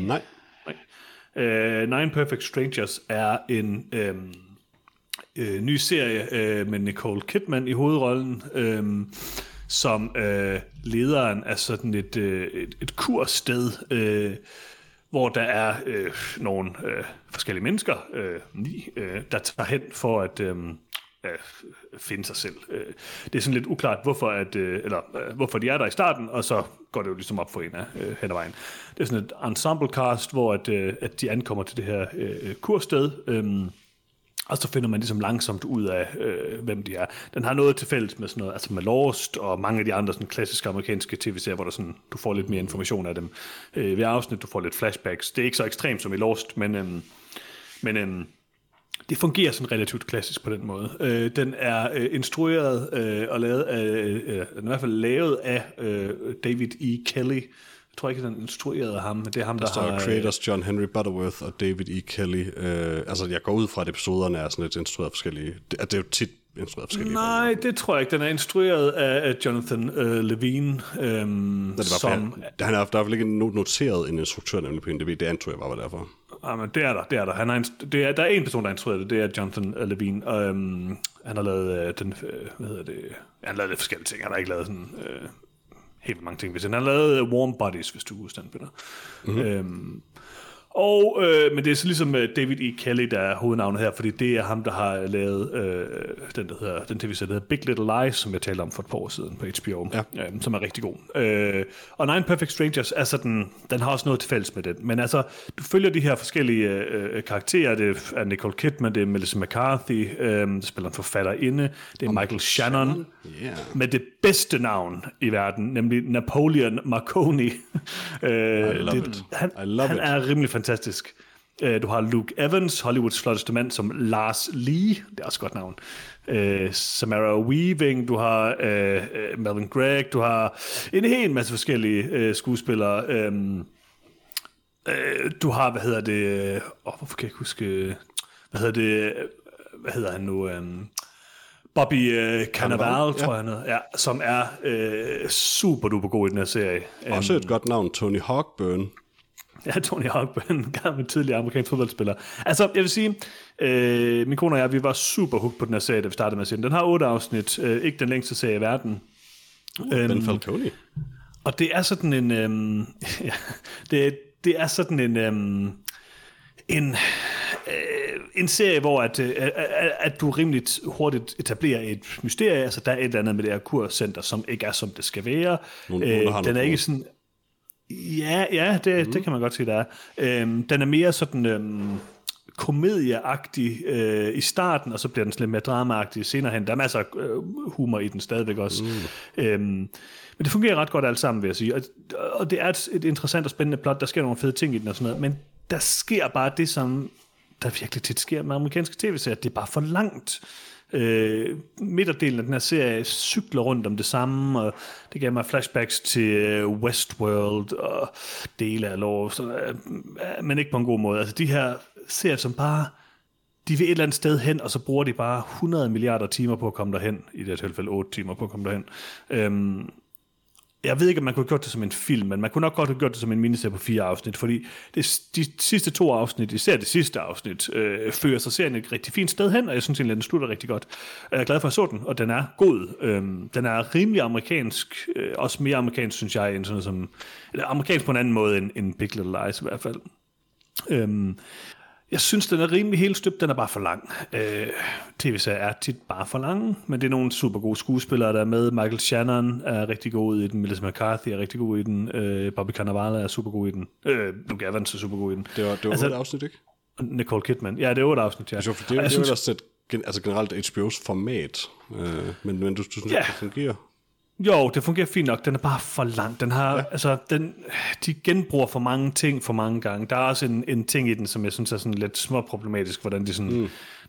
Nine Perfect Strangers er en ny serie med Nicole Kidman i hovedrollen, som lederen af sådan et kursted, hvor der er nogle forskellige mennesker, der tager hen for at finde sig selv. Det er sådan lidt uklart, hvorfor de er der i starten, og så går det jo ligesom op for en af hen ad vejen. Det er sådan et ensemble cast, hvor at de ankommer til det her kurssted, og så finder man ligesom langsomt ud af, hvem de er. Den har noget til fælles med sådan noget, altså med Lost og mange af de andre sådan klassiske amerikanske tv-serier, hvor der sådan, du får lidt mere information af dem ved afsnit, du får lidt flashbacks. Det er ikke så ekstremt som i Lost, men det fungerer sådan relativt klassisk på den måde. Den er instrueret og lavet af, i hvert fald lavet af David E. Kelly. Jeg tror ikke, den instruerede ham, men det er ham, der har... creators John Henry Butterworth og David E. Kelly. Altså, jeg går ud fra, at episoderne er sådan lidt instrueret forskellige. Det er jo tit instrueret forskellige. Nej, det tror jeg ikke. Den er instrueret af Jonathan Levine, som... Der er i hvert fald ikke noteret en instruktør, nemlig på IMDb. Det antror jeg bare var derfor. Ja, men det er der. Der er en person, der har instrueret det. Det er Jonathan Levine. Og, han har lavet Han har lavet lidt forskellige ting. Han har ikke lavet sådan... helt mange ting. Han har lavet Warm Bodies, hvis du husker den, Peter. Mm-hmm. Men det er så ligesom David E. Kelly, der er hovednavnet her, fordi det er ham, der har lavet den tv-serie, der hedder Big Little Lies, som jeg talte om for et par år siden på HBO, som er rigtig god. Og Nine Perfect Strangers er sådan, den har også noget til fælles med den, men altså, du følger de her forskellige karakterer. Det er Nicole Kidman, det er Melissa McCarthy, der spiller en forfatterinde, det er Michael Shannon, med det bedste navn i verden, nemlig Napoleon Marconi. Han er rimelig fantastisk. Du har Luke Evans, Hollywoods flotteste mand, som Lars Lee, det er også et godt navn. Samara Weaving, du har Melvin Gregg, du har en hel masse forskellige skuespillere. Du har, hvorfor kan jeg ikke huske, hvad hedder han nu? Bobby Cannavale, tror jeg, ja, som er super duper god i den her serie. Også et godt navn, Tony Hawkburn. Ja, Tony Hawkburn, gammel tidligere amerikansk fodboldspiller. Altså, jeg vil sige, min kone og jeg, vi var super hooked på den her serie, da vi startede med at se den. Den har 8 afsnit, ikke den længste serie i verden. Ben Falcone. Og det er sådan en... det er sådan en serie, hvor at du rimelig hurtigt etablerer et mysterie. Altså, der er et eller andet med det her kurscenter, som ikke er, som det skal være. Den er ikke sådan... Ja, det kan man godt sige, der er. Den er mere sådan komedieagtig i starten, og så bliver den lidt mere dramaagtig senere hen. Der er masser af humor i den stadigvæk også. Men det fungerer ret godt alt sammen, vil jeg sige. Og det er et interessant og spændende plot. Der sker nogle fede ting i den og sådan noget, men der sker bare det, som der virkelig tit sker med amerikanske tv-serier. Det er bare for langt. Midterdelen af den her serie cykler rundt om det samme, og det gav mig flashbacks til Westworld og dele af lov, men ikke på en god måde. Altså de her serier, som bare de vil et eller andet sted hen, og så bruger de bare 100 milliarder timer på at komme derhen, i det her tilfælde 8 timer på at komme derhen. Jeg ved ikke, om man kunne have gjort det som en film, men man kunne nok godt have gjort det som en miniserie på 4 afsnit, fordi de sidste 2 afsnit, især det sidste afsnit, fører sig serien et rigtig fint sted hen, og jeg synes egentlig, at den slutter rigtig godt. Jeg er glad for, at jeg så den, og den er god. Den er rimelig amerikansk, også mere amerikansk, synes jeg, end sådan som, eller amerikansk på en anden måde end Big Little Lies i hvert fald. Jeg synes, den er rimelig helt støbt. Den er bare for lang. TV-serier er tit bare for lange, men det er nogle super gode skuespillere, der er med. Michael Shannon er rigtig god i den. Melissa McCarthy er rigtig god i den. Bobby Cannavale er super god i den. Luke Evans er super god i den. Det var 8 afsnit, ikke? Nicole Kidman. Ja, det er 8 afsnit, ja. Det er jo også generelt HBO's format. Men du synes, det fungerer? Jo, det fungerer fint nok. Den er bare for lang. Den har, de genbruger for mange ting for mange gange. Der er også en ting i den, som jeg synes er sådan lidt småproblematisk, hvordan de sådan...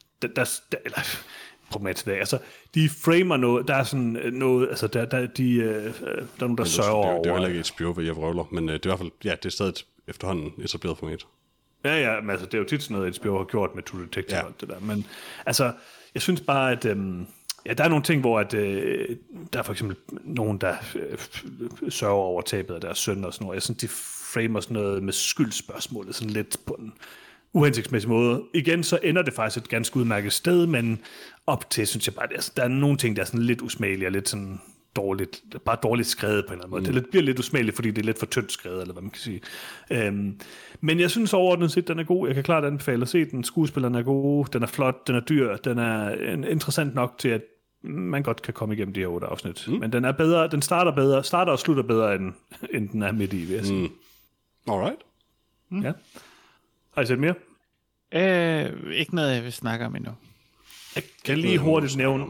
problematisk. Altså, de framer noget, der er sådan noget, altså, der er nogen, der sørger over... Det er jo heller ikke HBO, hvad jeg vrøvler, men det er i hvert fald, det er stadig efterhånden etableret format. Ja, men altså, det er jo tit sådan noget, HBO har gjort med True Detective og det der. Men altså, jeg synes bare, at... der er nogle ting, hvor der er for eksempel nogen, der sørger over tabet af deres søn og sådan noget. Jeg synes, de framer sådan noget med skyldspørgsmålet sådan lidt på en uhensigtsmæssig måde. Igen, så ender det faktisk et ganske udmærket sted, men op til, synes jeg bare, der er nogle ting, der er sådan lidt usmagelige og lidt sådan dårligt skrevet på en eller anden måde. Det bliver lidt usmageligt, fordi det er lidt for tyndt skrevet, eller hvad man kan sige. Men jeg synes overordnet set, den er god. Jeg kan klart anbefale at se den. Skuespilleren er god, den er flot, den er dyr, den er interessant nok til, at man godt kan komme igennem de her 8 afsnit. Men den er bedre, den starter og slutter bedre, end den er midt i, vil jeg sige. Alright. Ja. Har I set mere? Ikke noget, jeg vil snakke om endnu. Jeg kan lige hurtigt nævne...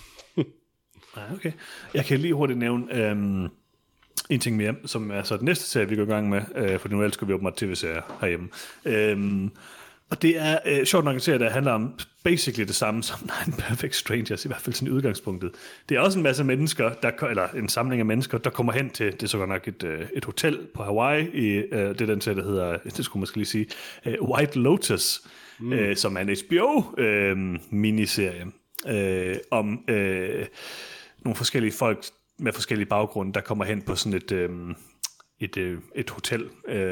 Okay. Jeg kan lige hurtigt nævne en ting mere, som er så den næste serie, vi går i gang med, for nu elsker vi åbenbart tv-serier herhjemme. Og det er sjovt nok en serie, der handler om basically det samme som Nine Perfect Strangers, i hvert fald sådan i udgangspunktet. Det er også en masse mennesker, eller en samling af mennesker, der kommer hen til, det er så godt nok et hotel på Hawaii, i det er den serie, der hedder, det skulle man måske lige sige, White Lotus, som er en HBO-miniserie om nogle forskellige folk med forskellige baggrunde, der kommer hen på sådan et hotel.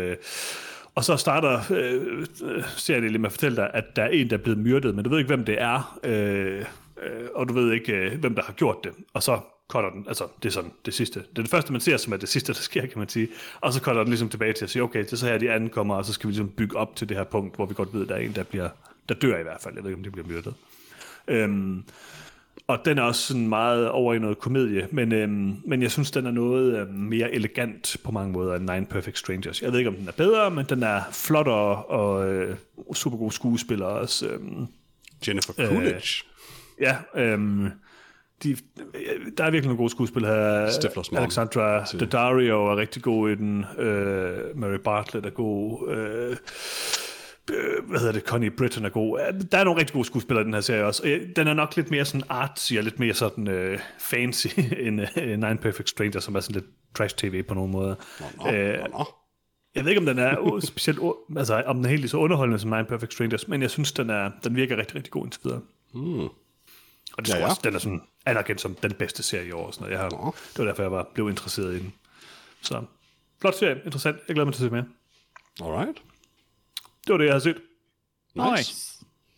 Og så starter serien lige med at fortælle dig, at der er en, der er blevet myrdet, men du ved ikke, hvem det er, og du ved ikke, hvem der har gjort det. Og så cutter den, altså det er sådan det sidste. Det er det første, man ser, som er det sidste, der sker, kan man sige. Og så cutter den ligesom tilbage til at sige, okay, det er så her, de ankommer, og så skal vi ligesom bygge op til det her punkt, hvor vi godt ved, at der er en, der dør i hvert fald. Jeg ved ikke, om det bliver myrdet. Og den er også sådan meget over i noget komedie, men jeg synes, den er noget mere elegant på mange måder end Nine Perfect Strangers. Jeg ved ikke, om den er bedre, men den er flottere og super gode skuespillere også. Jennifer Coolidge. Der er virkelig nogle gode skuespillere her. Alexandra Daddario er rigtig god i den. Mary Bartlett er god. Connie Britton er god. Der er nogle rigtig gode skuespillere i den her serie også. Den er nok lidt mere sådan artsy og lidt mere sådan fancy end Nine Perfect Strangers, som er sådan lidt trash-tv på nogle måder. Jeg ved ikke, om den er specielt, altså om den er helt lige så underholdende som Nine Perfect Strangers, men jeg synes, den virker rigtig, rigtig god indtil videre. Og det også, den er sådan anerkendt som den bedste serie i år. Og sådan noget. Det var derfor, jeg blev interesseret i den. Så flot serie, interessant. Jeg glæder mig til at se mere. Alright. Det var det, jeg har set. Nice.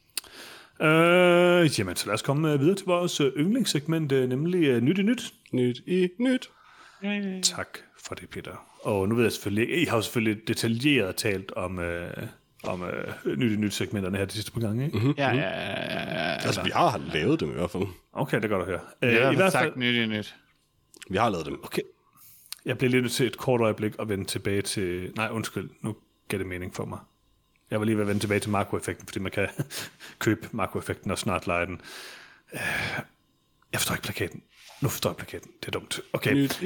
Jamen, så lad os komme videre til vores yndlingssegment, nemlig Nyt i Nyt. Nyt i Nyt. Tak for det, Peter. Og nu ved jeg selvfølgelig, I har jo selvfølgelig detaljeret talt om Nyt i Nyt-segmenterne her de sidste par gange, ikke? Ja. Altså, vi har lavet dem i hvert fald. Okay, det er godt at høre. I hvert fald Nyt i Nyt. Vi har lavet dem. Okay. Jeg bliver lige nødt til et kort øjeblik og vende tilbage til... Nej, undskyld. Nu gav det mening for mig. Jeg var lige ved at vende tilbage til makroeffekten, fordi man kan købe makroeffekten og snart lege den. Jeg forstår ikke plakaten. Nu forstår jeg plakaten. Det er dumt. Okay. Nyt.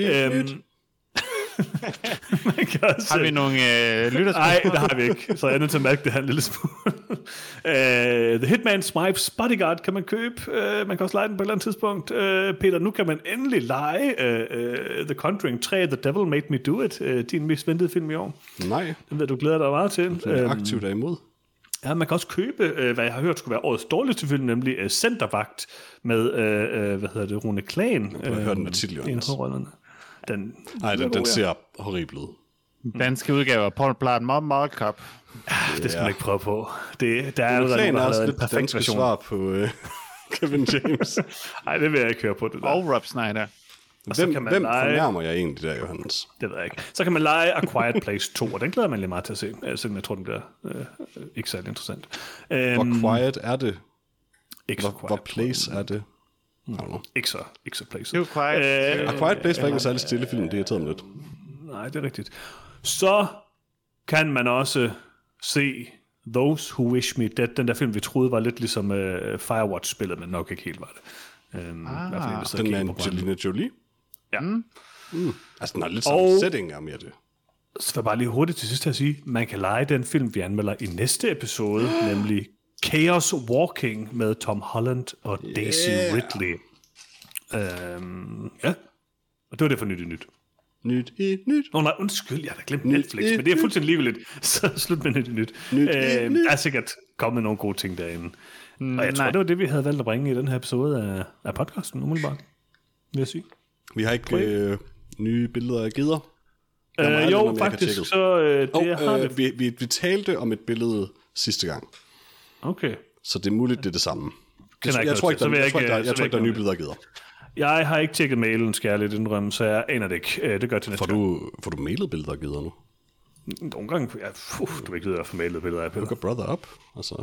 Har vi nogle lytterspil? Nej, det har vi ikke. Så jeg er nødt til at mærke det her en lille smule. The Hitman's Wife's Bodyguard kan man købe. Man kan også lege den på et eller andet tidspunkt. Peter, nu kan man endelig lege The Conjuring 3, The Devil Made Me Do It. Din mest ventede film i år. Nej. Den ved du glæder dig meget til. Det er aktivt imod. Ja, man kan også købe, hvad jeg har hørt skulle være årets dårligste film, nemlig Centervagt med, Rune Klan. Du har hørt den af titlen. Den ser horribel ud. Danske udgave af Paul Blart Mall Cop. Det skal man ikke prøve på. Der er allerede nogen, der har lavet en perfekt version. Svar på Kevin James. Nej, det vil jeg ikke høre på. Det der. Og Rob Snyder. Hvem fornærmer jeg egentlig der, Johannes? Det ved jeg ikke. Så kan man lege A Quiet Place 2, og den glæder man lidt meget til at se. Selvom jeg tror, den bliver ikke særlig interessant. Hvor quiet er det? Ikke så quiet. Hvor place er det? Ikke så place. Det er quiet. A Quiet Place var ikke en særlig stille film, det irriterede mig lidt. Nej, det er rigtigt. Så kan man også se Those Who Wish Me Dead, den der film, vi troede var lidt ligesom Firewatch-spillet, men nok ikke helt var det. Den er Angelina Jolie? Ja. Altså, den har lidt samme setting af mere det. Så var bare lige hurtigt til sidst at sige, man kan lege den film, vi anmelder i næste episode, nemlig Chaos Walking med Tom Holland og Daisy Ridley. Ja, og det var det for nyt i nyt. Nyt i nyt. Nej, undskyld, jeg har da glemt Netflix, men det er fuldstændig ligegyldigt. Så slut med nyt i nyt. Der er sikkert kommet nogle gode ting derinde. Og jeg tror, det var det, vi havde valgt at bringe i den her episode af podcasten, umiddelbart, vil jeg sige. Vi har ikke nye billeder af geder. Jo, faktisk, så det har det. Vi talte om et billede sidste gang. Okay. Så det er muligt, det er det samme. Jeg tror ikke, der er nye billeder af geder. Jeg har ikke tjekket mailen, skal jeg lidt indrømme, så jeg aner det ikke. Det gør til næste gang. Får du mailet billeder af geder nu? Nogle gange, du vil ikke vide, at få mailet billeder af Peter. Look a brother up, altså.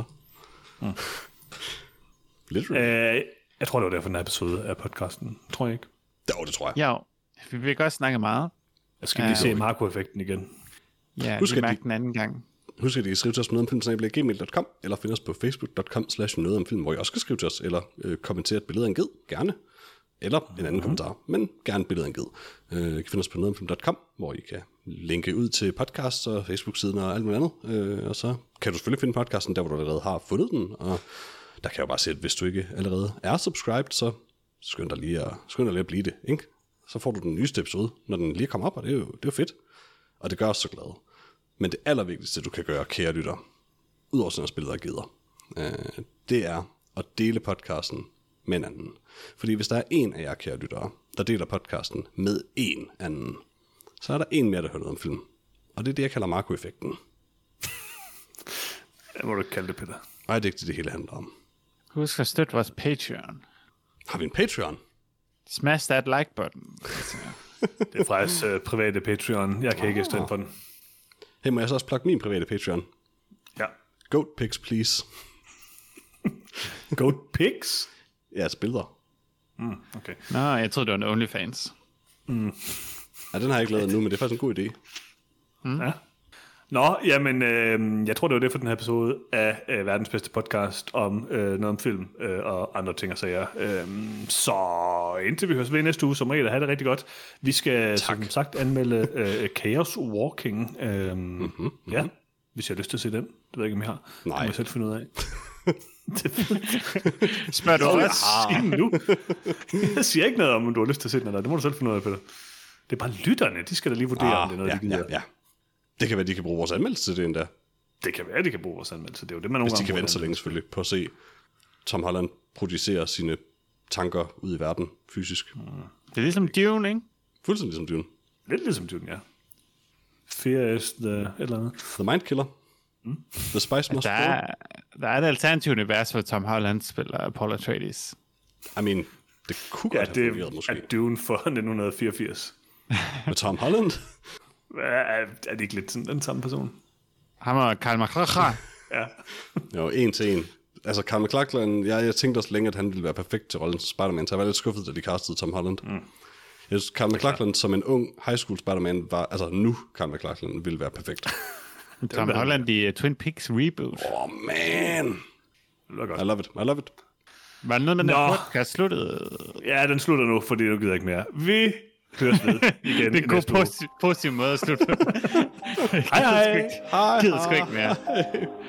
Jeg tror, det var der for den her episode af podcasten. Tror jeg ikke? Jo, det tror jeg. Ja, vi vil godt snakke meget. Jeg skal lige se Marco-effekten igen. Ja, vi mærker den anden gang. Husk, at I kan skrive til os på nogetomfilm@gmail.com, eller finde os på facebook.com/nogetomfilm, hvor I også kan skrive til os, eller kommentere et billede af en ged, gerne. Eller en anden kommentar, men gerne et billede af en ged. I kan finde os på nogetomfilm.com, hvor I kan linke ud til podcasts og Facebook-siden og alt muligt andet. Og så kan du selvfølgelig finde podcasten der, hvor du allerede har fundet den. Og der kan jeg jo bare sige, at hvis du ikke allerede er subscribed, så skynd dig lige at blive det, ikke? Så får du den nyeste episode, når den lige kommer op, og det er jo fedt. Og det gør os så glade. Men det allervigtigste, du kan gøre, kære lytter, udover sådan at spille der gider, det er at dele podcasten med en anden. Fordi hvis der er en af jer, kære lyttere, der deler podcasten med en anden, så er der en mere, der hører noget om film. Og det er det, jeg kalder Marco-effekten. Det må du ikke kalde det, Peter. Nej, det er ikke det hele handler om. Husk at støtte vores Patreon. Har vi en Patreon? Smash that like button. Det er faktisk private Patreon. Jeg kan ikke stemme for den. Hey, må jeg så også plukke min private Patreon? Ja. Goat pics, please. Goat pics? Ja, billeder. Okay. Nå, jeg troede, det var en OnlyFans. Ja, den har jeg ikke lavet nu, men det er faktisk en god idé. Ja. Nå, jamen, jeg tror, det var det for den her episode af verdens bedste podcast om noget om film og andre ting og sager. Så indtil vi høres ved næste uge, som regel, have det rigtig godt. Vi skal som sagt anmelde Chaos Walking. Ja, hvis jeg har lyst til at se den. Det ved jeg ikke, om jeg har. Nej. Det må jeg selv finde ud af. Spørg du også? Nu. Jeg siger ikke noget om du har lyst til at se den, eller det må du selv finde ud af, Peter. Det er bare lytterne, de skal da lige vurdere, om det er noget, de gider. Ja. Det kan være, de kan bruge vores anmeldelse til det endda. Det kan være, de kan bruge vores anmeldelse. Det er jo det, man nogle gange gange kan vente så længe selvfølgelig på at se Tom Holland producere sine tanker ud i verden fysisk. Det er ligesom Dune, ikke? Fuldstændig ligesom Dune. Lidt ligesom Dune, ja. Fear is the... eller andet. The Mind Killer. The Spice Must Go. Der er et alternativt univers, hvor Tom Holland spiller Paul Atreides. I mean, det kunne godt have fungeret måske. Ja, det er Dune for 1984. Med Tom Holland? Er det ikke lidt sådan den samme person? Han og Kyle MacLachlan. Ja. Jo, en til en. Altså, Kyle MacLachlan, jeg tænkte også længe, at han ville være perfekt til rollen som Spider-Man, så jeg var lidt skuffet, da de castede Tom Holland. Jeg synes, Kyle MacLachlan som en ung high school Spider-Man var, altså nu Kyle MacLachlan ville være perfekt. Tom Holland i Twin Peaks reboot. Man. I love it. Var det noget med den her podcast sluttede? Ja, den slutter nu, fordi nu gider jeg ikke mere. Vi høres ved igen. Det er en god positiv måde at slutte. Hej. Gider sgu ikke mere.